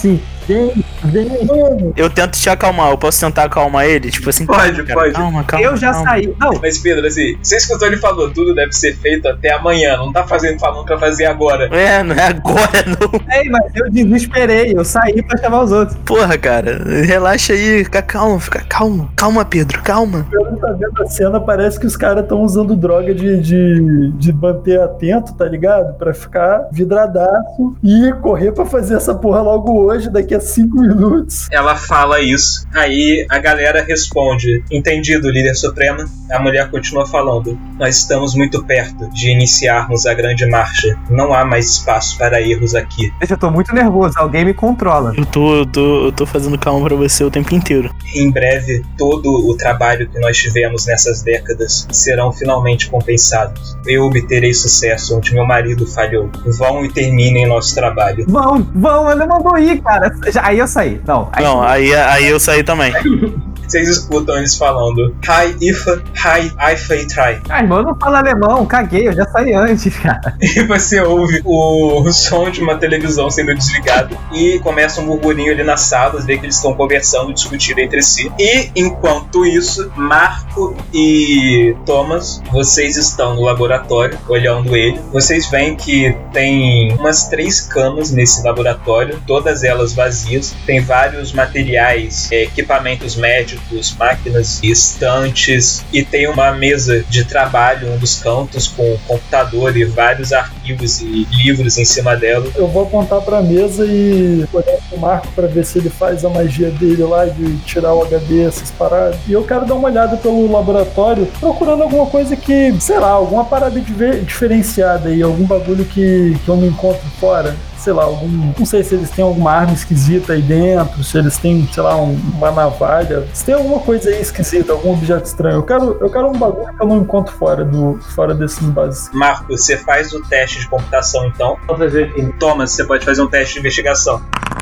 Vem, vem, mano. Eu tento te acalmar, eu posso tentar acalmar ele? Tipo assim, Pode, calma, cara, pode. Calma, calma. Eu já calma. saí. Não, Mas Pedro, assim, você escutou ele falou, tudo deve ser feito até amanhã. Não tá fazendo falando pra fazer agora. É, não é agora, não. ei, mas eu desesperei. Eu saí pra chamar os outros. Porra, cara, relaxa aí, fica calmo, fica calmo. Calma, Pedro, calma. Pelo que tá vendo a cena, parece que os caras estão usando droga de, de, de manter atento, tá ligado? Pra ficar vidradaço e correr pra fazer essa porra logo hoje, daqui a cinco minutos. Ela fala isso, aí a galera responde: entendido, líder suprema. A mulher continua falando: nós estamos muito perto de iniciarmos a grande marcha. Não há mais espaço para erros aqui. Deixa, eu tô muito nervoso. Alguém me controla. Eu tô, eu tô, eu tô fazendo calma pra você o tempo inteiro. Em breve, todo o trabalho que nós tivemos nessas décadas serão finalmente compensados. Eu obterei sucesso onde meu marido falhou. Vão e terminem nosso trabalho. Vão, vão, ele mandou ir, cara. Já- Aí eu saí. Não, aí Não, aí, aí eu saí também. Vocês escutam eles falando: Hi, Ifa, hi, Ifa e try. Ah, irmão, eu não falo alemão, caguei, eu já saí antes, cara. E você ouve o, o som de uma televisão sendo desligado e começa um burburinho ali nas salas, vê que eles estão conversando, discutindo entre si. E enquanto isso, Marco e Thomas, vocês estão no laboratório olhando ele. Vocês veem que tem umas três camas nesse laboratório, todas elas vazias. Tem vários materiais, é, equipamentos médicos, máquinas e estantes, e tem uma mesa de trabalho em um dos cantos com um computador e vários arquivos e livros em cima dela. Eu vou apontar pra mesa e olhar pro Marco pra ver se ele faz a magia dele lá de tirar o H D, essas paradas. E eu quero dar uma olhada pelo laboratório, procurando alguma coisa que, sei lá, alguma parada diver- diferenciada aí, algum bagulho que, que eu não encontro fora. Sei lá, algum. Não sei se eles têm alguma arma esquisita aí dentro, se eles têm, sei lá, um- uma navalha. Se tem alguma coisa aí esquisita, algum objeto estranho. Eu quero, eu quero um bagulho que eu não encontro fora, do, fora desse base. Marco, você faz o teste de computação então. Vou fazer aqui. Thomas, você pode fazer um teste de investigação.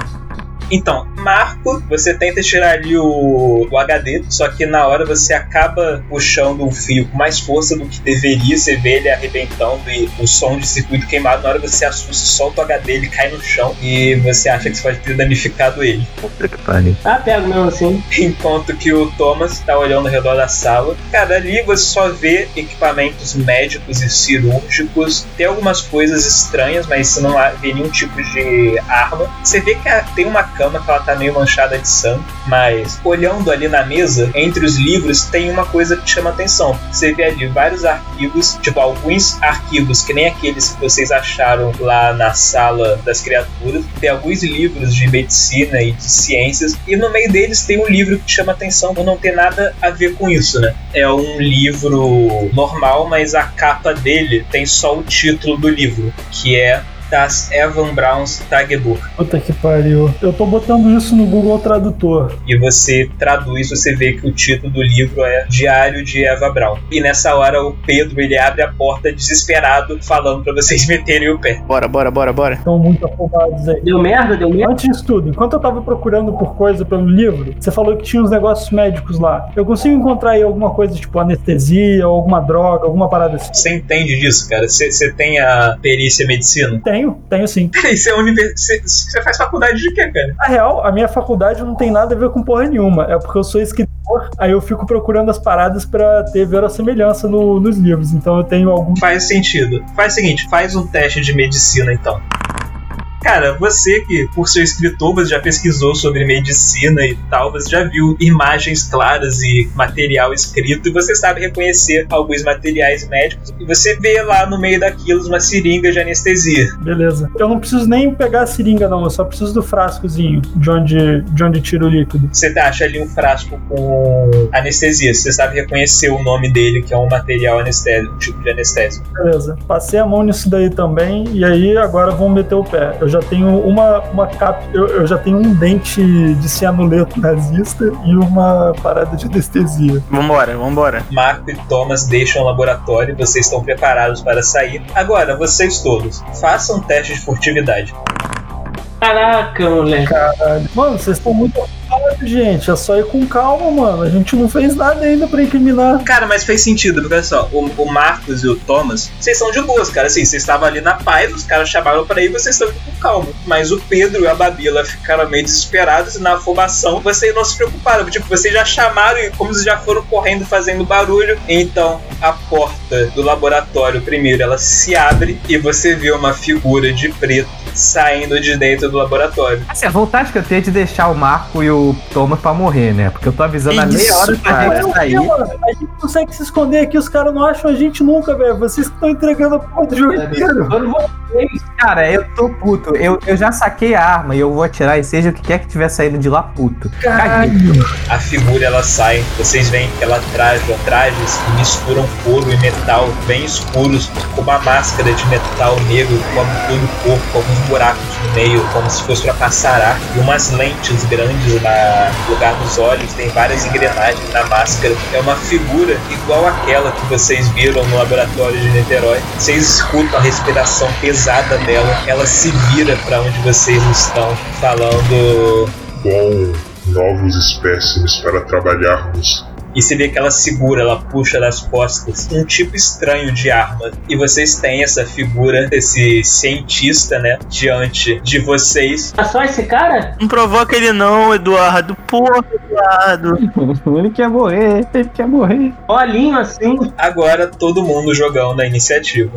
Então, Marco, você tenta tirar ali o, o H D, só que na hora você acaba puxando um fio com mais força do que deveria. Você vê ele arrebentando e o som de circuito queimado. Na hora você assusta, solta o H D, ele cai no chão e você acha que você pode ter danificado ele. Puta que pariu. Ah, pego mesmo assim. Enquanto que o Thomas tá olhando ao redor da sala. Cara, ali você só vê equipamentos médicos e cirúrgicos. Tem algumas coisas estranhas, mas você não vê nenhum tipo de arma. Você vê que a- tem uma cama que ela tá meio manchada de sangue, mas olhando ali na mesa, entre os livros, tem uma coisa que te chama atenção. Você vê ali vários arquivos, tipo alguns arquivos que nem aqueles que vocês acharam lá na sala das criaturas. Tem alguns livros de medicina e de ciências, e no meio deles tem um livro que te chama atenção por não ter nada a ver com isso, né? É um livro normal, mas a capa dele tem só o título do livro, que é Das Evan Browns Tagebuch. Puta que pariu. Eu tô botando isso no Google Tradutor. E você traduz, você vê que o título do livro é Diário de Eva Braun. E nessa hora o Pedro, ele abre a porta desesperado, falando pra vocês meterem o pé. Bora, bora, bora, bora. Estão muito afobados aí. Deu merda? Deu merda? Antes disso tudo, enquanto eu tava procurando por coisa pelo livro, você falou que tinha uns negócios médicos lá. Eu consigo encontrar aí alguma coisa tipo anestesia, ou alguma droga, alguma parada assim? Você entende disso, cara? Você, você tem a perícia em medicina? Tenho, tenho sim. Isso é univers... você, você faz faculdade de quê, cara? Na real, a minha faculdade não tem nada a ver com porra nenhuma. É porque eu sou escritor, aí eu fico procurando as paradas pra ter verossemelhança no, nos livros. Então eu tenho algum. Faz sentido. Faz o seguinte, faz um teste de medicina, então. Cara, você que, por ser escritor, você já pesquisou sobre medicina e tal, você já viu imagens claras e material escrito, e você sabe reconhecer alguns materiais médicos, e você vê lá no meio daquilo uma seringa de anestesia. Beleza. Eu não preciso nem pegar a seringa, não. Eu só preciso do frascozinho de onde, de onde tira o líquido. Você acha ali um frasco com anestesia, você sabe reconhecer o nome dele, que é um material anestésico, um tipo de anestésico. Beleza. Passei a mão nisso daí também, e aí agora vamos meter o pé. Eu já tenho uma, uma cap... Eu, eu já tenho um dente de cianuleto nazista e uma parada de anestesia. Vambora, vambora. Marco e Thomas deixam o laboratório e vocês estão preparados para sair. Agora, vocês todos, façam um teste de furtividade. Caraca, moleque. Caralho. Mano, vocês estão muito ocupados, gente. É só ir com calma, mano. A gente não fez nada ainda pra incriminar. Cara, mas fez sentido, porque olha só, o, o Marcos e o Thomas, vocês são de boas, cara, assim, vocês estavam ali na paz, os caras chamaram pra ir, vocês estão com calma. Mas o Pedro e a Babila ficaram meio desesperados e na afobação vocês não se preocuparam. Tipo, vocês já chamaram e como eles já foram correndo fazendo barulho. Então a porta do laboratório primeiro ela se abre e você vê uma figura de preto saindo de dentro do laboratório. Assim, a vontade que eu tenho é de deixar o Marco e o Thomas pra morrer, né? Porque eu tô avisando há meia hora pra gente sair. A gente consegue se esconder aqui, os caras não acham a gente nunca, velho. Vocês que estão entregando a porra do jogo inteiro. Eu não vou Cara, eu tô puto. Eu, eu já saquei a arma e eu vou atirar e seja o que quer que tiver saindo de lá, puto. Caralho. A figura ela sai, vocês veem que ela traja trajes que misturam couro e metal bem escuros, com uma máscara de metal negro como todo o corpo, com alguns buracos no meio, como se fosse pra passar ar, e umas lentes grandes na- no lugar dos olhos, tem várias engrenagens na máscara. É uma figura igual àquela que vocês viram no laboratório de Niterói. Vocês escutam a respiração pesada dela, ela se vira pra onde vocês estão, falando. Bom, novos espécimes para trabalharmos. E você vê que ela segura, ela puxa das costas um tipo estranho de arma. E vocês têm essa figura, esse cientista, né, diante de vocês. É só esse cara? Não provoca ele não, Eduardo. Porra, Eduardo. Ele quer morrer, ele quer morrer. Olhinho assim. Agora todo mundo jogando a iniciativa.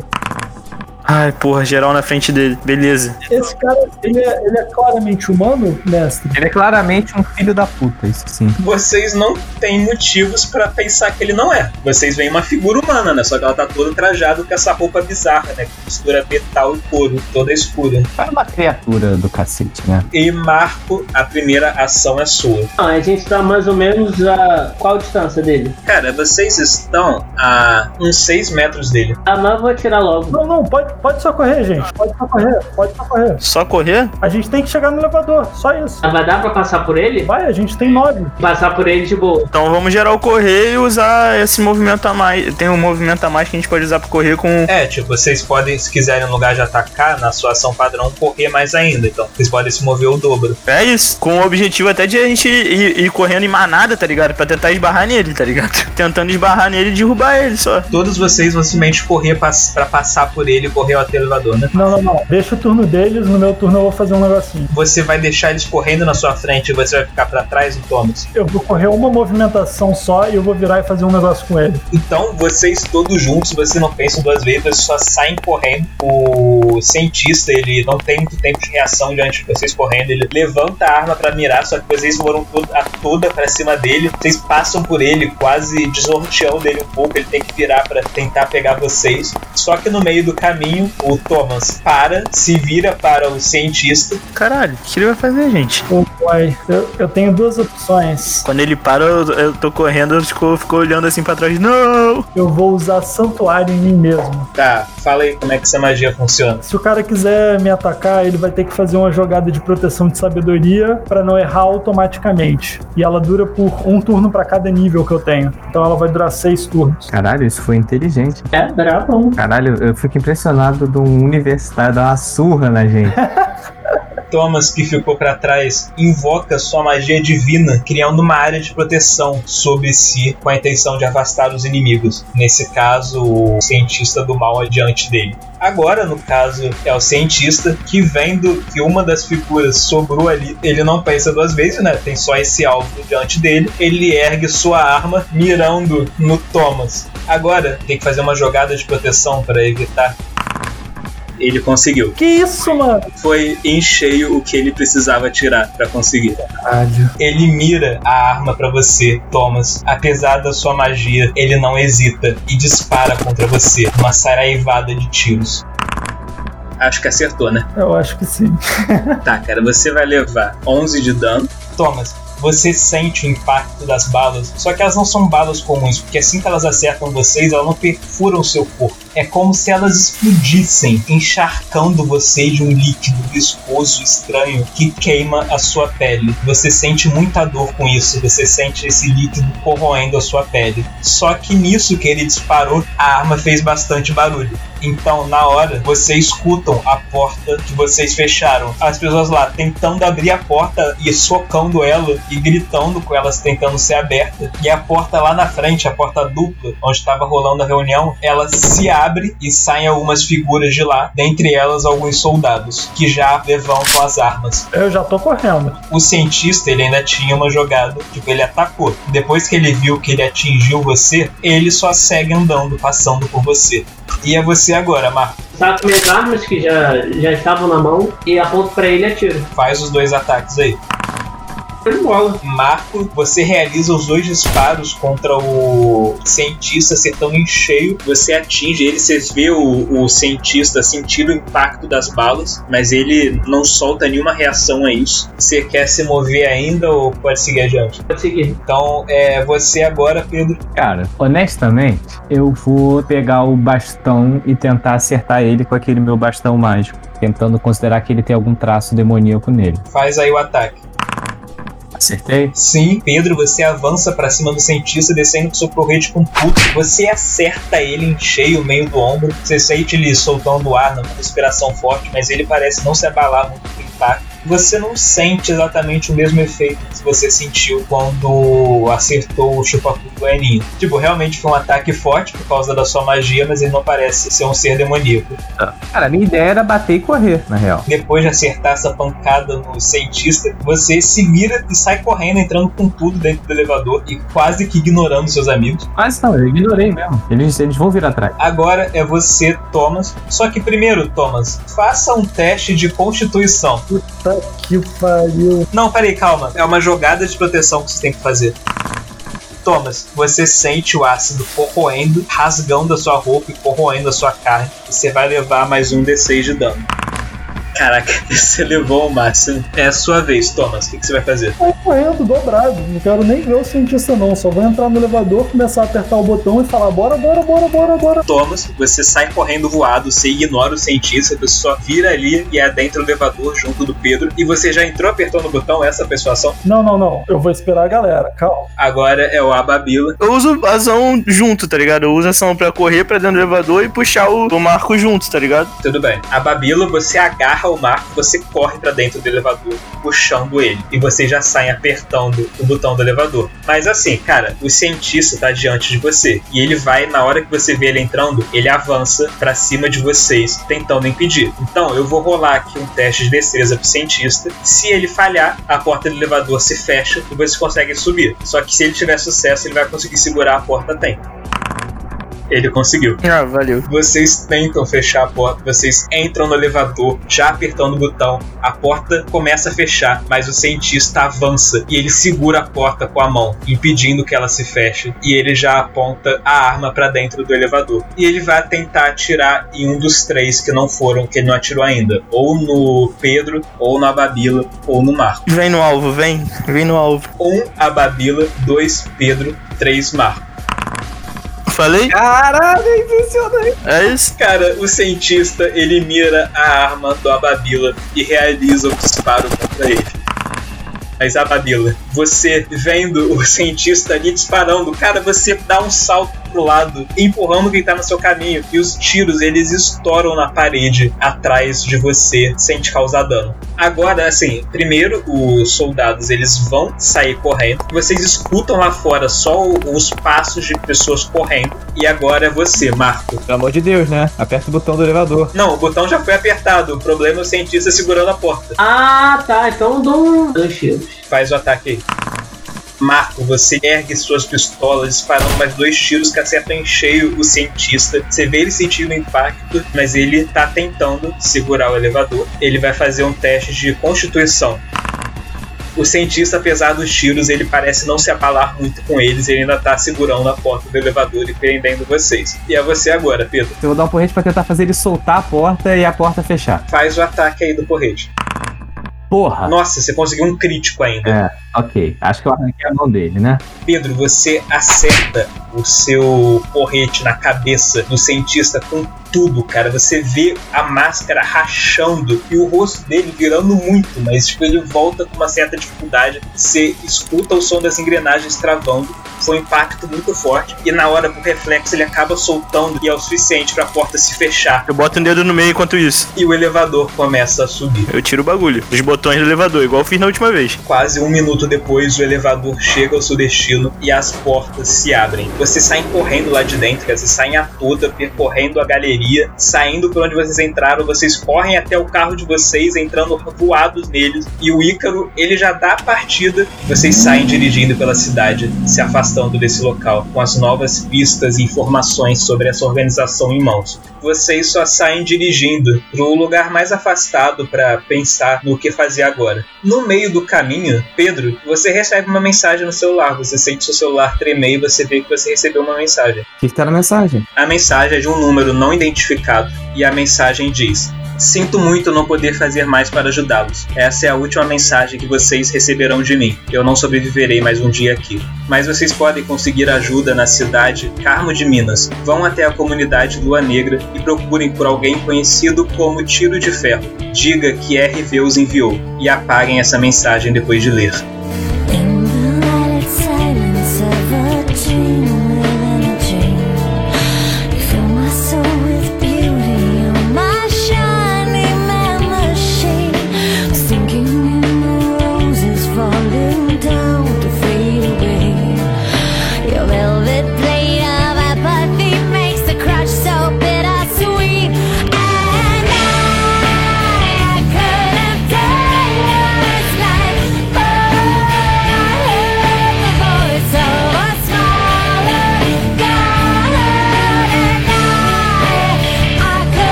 Ai, porra, geral na frente dele. Beleza. Esse cara, ele é, ele é claramente humano, mestre? Ele é claramente um filho da puta, isso sim. Vocês não têm motivos pra pensar que ele não é. Vocês veem uma figura humana, né? Só que ela tá toda trajada com essa roupa bizarra, né? Que mistura metal e couro, toda escura. É uma criatura do cacete, né? E Marco, a primeira ação é sua. Não, a gente tá mais ou menos a qual a distância dele? Cara, vocês estão a uns seis metros dele. Ah, mas eu vou atirar logo. Não, não, pode, pode só correr, gente. Pode só correr, pode só correr. Só correr? A gente tem que chegar no elevador, só isso. Ah, vai dar pra passar por ele? Vai, a gente tem nove. Passar por ele de boa. Então vamos geral correr e usar esse movimento a mais. Tem um movimento a mais que a gente pode usar pra correr com. É, tipo, vocês podem, se quiserem, no lugar de atacar, na sua ação padrão, correr mais ainda. Então, vocês podem se mover o dobro. É isso. Com o objetivo até de a gente ir, ir correndo em manada, tá ligado? Pra tentar esbarrar nele, tá ligado? Tentando esbarrar nele e derrubar ele só. Todos vocês vão simplesmente correr pra, pra passar por ele e correr até o elevador, né? Não, não, não. Deixa o turno deles, no meu turno eu vou fazer um negocinho. Você vai deixar eles correndo na sua frente e você vai ficar pra trás do Thomas. Eu vou correr uma movimentação só e eu vou virar e fazer um negócio com ele. Então, vocês todos juntos, vocês não pensam duas vezes, vocês só saem correndo. O cientista, ele não tem muito tempo de reação diante de vocês correndo. Ele levanta a arma pra mirar, só que vocês foram to- a toda pra cima dele. Vocês passam por ele, quase desnorteando ele um pouco. Ele tem que virar pra tentar pegar vocês. Só que no meio do caminho, o Thomas para, se vira para o cientista. Caralho, o que ele vai fazer, gente? Oh, boy. Eu, eu tenho duas opções. Quando ele para, eu, eu tô correndo, eu fico, fico olhando assim pra trás. Não! Eu vou usar santuário em mim mesmo. Tá, fala aí como é que essa magia funciona. Se o cara quiser me atacar, ele vai ter que fazer uma jogada de proteção de sabedoria pra não errar automaticamente. E ela dura por um turno pra cada nível que eu tenho. Então ela vai durar seis turnos. Caralho, isso foi inteligente. É, brabo. Caralho, eu fico impressionado de um universitário dar uma surra na gente. Thomas, que ficou pra trás, invoca sua magia divina, criando uma área de proteção sobre si com a intenção de afastar os inimigos. Nesse caso, o cientista do mal adiante dele. Agora, no caso, é o cientista que, vendo que uma das figuras sobrou ali, ele não pensa duas vezes, né? Tem só esse alvo diante dele. Ele ergue sua arma, mirando no Thomas. Agora, tem que fazer uma jogada de proteção para evitar. Ele conseguiu. Que isso, mano? Foi em cheio o que ele precisava tirar pra conseguir. Caralho. Ele mira a arma pra você, Thomas. Apesar da sua magia, ele não hesita e dispara contra você, uma saraivada de tiros. Acho que acertou, né? Eu acho que sim. Tá, cara, você vai levar onze de dano. Thomas, você sente o impacto das balas, só que elas não são balas comuns, porque assim que elas acertam vocês, elas não perfuram o seu corpo. É como se elas explodissem, encharcando você de um líquido viscoso estranho que queima a sua pele. Você sente muita dor com isso, você sente esse líquido corroendo a sua pele. Só que nisso que ele disparou, a arma fez bastante barulho. Então, na hora, vocês escutam a porta que vocês fecharam. As pessoas lá tentando abrir a porta e socando ela e gritando com elas tentando ser aberta. E a porta lá na frente, a porta dupla, onde estava rolando a reunião, ela se abre e saem algumas figuras de lá, dentre elas alguns soldados, que já levantam as armas. Eu já tô correndo. O cientista, ele ainda tinha uma jogada, tipo, ele atacou. Depois que ele viu que ele atingiu você, ele só segue andando, passando por você. E é você agora, Marco. Saco minhas armas que já, já estavam na mão e aponto pra ele e atiro. Faz os dois ataques aí. Bola. Marco, você realiza os dois disparos contra o cientista, acertando em cheio. Você atinge ele, você vê o, o cientista sentir o impacto das balas, mas ele não solta nenhuma reação a isso. Você quer se mover ainda ou pode seguir adiante? Pode seguir. Então, é você agora, Pedro. Cara, honestamente, eu vou pegar o bastão e tentar acertar ele com aquele meu bastão mágico, tentando considerar que ele tem algum traço demoníaco nele. Faz aí o ataque. Acertei? Sim, Pedro, você avança pra cima do cientista, descendo com seu porrete com tudo. Você acerta ele em cheio, meio do ombro. Você sente ele soltando ar numa respiração forte, mas ele parece não se abalar muito com o impacto. Você não sente exatamente o mesmo efeito que você sentiu quando acertou o chupacu do Aninho. Tipo, realmente foi um ataque forte por causa da sua magia, mas ele não parece ser um ser demoníaco. Cara, a minha ideia era bater e correr, na real. Depois de acertar essa pancada no cientista, você se mira e sai correndo, entrando com tudo dentro do elevador e quase que ignorando seus amigos. Mas não, eu ignorei mesmo. Eles, eles vão vir atrás. Agora é você, Thomas. Só que primeiro, Thomas, faça um teste de constituição. Puta que pariu. Não, peraí, calma. É uma jogada de proteção que você tem que fazer. Thomas, você sente o ácido corroendo, rasgando a sua roupa e corroendo a sua carne. E você vai levar mais um D seis de dano. Caraca, você levou o máximo. É a sua vez, Thomas. O que, que você vai fazer? Vai correndo, dobrado. Não quero nem ver o cientista, não. Só vou entrar no elevador, começar a apertar o botão e falar: bora, bora, bora, bora, bora. Thomas, você sai correndo voado, você ignora o cientista, você só vira ali e adentra o elevador junto do Pedro. E você já entrou apertando o botão, essa persuasão? Não, não, não. Eu vou esperar a galera. Calma. Agora é o Ababila. Eu uso ação junto, tá ligado? Eu uso ação pra correr pra dentro do elevador e puxar o, o Marco junto, tá ligado? Tudo bem. Ababila, você agarra o Marco, você corre pra dentro do elevador, puxando ele. E vocês já saem apertando o botão do elevador. Mas assim, cara, o cientista tá diante de você. E ele vai, na hora que você vê ele entrando, ele avança pra cima de vocês, tentando impedir. Então, eu vou rolar aqui um teste de destreza pro cientista. Se ele falhar, a porta do elevador se fecha e vocês conseguem subir. Só que se ele tiver sucesso, ele vai conseguir segurar a porta a tempo. Ele conseguiu. Ah, valeu. Vocês tentam fechar a porta, vocês entram no elevador, já apertando o botão. A porta começa a fechar, mas o cientista avança e ele segura a porta com a mão, impedindo que ela se feche. E ele já aponta a arma pra dentro do elevador. E ele vai tentar atirar em um dos três que não foram, que ele não atirou ainda. Ou no Pedro, ou no Ababila, ou no Marco. Vem no alvo, vem. Vem no alvo. Um Ababila, dois Pedro, três Marco. Falei? Caralho, é impressionante. É isso? Cara, o cientista, ele mira a arma do Ababila e realiza o disparo contra ele. Mas Ababila, você vendo o cientista ali disparando, cara, você dá um salto pro lado, empurrando quem tá no seu caminho, e os tiros, eles estouram na parede atrás de você, sem te causar dano. Agora, assim, primeiro os soldados, eles vão sair correndo, vocês escutam lá fora só os passos de pessoas correndo, e agora é você, Marco. Pelo amor de Deus, né? Aperta o botão do elevador. Não, o botão já foi apertado, o problema é o cientista segurando a porta. Ah, tá. Então eu dou um... dois tiros. Faz o ataque aí. Marco, você ergue suas pistolas, disparando mais dois tiros que acertam em cheio o cientista. Você vê ele sentindo o impacto, mas ele tá tentando segurar o elevador. Ele vai fazer um teste de constituição. O cientista, apesar dos tiros, ele parece não se abalar muito com eles. Ele ainda tá segurando a porta do elevador e prendendo vocês. E é você agora, Pedro. Eu vou dar um porrete pra tentar fazer ele soltar a porta e a porta fechar. Faz o ataque aí do porrete. Porra! Nossa, você conseguiu um crítico ainda. É, ok. Acho que eu arranquei a mão dele, né? Pedro, você acerta o seu porrete na cabeça do cientista com tudo, cara. Você vê a máscara rachando e o rosto dele virando muito, mas tipo, ele volta com uma certa dificuldade. Você escuta o som das engrenagens travando. Foi um impacto muito forte e na hora, por reflexo, ele acaba soltando e é o suficiente pra porta se fechar. Eu boto um dedo no meio enquanto isso. E o elevador começa a subir. Eu tiro o bagulho dos botões do elevador, igual eu fiz na última vez. Quase um minuto depois, o elevador chega ao seu destino e as portas se abrem. Vocês saem correndo lá de dentro, quer dizer, saem a toda, percorrendo a galeria, saindo por onde vocês entraram. Vocês correm até o carro de vocês, entrando voados neles. E o Ícaro, ele já dá a partida. Vocês saem dirigindo pela cidade, se afastando desse local, com as novas pistas e informações sobre essa organização em mãos. Vocês só saem dirigindo para o lugar mais afastado para pensar no que fazer agora. No meio do caminho, Pedro, você recebe uma mensagem no celular. Você sente seu celular tremer e você vê que você recebeu uma mensagem. O que, que tá na mensagem? A mensagem é de um número não identificado e a mensagem diz: sinto muito não poder fazer mais para ajudá-los. Essa é a última mensagem que vocês receberão de mim. Eu não sobreviverei mais um dia aqui. Mas vocês podem conseguir ajuda na cidade Carmo de Minas. Vão até a comunidade Lua Negra e procurem por alguém conhecido como Tiro de Ferro. Diga que R V os enviou e apaguem essa mensagem depois de ler.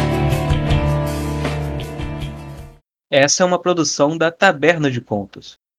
Essa é uma produção da Taberna de Contos.